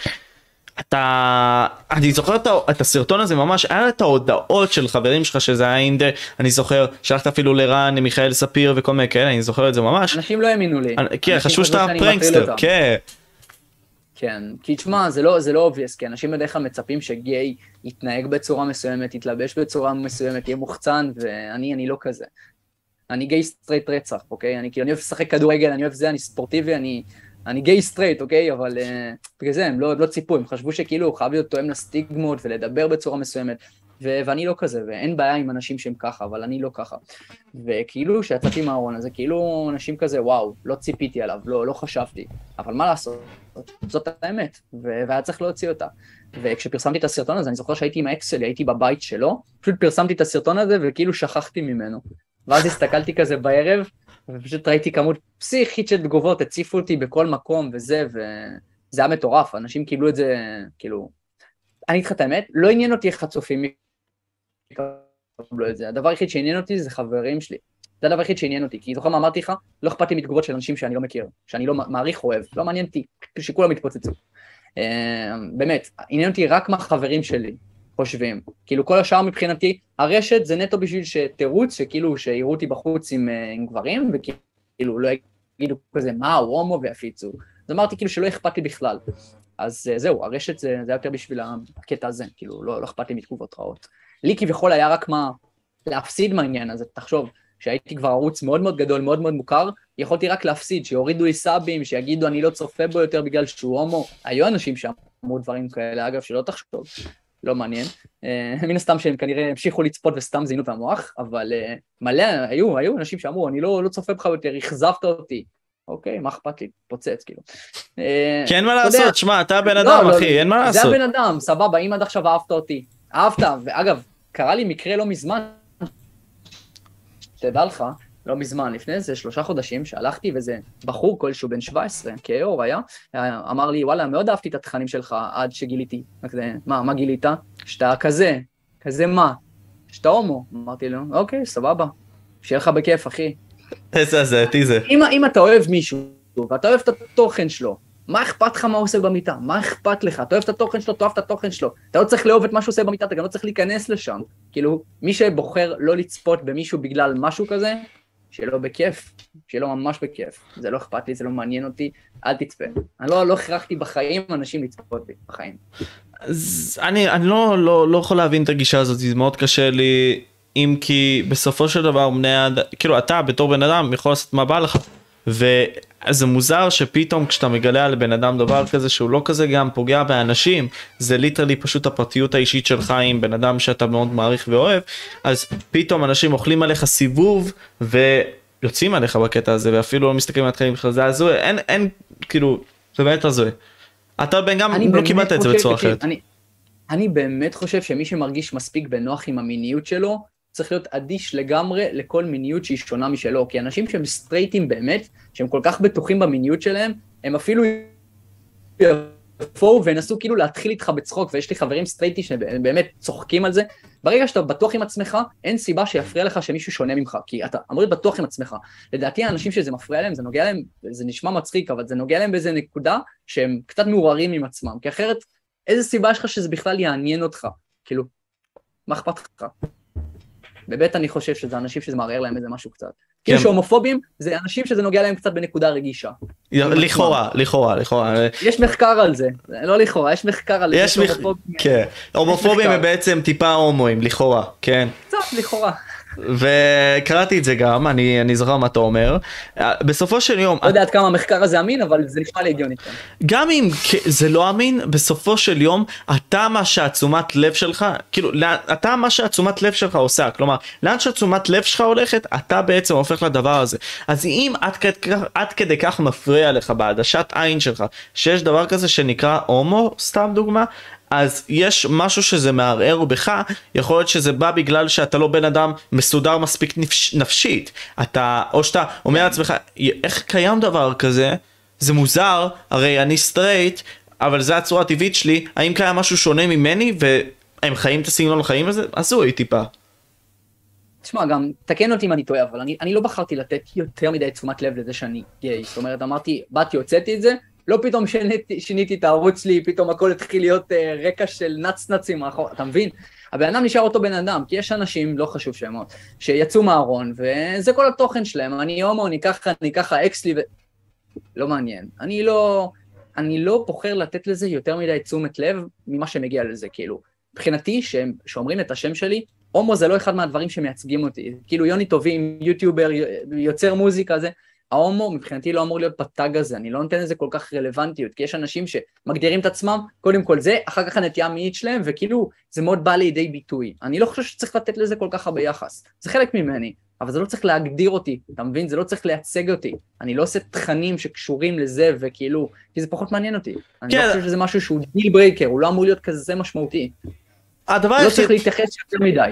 S2: אני זוכר את הסרטון הזה ממש, היה את ההודעות של חברים שלך שזה היה אינדר, אני זוכר, שלחת אפילו לרן, מיכאל ספיר וכל מיני כאלה, אני זוכר את זה ממש.
S1: אנשים לא האמינו לי.
S2: כן, חשבו שאתה פרנקסטר, כן. כן,
S1: כי תשמע, זה לא obvious, כי אנשים בדרך כלל מצפים שגיי יתנהג בצורה מסוימת, יתלבש בצורה מסוימת, יהיה מוחצן, ואני לא כזה. אני גיי סטרייט רצח, אוקיי? אני אוהב לשחק כדורגל, אני אוהב זה, אני ספורטיבי, אני גיי סטרייט, אוקיי? אבל בגלל זה הם לא ציפו, הם חשבו שכאילו הוא חייב להיות תואם לסטיגמות ולדבר בצורה מסוימת, ואני לא כזה, ואין בעיה עם אנשים שהם ככה, אבל אני לא ככה. וכאילו שיצאתי מהארון הזה, כאילו אנשים כזה, וואו, לא ציפיתי עליו, לא חשבתי, אבל מה לעשות? זאת האמת, והיה צריך להוציא אותה. וכשפרסמתי את הסרטון הזה, אני זוכר שהייתי עם האקס שלי, הייתי בבית שלו, פשוט פרסמתי את הסרטון הזה וכאילו שכחתי ממנו. ואז הסתכלתי כזה בערב, ופשוט ראיתי כמות פסיכית של תגובות, הציפו אותי בכל מקום וזה, זה היה מטורף, אנשים קיבלו את זה, כאילו, אני אגיד לך את האמת, לא עניין אותי איך הצופים יקבלו את זה, הדבר היחיד שעניין אותי זה חברים שלי, זה הדבר היחיד שעניין אותי, כי זוכר מה אמרתי לך? לא אכפת לי מתגובות של אנשים שאני לא מכיר, שאני לא מעריך אוהב, לא מעניין אותי, שכולם יתפוצצו. באמת, עניין אותי רק מה חברים שלי חושבים, כאילו כל השאר מבחינתי, הרשת זה נטו בשביל שתירוץ, שכאילו שיראו אותי בחוץ עם גברים, וכאילו לא יגידו כזה מה הוא הומו ויפיצו, אז אמרתי כאילו שלא אכפת לי בכלל, אז זהו, הרשת זה יותר בשביל הקטע הזה, כאילו לא אכפת לי מתגובות רעות. לי כביכול היה רק מה להפסיד מהעניין הזה, תחשוב, שהייתי כבר ערוץ מאוד מאוד גדול, מאוד מאוד מוכר, יכולתי רק להפסיד, שיורידו לי סאבים, שיגידו אני לא צופה בו יותר בגלל שהוא הומו, היו אנשים שאמרו דברים כאלה, אגב, שלא תחשוב, לא מעניין, מן הסתם שהם כנראה המשיכו לצפות וסתם זינו את המוח, אבל מלא, היו אנשים שאמרו, אני לא צופה בך יותר, אכזבת אותי, אוקיי, מה אכפת לי? פוצץ, כאילו.
S2: כי אין מה לעשות, שמע, אתה בן אדם, אחי, אין מה לעשות.
S1: זה הבן אדם, סבבה, אם עד עכשיו אהבת אותי, אהבת, ואגב, קרה לי מקרה לא מזמן, תדע לך, לא מזמן, לפני איזה 3 חודשים, שהלכתי וזה בחור כלשהו בן 17, כאור היה, אמר לי, וואלה, מאוד אהבתי את התכנים שלך עד שגיליתי, מה גילית? שאתה כזה מה? שאתה הומו. אמרתי לו, אוקיי, סבבה, שיהיה לך בכיף, אחי.
S2: איזה הזעתי זה.
S1: אם אתה אוהב מישהו, ואתה אוהב את התוכן שלו, מה אכפת לך מה הוא עושה במיטה? מה אכפת לך? אתה אוהב את התוכן שלו, אתה אוהב את התוכן שלו. אתה לא צריך לאהוב את מה שהוא עושה במיטה, אתה גם לא צריך להיכנס לשם. כאילו, מי שבוחר לא לצפות במישהו בגלל משהו כזה, שיהיה לו בכיף, שיהיה לו ממש בכיף. זה לא אכפת לי, זה לא מעניין אותי, אל תצפה. אני לא הכרחתי בחיים אנשים לצפות בי, בחיים.
S2: אז אני לא יכול להבין את הגישה הזאת, זה מאוד קשה לי, אם כי בסופו של דבר, כאילו אתה בתור בן אדם יכול לעשות מה בא לך, וזה מוזר שפתאום כשאתה מגלה על בן אדם דבר כזה שהוא לא כזה גם פוגע באנשים, זה ליטרלי פשוט הפרטיות האישית שלך עם בן אדם שאתה מאוד מעריך ואוהב, אז פתאום אנשים אוכלים עליך סיבוב ויוצאים עליך בקטע הזה ואפילו לא מסתכלים מהתחלים בכלל, זה הזוי, אין כאילו, זה באמת הזוי. אתה בן גם לא קיבלת את זה בצורה אחרת.
S1: אני באמת חושב שמי שמרגיש מספיק בנוח עם המיניות שלו, צריך להיות אדיש לגמרי לכל מיניות שהיא שונה משלו, כי אנשים שהם סטרייטים באמת, שהם כל כך בטוחים במיניות שלהם, הם אפילו יפואו ונסו כאילו להתחיל איתך בצחוק, ויש לי חברים סטרייטים שהם באמת צוחקים על זה, ברגע שאתה בטוח עם עצמך, אין סיבה שיפריע לך שמישהו שונה ממך, כי אתה אמור להיות בטוח עם עצמך. לדעתי האנשים שזה מפריע להם, זה נוגע להם, זה נשמע מצחיק, אבל זה נוגע להם באיזה נקודה שהם קצת מעורערים עם עצמם, כי אחרת, איזה סיבה יש לך שזה בכלל יעניין אותך? כאילו, מה אכפת לך? באמת אני חושב שזה אנשים שזה מערער להם איזה משהו קצת. כאילו שהומופובים זה אנשים שזה נוגע להם קצת בנקודה רגישה.
S2: לכאורה.
S1: יש מחקר על זה, לא לכאורה, יש מחקר על זה.
S2: כן, הומופובים הם בעצם טיפה הומואים, לכאורה, כן.
S1: קצת, לכאורה.
S2: וקראתי את זה גם, אני זוכר מה אתה אומר. בסופו של יום...
S1: לא יודע עד כמה המחקר הזה אמין, אבל זה נשמע לי הגיוני.
S2: גם אם זה לא אמין, בסופו של יום, אתה מה שהתשומת לב שלך, כאילו, אתה מה שהתשומת לב שלך עושה, כלומר, לאן שהתשומת לב שלך הולכת, אתה בעצם הופך לדבר הזה. אז אם עד כדי כך מפריע לך בעדשת עין שלך, שיש דבר כזה שנקרא הומו, סתם דוגמה, אז יש משהו שזה מערער בך, יכול להיות שזה בא בגלל שאתה לא בן אדם מסודר מספיק נפשית, או שאתה אומר לעצמך, איך קיים דבר כזה, זה מוזר, הרי אני סטרייט, אבל זה הצורה הטבעית שלי, האם קיים משהו שונה ממני, והם חיים את הסגנון לחיים הזה? עשוי טיפה.
S1: תשמע, גם תקן אותי אם אני טועה, אבל אני לא בחרתי לתת יותר מדי תשומת לב לזה שאני גיי, זאת אומרת, אמרתי, באתי, הוצאתי את זה, לא פתאום שיניתי את הערוץ שלי, פתאום הכל התחיל להיות רקע של נצנצים, אתה מבין? הבן אדם נשאר אותו בן אדם, כי יש אנשים, לא חשוב שמות, שיצאו מהארון, וזה כל התוכן שלהם, אני הומו, אני ככה, אקס לי, לא מעניין. אני לא בוחר לתת לזה יותר מדי תשומת לב ממה שמגיע לזה, כאילו. מבחינתי, שאומרים את השם שלי, הומו זה לא אחד מהדברים שמייצגים אותי, כאילו יוני טובים, יוטיובר, יוצר מוזיקה, זה, ההומו מבחינתי לא אמור להיות בטאג הזה, אני לא נותן לזה כל כך רלוונטיות, כי יש אנשים שמגדירים את עצמם, קודם כל זה, אחר כך הנטייה המינית שלהם, וכאילו זה מאוד בא לידי ביטוי. אני לא חושב שצריך לתת לזה כל כך הרבה יחס, זה חלק ממני, אבל זה לא צריך להגדיר אותי, אתה מבין? זה לא צריך לייצג אותי, אני לא עושה תכנים שקשורים לזה, וכאילו, כי זה פחות מעניין אותי. אני לא חושב שזה משהו שהוא דיל ברייקר, הוא לא אמור להיות כזה משמעותי. לא צריך להתייחס יותר מדי.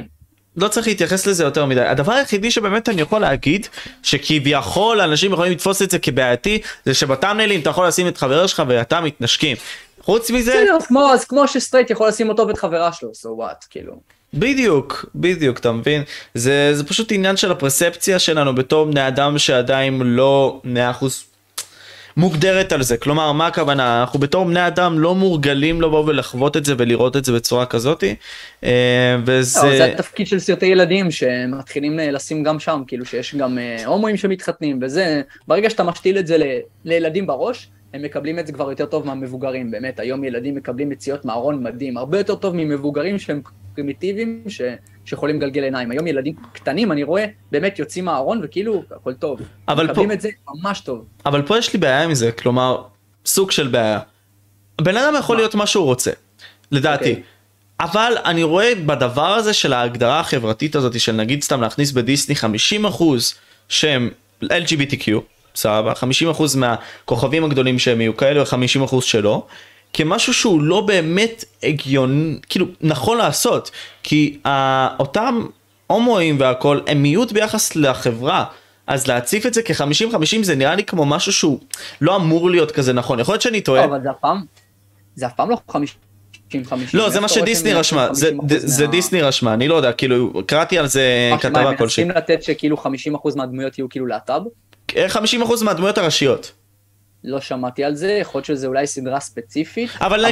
S2: לא צריך להתייחס לזה יותר מדי. הדבר היחידי שבאמת אני יכול להגיד, שכביכול אנשים יכולים לתפוס את זה כבעייתי, זה שבטאמניילים אתה יכול לשים את חבר שלך ואתה מתנשקים. חוץ מזה...
S1: אז כמו שסטרייט יכול לשים אותו ואת חברה שלו, so what, כאילו.
S2: בדיוק, אתה מבין? זה פשוט עניין של הפרספציה שלנו בתור בני אדם שעדיין לא 100% מוגדרת על זה. כלומר, מה הכוונה? אנחנו בתור בני אדם לא מורגלים לבוא ולחוות את זה ולראות את זה בצורה כזאת.
S1: זה התפקיד של סרטי ילדים שמתחילים לשים גם שם, כאילו שיש גם הומואים שמתחתנים, וזה, ברגע שאתה משתיל את זה לילדים בראש, הם מקבלים את זה כבר יותר טוב מהמבוגרים, באמת, היום ילדים מקבלים יציאות מהארון מדהים, הרבה יותר טוב ממבוגרים שהם פרימיטיביים, שיכולים לגלגל עיניים. היום ילדים קטנים, אני רואה, באמת יוצאים מהארון וכאילו, הכל טוב. מקבלים את זה ממש טוב.
S2: אבל פה יש לי בעיה עם זה, כלומר, סוג של בעיה. בן אדם יכול להיות מה שהוא רוצה, לדעתי. אבל אני רואה בדבר הזה של ההגדרה החברתית הזאת, של נגיד סתם להכניס בדיסני 50% שהם LGBTQ, סבבה, 50% מהכוכבים הגדולים שהם יהיו כאלה, ו50% שלא, כמשהו שהוא לא באמת הגיוני, כאילו, נכון לעשות, כי אותם הומואים והכל, הם מיעוט ביחס לחברה, אז להציף את זה כ-50-50 זה נראה לי כמו משהו שהוא לא אמור להיות כזה נכון, יכול להיות שאני טועה.
S1: אבל זה אף פעם לא 50-50.
S2: לא, זה מה שדיסני רשמה, זה דיסני רשמה, אני לא יודע, כאילו, קראתי על זה כתבה כלשהי.
S1: מנסים לתת שכאילו 50% מהדמויות יהיו כאילו להט"ב?
S2: 50% מהדמויות הראשיות.
S1: לא שמעתי על זה, יכול להיות שזה אולי סדרה ספציפית,
S2: אבל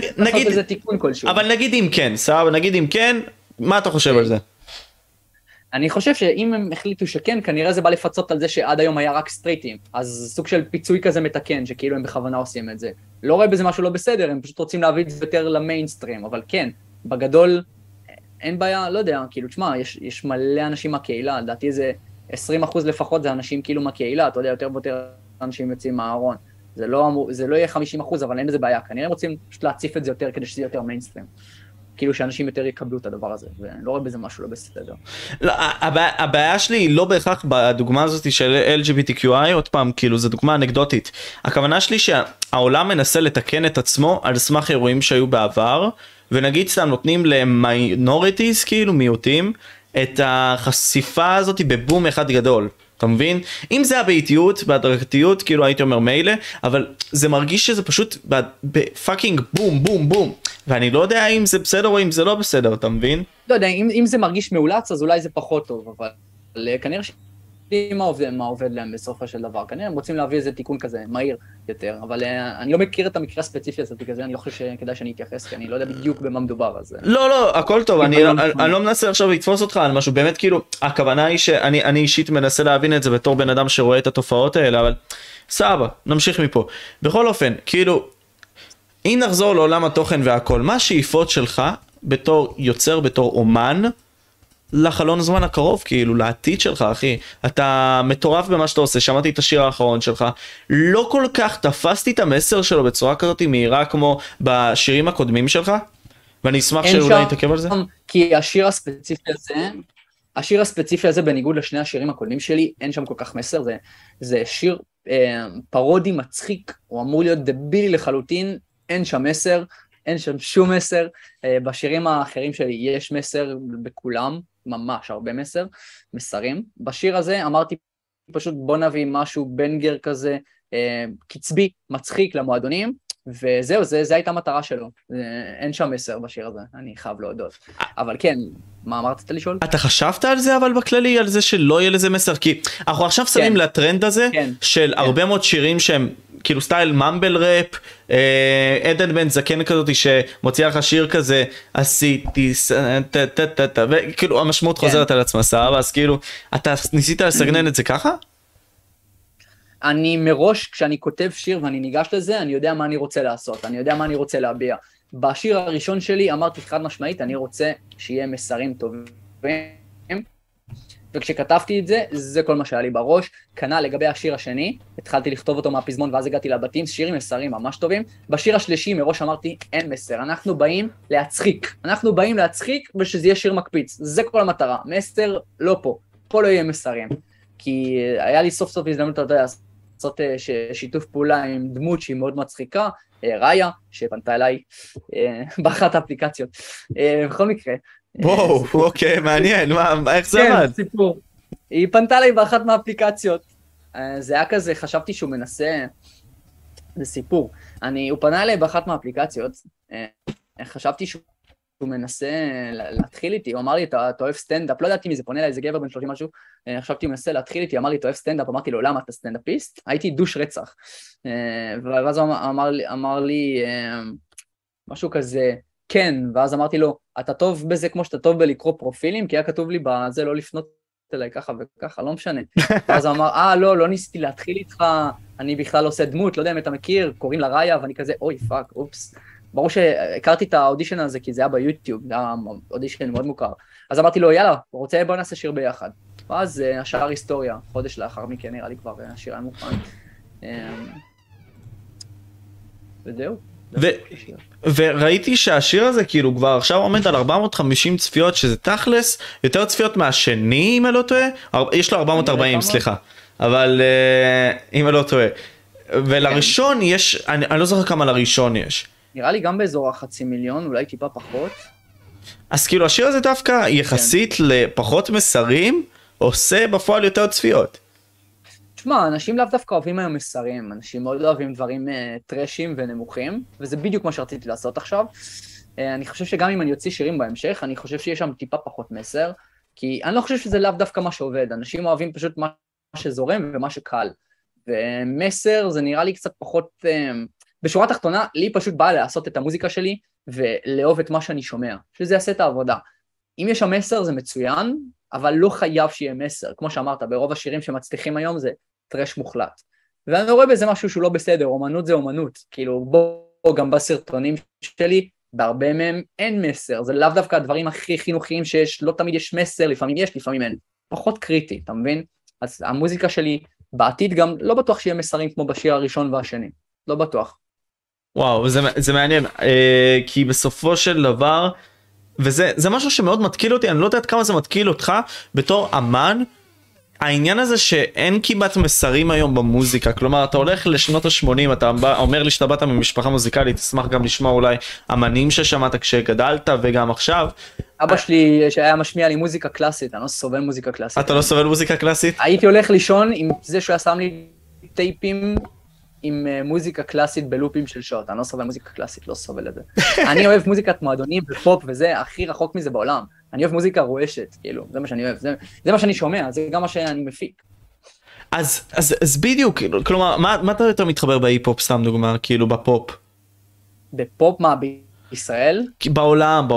S2: נגיד אם כן, סבבה, נגיד אם כן, מה אתה חושב על זה?
S1: אני חושב שאם הם החליטו שכן, כנראה זה בא לפצות על זה שעד היום היה רק סטרייטים, אז סוג של פיצוי כזה מתקן, שכאילו הם בכוונה עושים את זה. לא רואה בזה משהו לא בסדר, הם פשוט רוצים להביא את זה יותר למיינסטרים, אבל כן, בגדול, אין בעיה, לא יודע, כאילו, תשמע, יש מלא אנשים מהקהילה, לדעתי איזה 20% לפחות זה אנשים כאילו מהקהילה, אתה יודע, יותר ויותר אנשים יוצאים מהארון. זה לא יהיה 50%, אבל אין לזה בעיה, כנראה הם רוצים פשוט להציף את זה יותר, כדי שזה יותר מיינסטרים. כאילו שאנשים יותר יקבלו את הדבר הזה, ואני לא רואה בזה משהו לא בסדר.
S2: לא, הבעיה שלי היא לא בהכרח בדוגמה הזאת של LGBTQI, עוד פעם, כאילו, זו דוגמה אנקדוטית. הכוונה שלי שהעולם מנסה לתקן את עצמו על סמך אירועים שהיו בעבר, ונגיד סתם נותנים למיינוריטיז, כאילו מיעוטים, את החשיפה הזאת בבום אחד גדול. אתה מבין? אם זה הבעייתיות, בהדרגתיות, כאילו הייתי אומר מילא, אבל זה מרגיש שזה פשוט בפאקינג בום, בום, בום. ואני לא יודע אם זה בסדר או אם זה לא בסדר, אתה מבין?
S1: לא יודע, אם זה מרגיש מאולץ, אז אולי זה פחות טוב, אבל כנראה מה עובד להם בסופו של דבר. כנראה הם רוצים להביא איזה תיקון כזה, מהיר יותר, אבל אני לא מכיר את המקרה הספציפי הזה, כזה, אני לא חושב שכדאי שאני אתייחס, כי אני לא יודע בדיוק במה מדובר.
S2: לא, הכל טוב, אני לא מנסה עכשיו לתפוס אותך על משהו, באמת כאילו, הכוונה היא שאני אישית מנסה להבין את זה בתור בן אדם שרואה את התופעות האלה, אבל סבבה, נמשיך מפה. בכל אופן, כאילו, אם נחזור לעולם התוכן והכל, מה השאיפות שלך בתור יוצר, בתור אומן, לחלון זמן הקרוב, כאילו, לעתיד שלך, אחי. אתה מטורף במה שאתה עושה, שמעתי את השיר האחרון שלך, לא כל כך תפסתי את המסר שלו בצורה כזאת מהירה כמו בשירים הקודמים שלך, ואני אשמח שאולי נתעכב על זה.
S1: כי השיר הספציפי הזה, בניגוד לשני השירים הקודמים שלי, אין שם כל כך מסר, זה שיר פרודי מצחיק, הוא אמור להיות דבילי לחלוטין, אין שם מסר, אין שם שום מסר, בשירים האחרים שלי יש מסר בכולם, ממש הרבה מסרים. בשיר הזה אמרתי פשוט בוא נביא משהו בנגר כזה, קצבי, מצחיק למועדונים, וזהו, זה הייתה המטרה שלו. אין שם מסר בשיר הזה, אני חייב להודות. אבל כן, מה אמרת לשאול?
S2: אתה חשבת על זה אבל בכללי, על זה שלא יהיה לזה מסר? כי אנחנו עכשיו שמים לטרנד הזה של הרבה מאוד שירים שהם כאילו סטייל ממבל ראפ, עדן בן זקן כזאת שמוציאה לך שיר כזה, עשיתי, וכאילו המשמעות חוזרת על עצמה, סבבה, אז כאילו, אתה ניסית לסגנן את זה ככה?
S1: אני מראש, כשאני כותב שיר ואני ניגש לזה, אני יודע מה אני רוצה לעשות, אני יודע מה אני רוצה להביע. בשיר הראשון שלי אמרתי חד משמעית, אני רוצה שיהיה מסרים טובים, וכשכתבתי את זה, זה כל מה שהיה לי בראש. כנ"ל לגבי השיר השני, התחלתי לכתוב אותו מהפזמון ואז הגעתי לבתים, שירים מסרים ממש טובים. בשיר השלישי מראש אמרתי, אין מסר, אנחנו באים להצחיק ושזה יהיה שיר מקפיץ, זה כל המטרה, מסר לא פה לא יהיה מסרים. כי היה לי סוף סוף הזדמנות לעשות שיתוף פעולה עם דמות שהיא מאוד מצחיקה, ראיה, שפנתה אליי באחת האפליקציות. בכל מקרה,
S2: וואו, אוקיי, מעניין, איך זה
S1: כן,
S2: עבד?
S1: סיפור. היא פנתה לי באחת מהאפליקציות. זה היה כזה, חשבתי שהוא מנסה, זה סיפור. הוא פנה אליי באחת מהאפליקציות, חשבתי שהוא מנסה להתחיל איתי, הוא אמר לי, אתה אוהב סטנדאפ, לא ידעתי מי זה, פונה אליי, זה גבר בן 30 משהו, חשבתי הוא מנסה להתחיל איתי, אמר לי, אתה אוהב סטנדאפ, אמרתי לו, למה אתה סטנדאפיסט? הייתי דוש רצח. ואז הוא אמר לי משהו כזה, כן, ואז אמרתי לו, אתה טוב בזה כמו שאתה טוב בלקרוא פרופילים, כי היה כתוב לי בזה לא לפנות אליי ככה וככה, לא משנה. ואז הוא אמר, לא ניסיתי להתחיל איתך, אני בכלל עושה דמות, לא יודע אם אתה מכיר, קוראים לה ראיה, ואני כזה, אוי פאק, אופס. ברור שהכרתי את האודישן הזה, כי זה היה ביוטיוב, זה היה אודישן מאוד מוכר. אז אמרתי לו, יאללה, בוא נעשה שיר ביחד. ואז השאר היסטוריה, חודש לאחר מכן, נראה לי כבר השיר היה מוכן. וזהו.
S2: וראיתי שהשיר הזה כאילו כבר עכשיו עומד על 450 צפיות, שזה תכלס יותר צפיות מהשני, אם אני לא טועה. יש לו 440, סליחה, אבל אם אני לא טועה. ולראשון יש, אני לא זוכר כמה לראשון יש.
S1: נראה לי גם באזור 500,000, אולי טיפה פחות.
S2: אז כאילו השיר הזה דווקא יחסית לפחות מסרים, עושה בפועל יותר צפיות.
S1: תשמע, אנשים לאו דווקא אוהבים היום מסרים, אנשים מאוד אוהבים דברים טרשים ונמוכים, וזה בדיוק מה שרציתי לעשות עכשיו. אני חושב שגם אם אני אוציא שירים בהמשך, אני חושב שיש שם טיפה פחות מסר, כי אני לא חושב שזה לאו דווקא מה שעובד, אנשים אוהבים פשוט מה שזורם ומה שקל. ומסר זה נראה לי קצת פחות, בשורה התחתונה, לי פשוט בא לעשות את המוזיקה שלי, ולאהוב את מה שאני שומע, שזה יעשה את העבודה. אם יש שם מסר זה מצוין, אבל לא חייב שיהיה מסר, כמו שאמרת, ברוב השירים שמצליחים היום זה טרש מוחלט. ואני רואה בזה משהו שהוא לא בסדר, אומנות זה אומנות, כאילו בוא גם בסרטונים שלי, בהרבה מהם אין מסר, זה לאו דווקא הדברים הכי חינוכיים שיש, לא תמיד יש מסר, לפעמים יש, לפעמים אין, פחות קריטי, אתה מבין? אז המוזיקה שלי בעתיד גם לא בטוח שיהיה מסרים כמו בשיר הראשון והשני, לא בטוח.
S2: וואו, זה מעניין, כי בסופו של דבר, וזה משהו שמאוד מתקיל אותי, אני לא יודעת כמה זה מתקיל אותך בתור אמן, העניין הזה שאין כמעט מסרים היום במוזיקה, כלומר אתה הולך לשנות ה-80, אתה אומר לי שאתה באת ממשפחה מוזיקלית, תשמח גם לשמוע אולי אמנים ששמעת כשגדלת וגם עכשיו.
S1: אבא שלי שהיה משמיע לי מוזיקה קלאסית, אני לא סובל מוזיקה קלאסית.
S2: אתה לא סובל מוזיקה קלאסית?
S1: הייתי הולך לישון עם זה שהוא היה שם לי טייפים עם מוזיקה קלאסית בלופים של שעות, אני לא סובל מוזיקה קלאסית, לא סובל את זה. אני אוהב מוזיקת מועדונים ופופ וזה הכי רחוק מזה בעולם. אני אוהב מוזיקה רועשת, כאילו, זה מה שאני אוהב, זה מה שאני שומע, זה גם מה שאני מפיק.
S2: אז בדיוק, כלומר, מה אתה יותר מתחבר בהיפ-הופ, סתם דוגמה, כאילו בפופ?
S1: בפופ מה, בישראל?
S2: בעולם.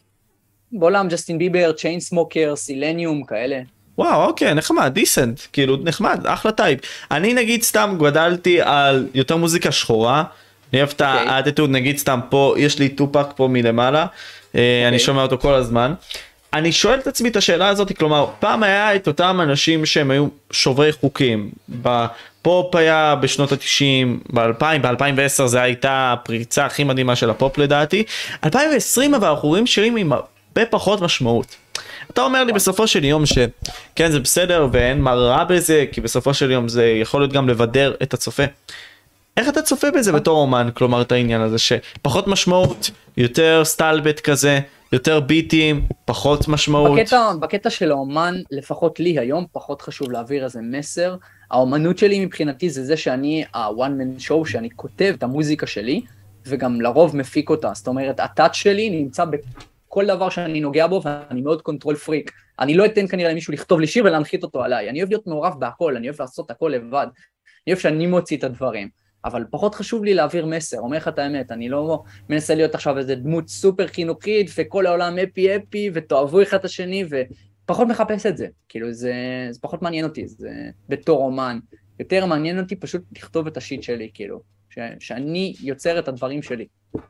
S1: בעולם, ג'סטין ביבר, צ'יין סמוקר, סילניום, כאלה.
S2: וואו, אוקיי, נחמד, דיסנט, כאילו, נחמד, אחלה טייפ. אני נגיד סתם גדלתי על יותר מוזיקה שחורה, אני אוהב את האטיטוד, נגיד סתם פה, יש לי טופק פה מלמעלה, אני שומע אותו כל הזמן. אני שואל את עצמי את השאלה הזאת, כלומר, פעם היה את אותם אנשים שהם היו שוברי חוקים, בפופ היה בשנות ה-90, ב-2010 זה הייתה הפריצה הכי מדהימה של הפופ לדעתי, 2020 אבל אנחנו רואים שירים עם הרבה פחות משמעות. אתה אומר לי בסופו של יום שכן זה בסדר ואין מה רע בזה, כי בסופו של יום זה יכול להיות גם לבדר את הצופה. איך אתה צופה בזה בתור אומן, כלומר את העניין הזה שפחות משמעות, יותר סטלבט כזה, יותר ביטים, פחות משמעות?
S1: בקטע של האומן, לפחות לי היום, פחות חשוב להעביר איזה מסר. האומנות שלי מבחינתי זה שאני ה-one man show, שאני כותב את המוזיקה שלי, וגם לרוב מפיק אותה. זאת אומרת, הטאץ' שלי נמצא בכל דבר שאני נוגע בו, ואני מאוד קונטרול פריק. אני לא אתן כנראה למישהו לכתוב לי שיר ולהנחית אותו עליי. אני אוהב להיות מעורב בהכל, אני אוהב לעשות הכל לבד. אני אוהב שאני מוציא את הדברים. אבל פחות חשוב לי להעביר מסר, אומר לך את האמת, אני לא מנסה להיות עכשיו איזה דמות סופר חינוכית, וכל העולם אפי, ותאהבו אחד את השני, ופחות מחפש את זה, כאילו זה פחות מעניין אותי, זה בתור אומן, יותר מעניין אותי פשוט לכתוב את השיט שלי, כאילו, שאני יוצר את הדברים שלי.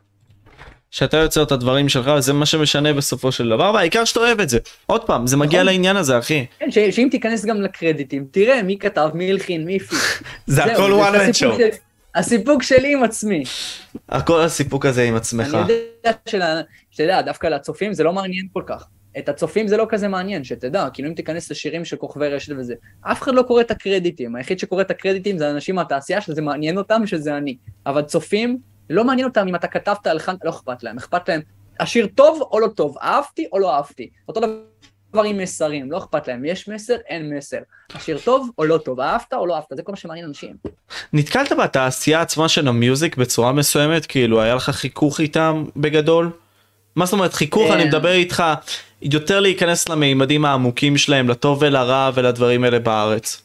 S2: שאתה יוצר את הדברים שלך, זה מה שמשנה בסופו של דבר, והעיקר שאתה אוהב את זה. עוד פעם, זה מגיע לעניין הזה, אחי.
S1: כן, שאם תיכנס גם לקרדיטים, תראה מי כתב, מי הלחין, מי הפיק.
S2: זה הכל one man show.
S1: הסיפוק שלי עם עצמי.
S2: הכל הסיפוק הזה עם עצמך.
S1: אני יודע שתדע, דווקא לצופים זה לא מעניין כל כך. את הצופים זה לא כזה מעניין, שתדע, כאילו אם תיכנס לשירים של כוכבי רשת וזה, אף אחד לא קורא את הקרדיטים, היחיד שקורא את הקרדיטים זה אנשים מהתעשייה שזה מעניין אותם, שזה אני. אבל צופים, לא מעניין אותם אם אתה כתבת הלחן, לא אכפת להם, אכפת להם, השיר טוב או לא טוב, אהבתי או לא אהבתי. אותו דבר עם מסרים, לא אכפת להם, יש מסר, אין מסר. השיר טוב או לא טוב, אהבת או לא אהבת, זה כל מה שמעניין אנשים.
S2: נתקלת בתעשייה עצמה של המיוזיק בצורה מסוימת, כאילו היה לך חיכוך איתם בגדול? מה זאת אומרת חיכוך? אני מדבר איתך יותר להיכנס למימדים העמוקים שלהם, לטוב ולרע ולדברים האלה בארץ.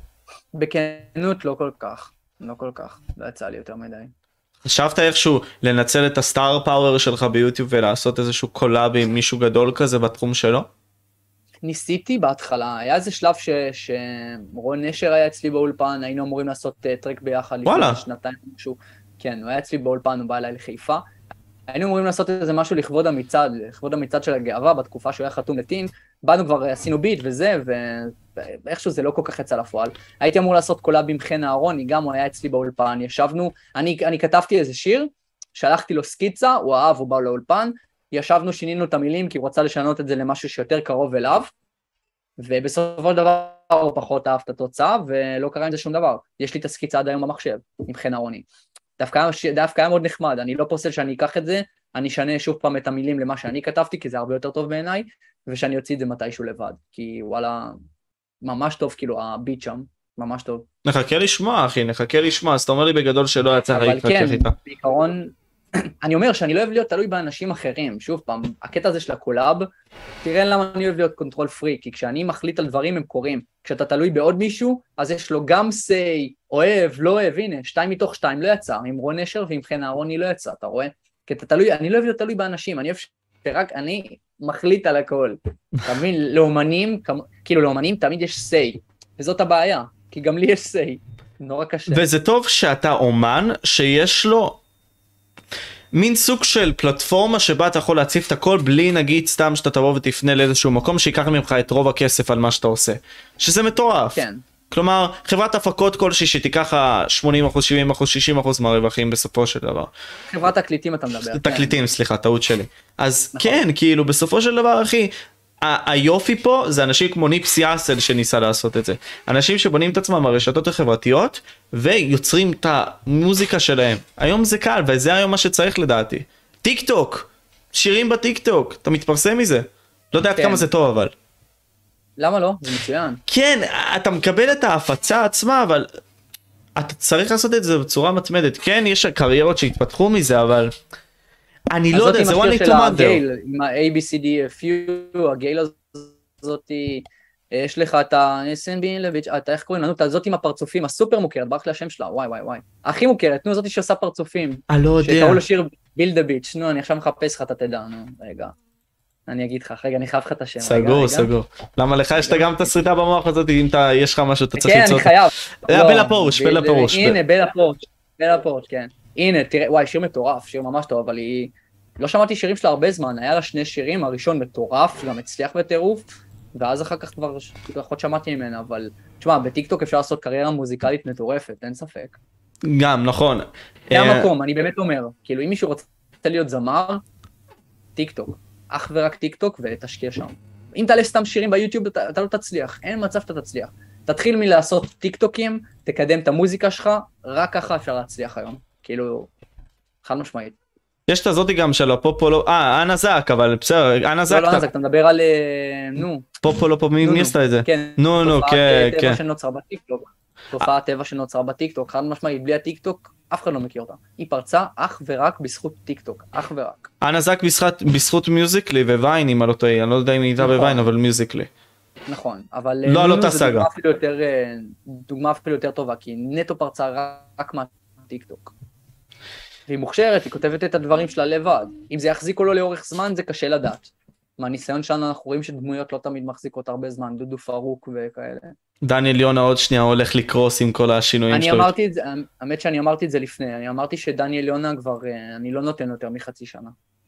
S1: בכנות לא כל כך, לא כל כך, לא יצא לי יותר מדי.
S2: חשבת איכשהו לנצל את הסטאר פאוור שלך ביוטיוב ולעשות איזשהו קולאב עם מישהו גדול כזה בתחום שלו?
S1: ניסיתי בהתחלה, היה איזה שלב שרון נשר היה אצלי באולפן, היינו אמורים לעשות טרק ביחד לפני שנתיים משהו, כן, הוא היה אצלי באולפן, הוא בא אליי לחיפה, היינו אמורים לעשות איזה משהו לכבוד המצעד של הגאווה, בתקופה שהוא היה חתום לטין, באנו כבר, עשינו ביט וזה, ואיכשהו זה לא כל כך יצא לפועל. הייתי אמור לעשות קולאב עם חן אהרוני, גם הוא היה אצלי באולפן, ישבנו, אני כתבתי איזה שיר, שלחתי לו סקיצה, הוא אהב, הוא בא לאולפן, ישבנו, שינינו את המילים, כי הוא רצה לשנות את זה למשהו שיותר קרוב אליו, ובסופו של דבר הוא פחות אהב את התוצאה, ולא קרה עם זה שום דבר. יש לי את הסקיצה עד היום במחשב, עם חן אהרוני. דווקא היה מאוד נחמד, אני לא פוסל שאני אקח את זה, אני אשנה שוב פעם את המילים למה שאני כתבתי, כי זה הרבה יותר טוב בעיניי, ושאני אוציא את זה מתישהו לבד, כי וואלה, ממש טוב, כאילו, הביט שם, ממש טוב.
S2: נחכה לשמוע, אחי, נחכה לשמוע, אז אתה אומר לי בגדול שלא יצא להתחכך איתה.
S1: אבל כן, בעיקרון, אני אומר שאני לא אוהב להיות תלוי באנשים אחרים, שוב פעם, הקטע הזה של הקולאב, תראה למה אני אוהב להיות קונטרול פרי, כי כשאני מחליט על דברים הם קורים, כשאתה תלוי בעוד מישהו, אז יש לו גם say, אוהב, לא אוהב, הנה, 2 מתוך 2 לא יצא, עם רון נשר ועם חן אהרוני לא יצא, אתה רואה? כי אתה תלוי, אני לא אוהב להיות תלוי באנשים, אני אוהב שרק אני מחליט על הכל, אתה מבין, לאומנים תמיד יש say, וזאת הבעיה, כי גם לי יש say, נורא קשה.
S2: וזה טוב שאתה אומן שיש לו מין סוג של פלטפורמה שבה אתה יכול להציף את הכל בלי נגיד סתם שאתה תבוא ותפנה לאיזשהו מקום שיקח ממך את רוב הכסף על מה שאתה עושה. שזה מטורף. כן. כלומר, חברת הפקות כלשהי שתיקח 80%, 70%, 60% מהרווחים בסופו של דבר.
S1: חברת תקליטים אתה מדבר.
S2: תקליטים, סליחה, טעות שלי. אז כן, כאילו בסופו של דבר, אחי, היופי פה זה אנשים כמו ניפס יאסל שניסה לעשות את זה. אנשים שבונים את עצמם ברשתות החברתיות ויוצרים את המוזיקה שלהם. היום זה קל וזה היום מה שצריך לדעתי. טיק טוק, שירים בטיק טוק, אתה מתפרסם מזה. לא יודעת כמה זה טוב אבל.
S1: למה לא? זה מצוין.
S2: כן, אתה מקבל את ההפצה עצמה אבל אתה צריך לעשות את זה בצורה מתמדת. כן, יש קריירות שהתפתחו מזה אבל אני לא יודע, זה one to mother.
S1: עם ה-ABCD, הגייל הזאת, יש לך את ה-SNB לביץ', אתה איך קוראים לנו, את הזאת עם הפרצופים, הסופר מוכרת, ברח לי השם שלה, וואי. הכי מוכרת, נו, זאתי שעושה פרצופים.
S2: אני לא יודע.
S1: שקראו לשיר ביל דה ביץ', נו, אני עכשיו מחפש לך, אתה תדע, נו, רגע. אני אגיד לך, רגע, אני חייב לך את השם.
S2: סגור. למה לך יש גם את הסריטה במוח הזאת, אם יש לך משהו, אתה צריך למצוא.
S1: כן, אני חייב.
S2: בלה פורש.
S1: הנה, בלה פורש, כן. הנה, תראה, וואי, שיר מטורף, שיר ממש טוב, אבל היא... לא שמעתי שירים שלה הרבה זמן, היה לה 2 שירים, הראשון מטורף, גם הצליח בטירוף, ואז אחר כך כבר פחות שמעתי ממנה, אבל תשמע, בטיקטוק אפשר לעשות קריירה מוזיקלית מטורפת, אין ספק.
S2: גם, נכון.
S1: זה המקום, אני באמת אומר, כאילו אם מישהו רוצה להיות זמר, טיקטוק, אך ורק טיקטוק ותשקיע שם. אם תעלה סתם שירים ביוטיוב, אתה לא תצליח, אין מצב שאתה תצליח. תתחיל מלעשות טיקטוקים, תקדם את המוזיקה שלך, רק ככה אפשר להצליח היום. כאילו, חד משמעית.
S2: יש את הזאתי גם של הפופולו, אנה זק, אבל בסדר, אנה זק.
S1: לא, אתה מדבר על, נו.
S2: פופולו, מי עשתה את זה?
S1: כן.
S2: נו, כן.
S1: תופעת טבע שנוצרה בטיקטוק. תופעת טבע שנוצרה בטיקטוק, חד משמעית, בלי הטיקטוק, אף אחד לא מכיר אותה. היא פרצה אך ורק בזכות טיקטוק, אך ורק.
S2: אנה זק בזכות מיוזיקלי וויין, אם לא טועה, אני לא יודע אם היא הייתה בוויין, אבל מיוזיקלי.
S1: נכון, אבל
S2: לא, לא תסגה.
S1: דוגמה אפילו יותר טובה, כי נטו פרצה רק מהטיקטוק. והיא מוכשרת, היא כותבת את הדברים שלה לבד. אם זה יחזיק או לא לאורך זמן, זה קשה לדעת. מהניסיון שלנו אנחנו רואים שדמויות לא תמיד מחזיקות הרבה זמן, דודו פרוק וכאלה.
S2: דניאל יונה עוד שנייה הולך לקרוס עם כל השינויים שלו.
S1: האמת שאני אמרתי את זה לפני, אני אמרתי שדניאל יונה כבר, אני לא נותן יותר מחצי שנה.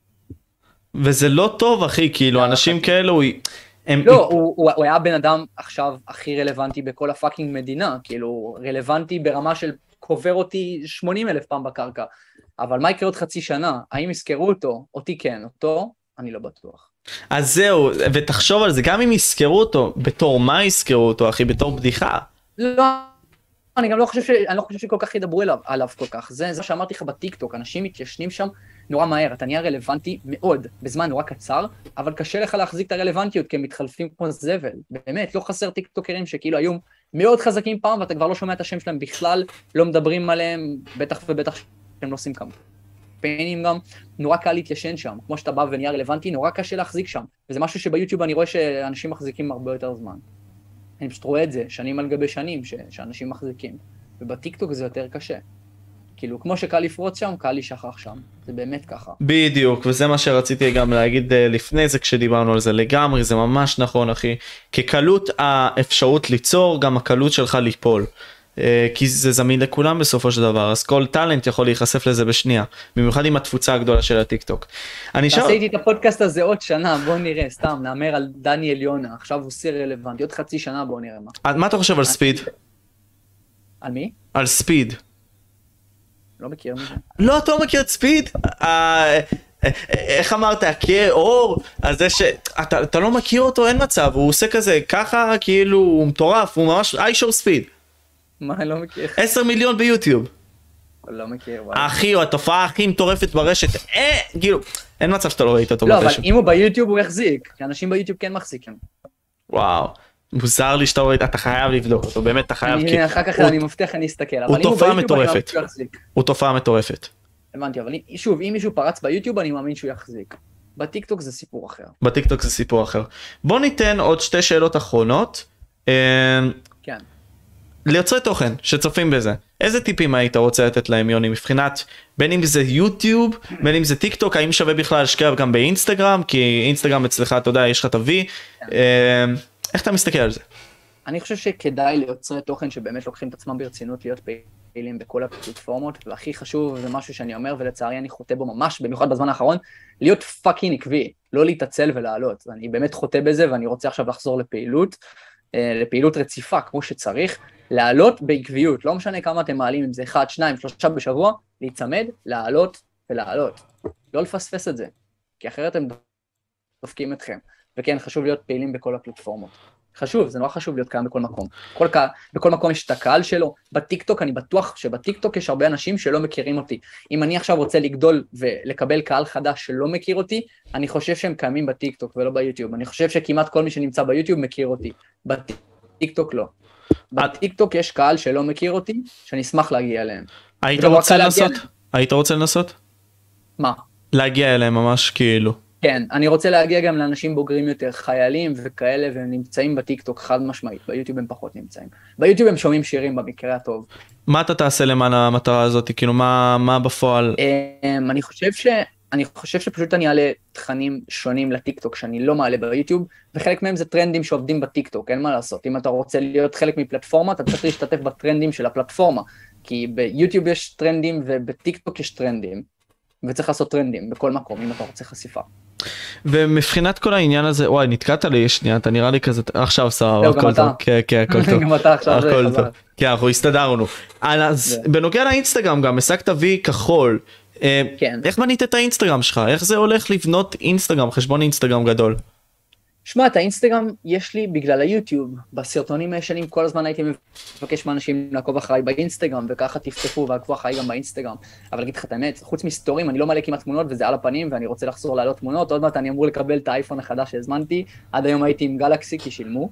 S2: וזה לא טוב אחי, כאילו אנשים כאלו,
S1: לא, הוא היה בן אדם עכשיו הכי רלוונטי בכל הפאקינג מדינה, כאילו רלוונטי ברמה של קובר אותי 80,000 פעם בקרקע, אבל מה יקרה עוד חצי שנה? האם יזכרו אותו? אותי כן, אותו אני לא בטוח.
S2: אז זהו, ותחשוב על זה, גם אם יזכרו אותו, בתור מה יזכרו אותו, אחי, בתור בדיחה?
S1: לא, אני גם לא חושב שכל כך ידברו עליו כל כך, זה שאמרתי לך בטיקטוק, אנשים מתיישנים שם, נורא מהר, אתה נהיה רלוונטי מאוד, בזמן נורא קצר, אבל קשה לך להחזיק את הרלוונטיות, כי הם מתחלפים כמו זבל. באמת, לא חסר טיקטוקרים שכאילו היו מאוד חזקים פעם, ואתה כבר לא שומע את השם שלהם בכלל, לא מדברים עליהם, בטח ובטח שהם לא עושים קמפיינים גם, נורא קל להתיישן שם, כמו שאתה בא ונהיה רלוונטי, נורא קשה להחזיק שם, וזה משהו שביוטיוב אני רואה שאנשים מחזיקים הרבה יותר זמן. אני פשוט רואה את זה, שנים על גבי שנים, שאנשים מחזיקים, ובטיקטוק זה יותר קשה. כאילו, כמו שקל לפרוץ שם, קל להישכח שם. זה באמת ככה.
S2: בדיוק, וזה מה שרציתי גם להגיד לפני זה כשדיברנו על זה לגמרי, זה ממש נכון אחי. כקלות האפשרות ליצור, גם הקלות שלך ליפול. כי זה זמין לכולם בסופו של דבר, אז כל טלנט יכול להיחשף לזה בשנייה, במיוחד עם התפוצה הגדולה של הטיקטוק.
S1: תעשה איתי את הפודקאסט הזה עוד שנה, בוא נראה, סתם, נאמר על דני אליונה, עכשיו הוא סיר רלוונטי, עוד חצי שנה בוא נראה מה.
S2: מה אתה חושב על ספיד?
S1: על מי?
S2: על ספיד.
S1: לא מכיר מזה.
S2: לא, אתה לא מכיר את ספיד? איך אמרת, הקה אור, אז זה שאתה לא מכיר אותו, אין מצב, הוא עושה כזה, ככה כאילו, הוא מטורף, הוא ממש, I show speed.
S1: מה, אני לא מכיר.
S2: 10 מיליון ביוטיוב.
S1: לא מכיר.
S2: אחי, הוא התופעה הכי מטורפת ברשת, כאילו, אין מצב שאתה לא ראית אותו.
S1: לא, אבל אם הוא ביוטיוב הוא יחזיק, כי אנשים ביוטיוב כן מחזיקים.
S2: וואו, מוזר לי שאתה רואה, אתה חייב לבדוק אותו, באמת אתה חייב.
S1: אחר כך אני מבטיח אני אסתכל,
S2: הוא תופעה מטורפת. הוא תופעה מטורפת.
S1: הבנתי, אבל שוב, אם מישהו פרץ ביוטיוב אני מאמין שהוא יחזיק. בטיקטוק זה סיפור אחר.
S2: בטיקטוק זה סיפור אחר. בוא ניתן עוד 2 שאלות אחרונות.
S1: כן.
S2: ליוצרי תוכן שצופים בזה, איזה טיפים היית רוצה לתת להם יוני, מבחינת בין אם זה יוטיוב, בין אם זה טיק טוק, האם שווה בכלל להשקיע גם באינסטגרם, כי אינסטגרם אצלך, אתה יודע, יש לך את ה-V, איך אתה מסתכל על זה?
S1: אני חושב שכדאי ליוצרי תוכן שבאמת לוקחים את עצמם ברצינות להיות פעילים בכל הפלטפורמות, והכי חשוב, זה משהו שאני אומר, ולצערי אני חוטא בו ממש, במיוחד בזמן האחרון, להיות פאקינג עקבי, לא להתעצל ולעלות. אני באמת חוטא בזה, ואני רוצה עכשיו לחזור לפעילות רציפה, כמו שצריך, לעלות בעקביות, לא משנה כמה אתם מעלים, אם זה 1, 2, 3 בשבוע, להיצמד, לעלות ולעלות. לא לפספס את זה, כי אחרת הם דופקים אתכם. וכן, חשוב להיות פעילים בכל הפלטפורמות. חשוב, זה נורא חשוב להיות קיים בכל מקום. בכל מקום יש את הקהל שלו. בטיקטוק, אני בטוח שבטיקטוק יש הרבה אנשים שלא מכירים אותי. אם אני עכשיו רוצה לגדול ולקבל קהל חדש שלא מכיר אותי, אני חושב שהם קיימים בטיקטוק ולא ביוטיוב. אני חושב שכמעט כל מי שנמצא ביוטיוב מכיר אותי. בטיקטוק לא. בטיקטוק יש קהל שלא מכיר אותי, שאני אשמח להגיע אליהם.
S2: היית רוצה לנסות?
S1: מה?
S2: להגיע אליהם ממש כאילו.
S1: כן, אני רוצה להגיע גם לאנשים בוגרים יותר, חיילים וכאלה, והם נמצאים בטיקטוק חד משמעית, ביוטיוב הם פחות נמצאים. ביוטיוב הם שומעים שירים במקרה הטוב.
S2: מה אתה תעשה למען המטרה הזאת? כאילו, מה בפועל?
S1: אני חושב שפשוט אני אעלה תכנים שונים לטיקטוק שאני לא מעלה ביוטיוב, וחלק מהם זה טרנדים שעובדים בטיקטוק, אין מה לעשות. אם אתה רוצה להיות חלק מפלטפורמה, אתה צריך להשתתף בטרנדים של הפלטפורמה, כי ביוטיוב יש טרנדים ובטיקטוק יש טרנדים, וצריך לעשות טרנדים בכל מקום, אם אתה רוצה חשיפה.
S2: ומבחינת כל העניין הזה, וואי, נתקעת לי שנייה, אתה נראה לי כזה, עכשיו סבבה, הכל טוב. כן, הכל טוב.
S1: גם אתה עכשיו
S2: הכל טוב. כן, אנחנו הסתדרנו. אז בנוגע לאינסטגרם גם, השגת וי כחול. איך בנית את האינסטגרם שלך? איך זה הולך לבנות אינסטגרם, חשבון אינסטגרם גדול?
S1: שמע, את האינסטגרם יש לי בגלל היוטיוב. בסרטונים הישנים כל הזמן הייתי מבקש מאנשים לעקוב אחריי באינסטגרם, וככה תפתחו ועקבו אחריי גם באינסטגרם. אבל להגיד לך את האמת, חוץ מסטורים, אני לא מעלה כמעט תמונות וזה על הפנים, ואני רוצה לחזור לעלות תמונות. עוד מעט אני אמור לקבל את האייפון החדש שהזמנתי. עד היום הייתי עם גלקסי כי שילמו.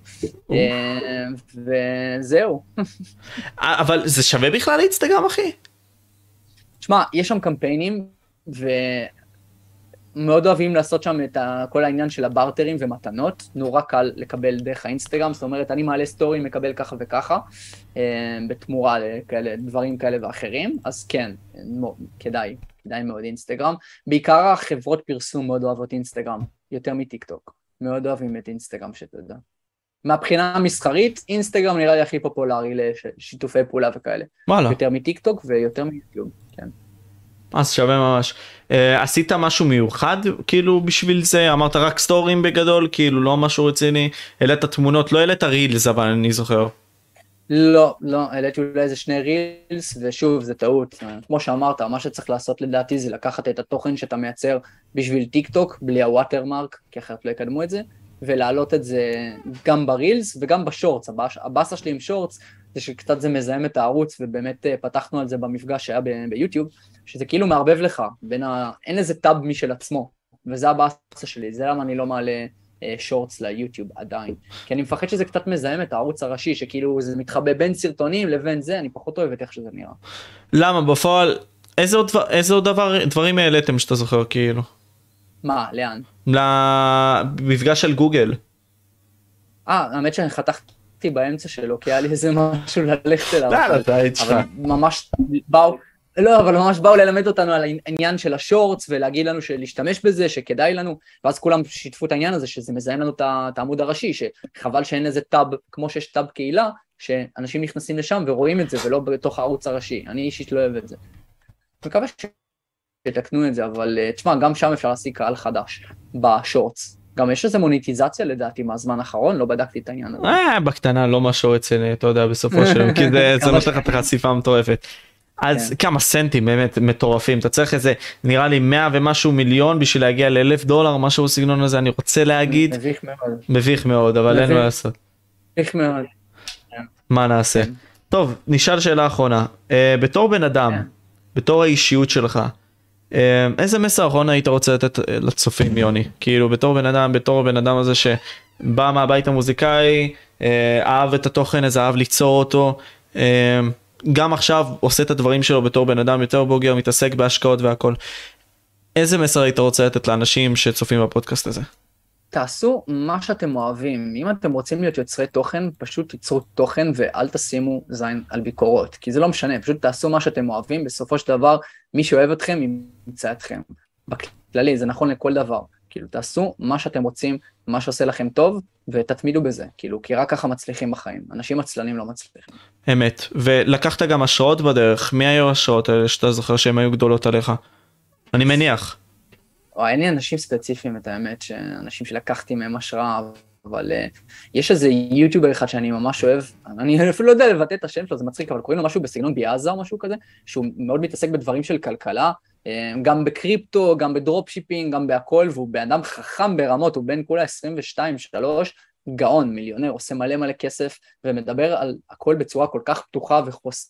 S1: וזהו.
S2: אבל זה שווה בכלל אינסטגרם, אחי?
S1: שמע, יש שם קמפיינים, מאוד אוהבים לעשות שם את כל העניין של הברטרים ומתנות, נורא קל לקבל דרך האינסטגרם, זאת אומרת, אני מעלה סטורי, מקבל ככה וככה, בתמורה לדברים כאלה ואחרים, אז כן, כדאי מאוד אינסטגרם. בעיקר החברות פרסום מאוד אוהבות אינסטגרם, יותר מטיק טוק, מאוד אוהבים את אינסטגרם שתדע. מהבחינה המסחרית, אינסטגרם נראה לי הכי פופולרי לשיתופי פעולה וכאלה.
S2: וואלה.
S1: יותר מטיק טוק ויותר מיוטיוב, כן.
S2: אז שווה ממש. עשית משהו מיוחד כאילו בשביל זה? אמרת רק סטורים בגדול, כאילו לא משהו רציני, העלית תמונות, לא העלית רילס אבל אני זוכר.
S1: לא, העליתי אולי איזה 2 רילס, ושוב זה טעות, כמו שאמרת, מה שצריך לעשות לדעתי זה לקחת את התוכן שאתה מייצר בשביל טיק טוק, בלי הווטרמרק, כי אחרת לא יקדמו את זה, ולהעלות את זה גם ברילס וגם בשורטס. הבאסה שלי עם שורטס זה שקצת זה מזהם את הערוץ, ובאמת פתחנו על זה במפגש שהיה ביוטיוב, שזה כאילו מערבב לך, אין איזה טאב משל עצמו, וזה הבאסה שלי, זה למה אני לא מעלה שורטס ליוטיוב עדיין, כי אני מפחד שזה קצת מזהם את הערוץ הראשי, שכאילו זה מתחבא בין סרטונים לבין זה, אני פחות אוהב את איך שזה נראה.
S2: למה? בפועל, איזה עוד דברים העליתם שאתה זוכר כאילו?
S1: מה? לאן?
S2: למפגש של גוגל.
S1: האמת שאני חתכתי באמצע שלו, כי היה לי איזה משהו ללכת אליו. אבל ממש באו ללמד אותנו על העניין של השורטס, ולהגיד לנו להשתמש בזה, שכדאי לנו, ואז כולם שיתפו את העניין הזה, שזה מזהם לנו את העמוד הראשי, שחבל שאין איזה טאב, כמו שיש טאב קהילה, שאנשים נכנסים לשם ורואים את זה, ולא בתוך הערוץ הראשי. אני אישית לא אוהב את זה. מקווה שתקנו את זה, אבל תשמע, גם שם אפשר להשיג קהל חדש, בשורטס. גם יש איזה מוניטיזציה לדעתי מהזמן האחרון, לא בדקתי את העניין הזה.
S2: בקטנה, לא משהו אצל, אתה יודע, בסופו של יום, כי זה נותן לך את החשיפה מטורפת. אז כמה סנטים באמת מטורפים, אתה צריך איזה, נראה לי 100 ומשהו מיליון בשביל להגיע ל$1,000, משהו בסגנון הזה, אני רוצה להגיד.
S1: מביך מאוד.
S2: מביך מאוד, אבל אין מה לעשות.
S1: מביך מאוד.
S2: מה נעשה? טוב, נשאל שאלה אחרונה. בתור בן אדם, בתור האישיות שלך, איזה מסר אחרון היית רוצה לתת לצופים, יוני? כאילו, בתור בן אדם הזה שבא מהבית המוזיקאי, אהב את התוכן הזה, אהב ליצור אותו, גם עכשיו עושה את הדברים שלו בתור בן אדם יותר בוגר, מתעסק בהשקעות והכל. איזה מסר היית רוצה לתת לאנשים שצופים בפודקאסט הזה?
S1: תעשו מה שאתם אוהבים. אם אתם רוצים להיות יוצרי תוכן, פשוט תיצרו תוכן ואל תשימו זין על ביקורות, כי זה לא משנה, פשוט תעשו מה שאתם אוהבים, בסופו של דבר, מי שאוהב אתכם ימצא אתכם. בכללי, זה נכון לכל דבר. כאילו, תעשו מה שאתם רוצים, מה שעושה לכם טוב, ותתמידו בזה, כאילו, כי רק ככה מצליחים בחיים. אנשים עצלנים לא מצליחים.
S2: אמת. ולקחת גם השראות בדרך. מי היו השראות האלה שאתה זוכר שהן היו גדולות עליך? אני מניח.
S1: אין לי אנשים ספציפיים, את האמת, אנשים שלקחתי מהם השראה, אבל יש איזה יוטיובר אחד שאני ממש אוהב, אני אפילו לא יודע לבטא את השם שלו, זה מצחיק, אבל קוראים לו משהו בסגנון ביאזה או משהו כזה, שהוא מאוד מתעסק בדברים של כלכלה, גם בקריפטו, גם בדרופשיפינג, גם בהכל, והוא בן אדם חכם ברמות, הוא בין כולה 22-3, גאון, מיליונר, עושה מלא כסף, ומדבר על הכל בצורה כל כך פתוחה וחושף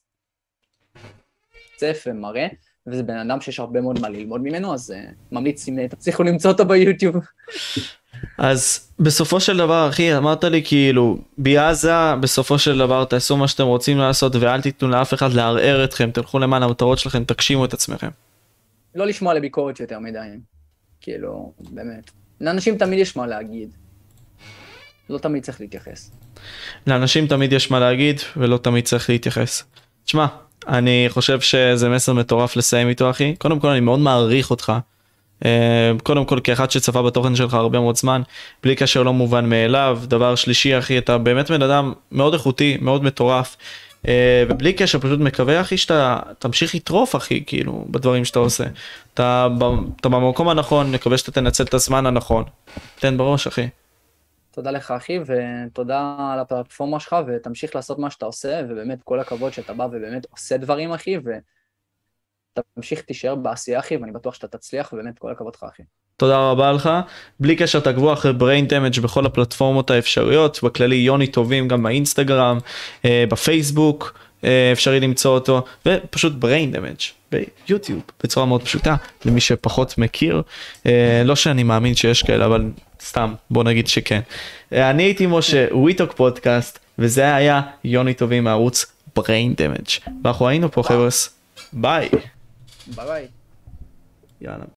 S1: ומראה, וזה בן אדם שיש הרבה מאוד מה ללמוד ממנו, אז ממליץ אם תצליחו למצוא אותו ביוטיוב.
S2: אז בסופו של דבר, אחי, אמרת לי כאילו, ביאזה, בסופו של דבר תעשו מה שאתם רוצים לעשות, ואל תיתנו לאף אחד לערער אתכם, תלכו למען המטרות שלכם, תגשימו את עצמכם.
S1: לא לשמוע לביקורת יותר מדי, כאילו, באמת. לאנשים תמיד יש מה להגיד, לא תמיד צריך להתייחס.
S2: לאנשים תמיד יש מה להגיד, ולא תמיד צריך להתייחס. תשמע, אני חושב שזה מסר מטורף לסיים איתו, אחי. קודם כל, אני מאוד מעריך אותך. קודם כל, כאחד שצפה בתוכן שלך הרבה מאוד זמן, בלי קשר לא מובן מאליו. דבר שלישי, אחי, אתה באמת בן אדם מאוד איכותי, מאוד מטורף. ובלי קשר, פשוט מקווה, אחי, שאתה תמשיך לטרוף, אחי, כאילו, בדברים שאתה עושה. אתה במקום הנכון, מקווה שאתה תנצל את הזמן הנכון. תן בראש, אחי. תודה לך, אחי, ותודה על הפלטפורמה שלך, ותמשיך לעשות מה שאתה עושה, ובאמת כל הכבוד שאתה בא ובאמת עושה דברים, אחי, ותמשיך תישאר בעשייה, אחי, ואני בטוח שאתה תצליח, ובאמת כל הכבוד לך, אחי. תודה רבה לך. בלי קשר תעקבו אחרי Brain Damage בכל הפלטפורמות האפשריות, בכללי יוני טובים גם באינסטגרם, בפייסבוק, אפשרי למצוא אותו, ופשוט Brain Damage ביוטיוב, בצורה מאוד פשוטה, למי שפחות מכיר. לא שאני מאמין שיש כאלה, אבל סתם, בוא נגיד שכן. אני הייתי משה, וויטוק פודקאסט, וזה היה יוני טובים מערוץ Brain Damage. ואנחנו היינו פה, חבר'ס. ביי. ביי. יאללה.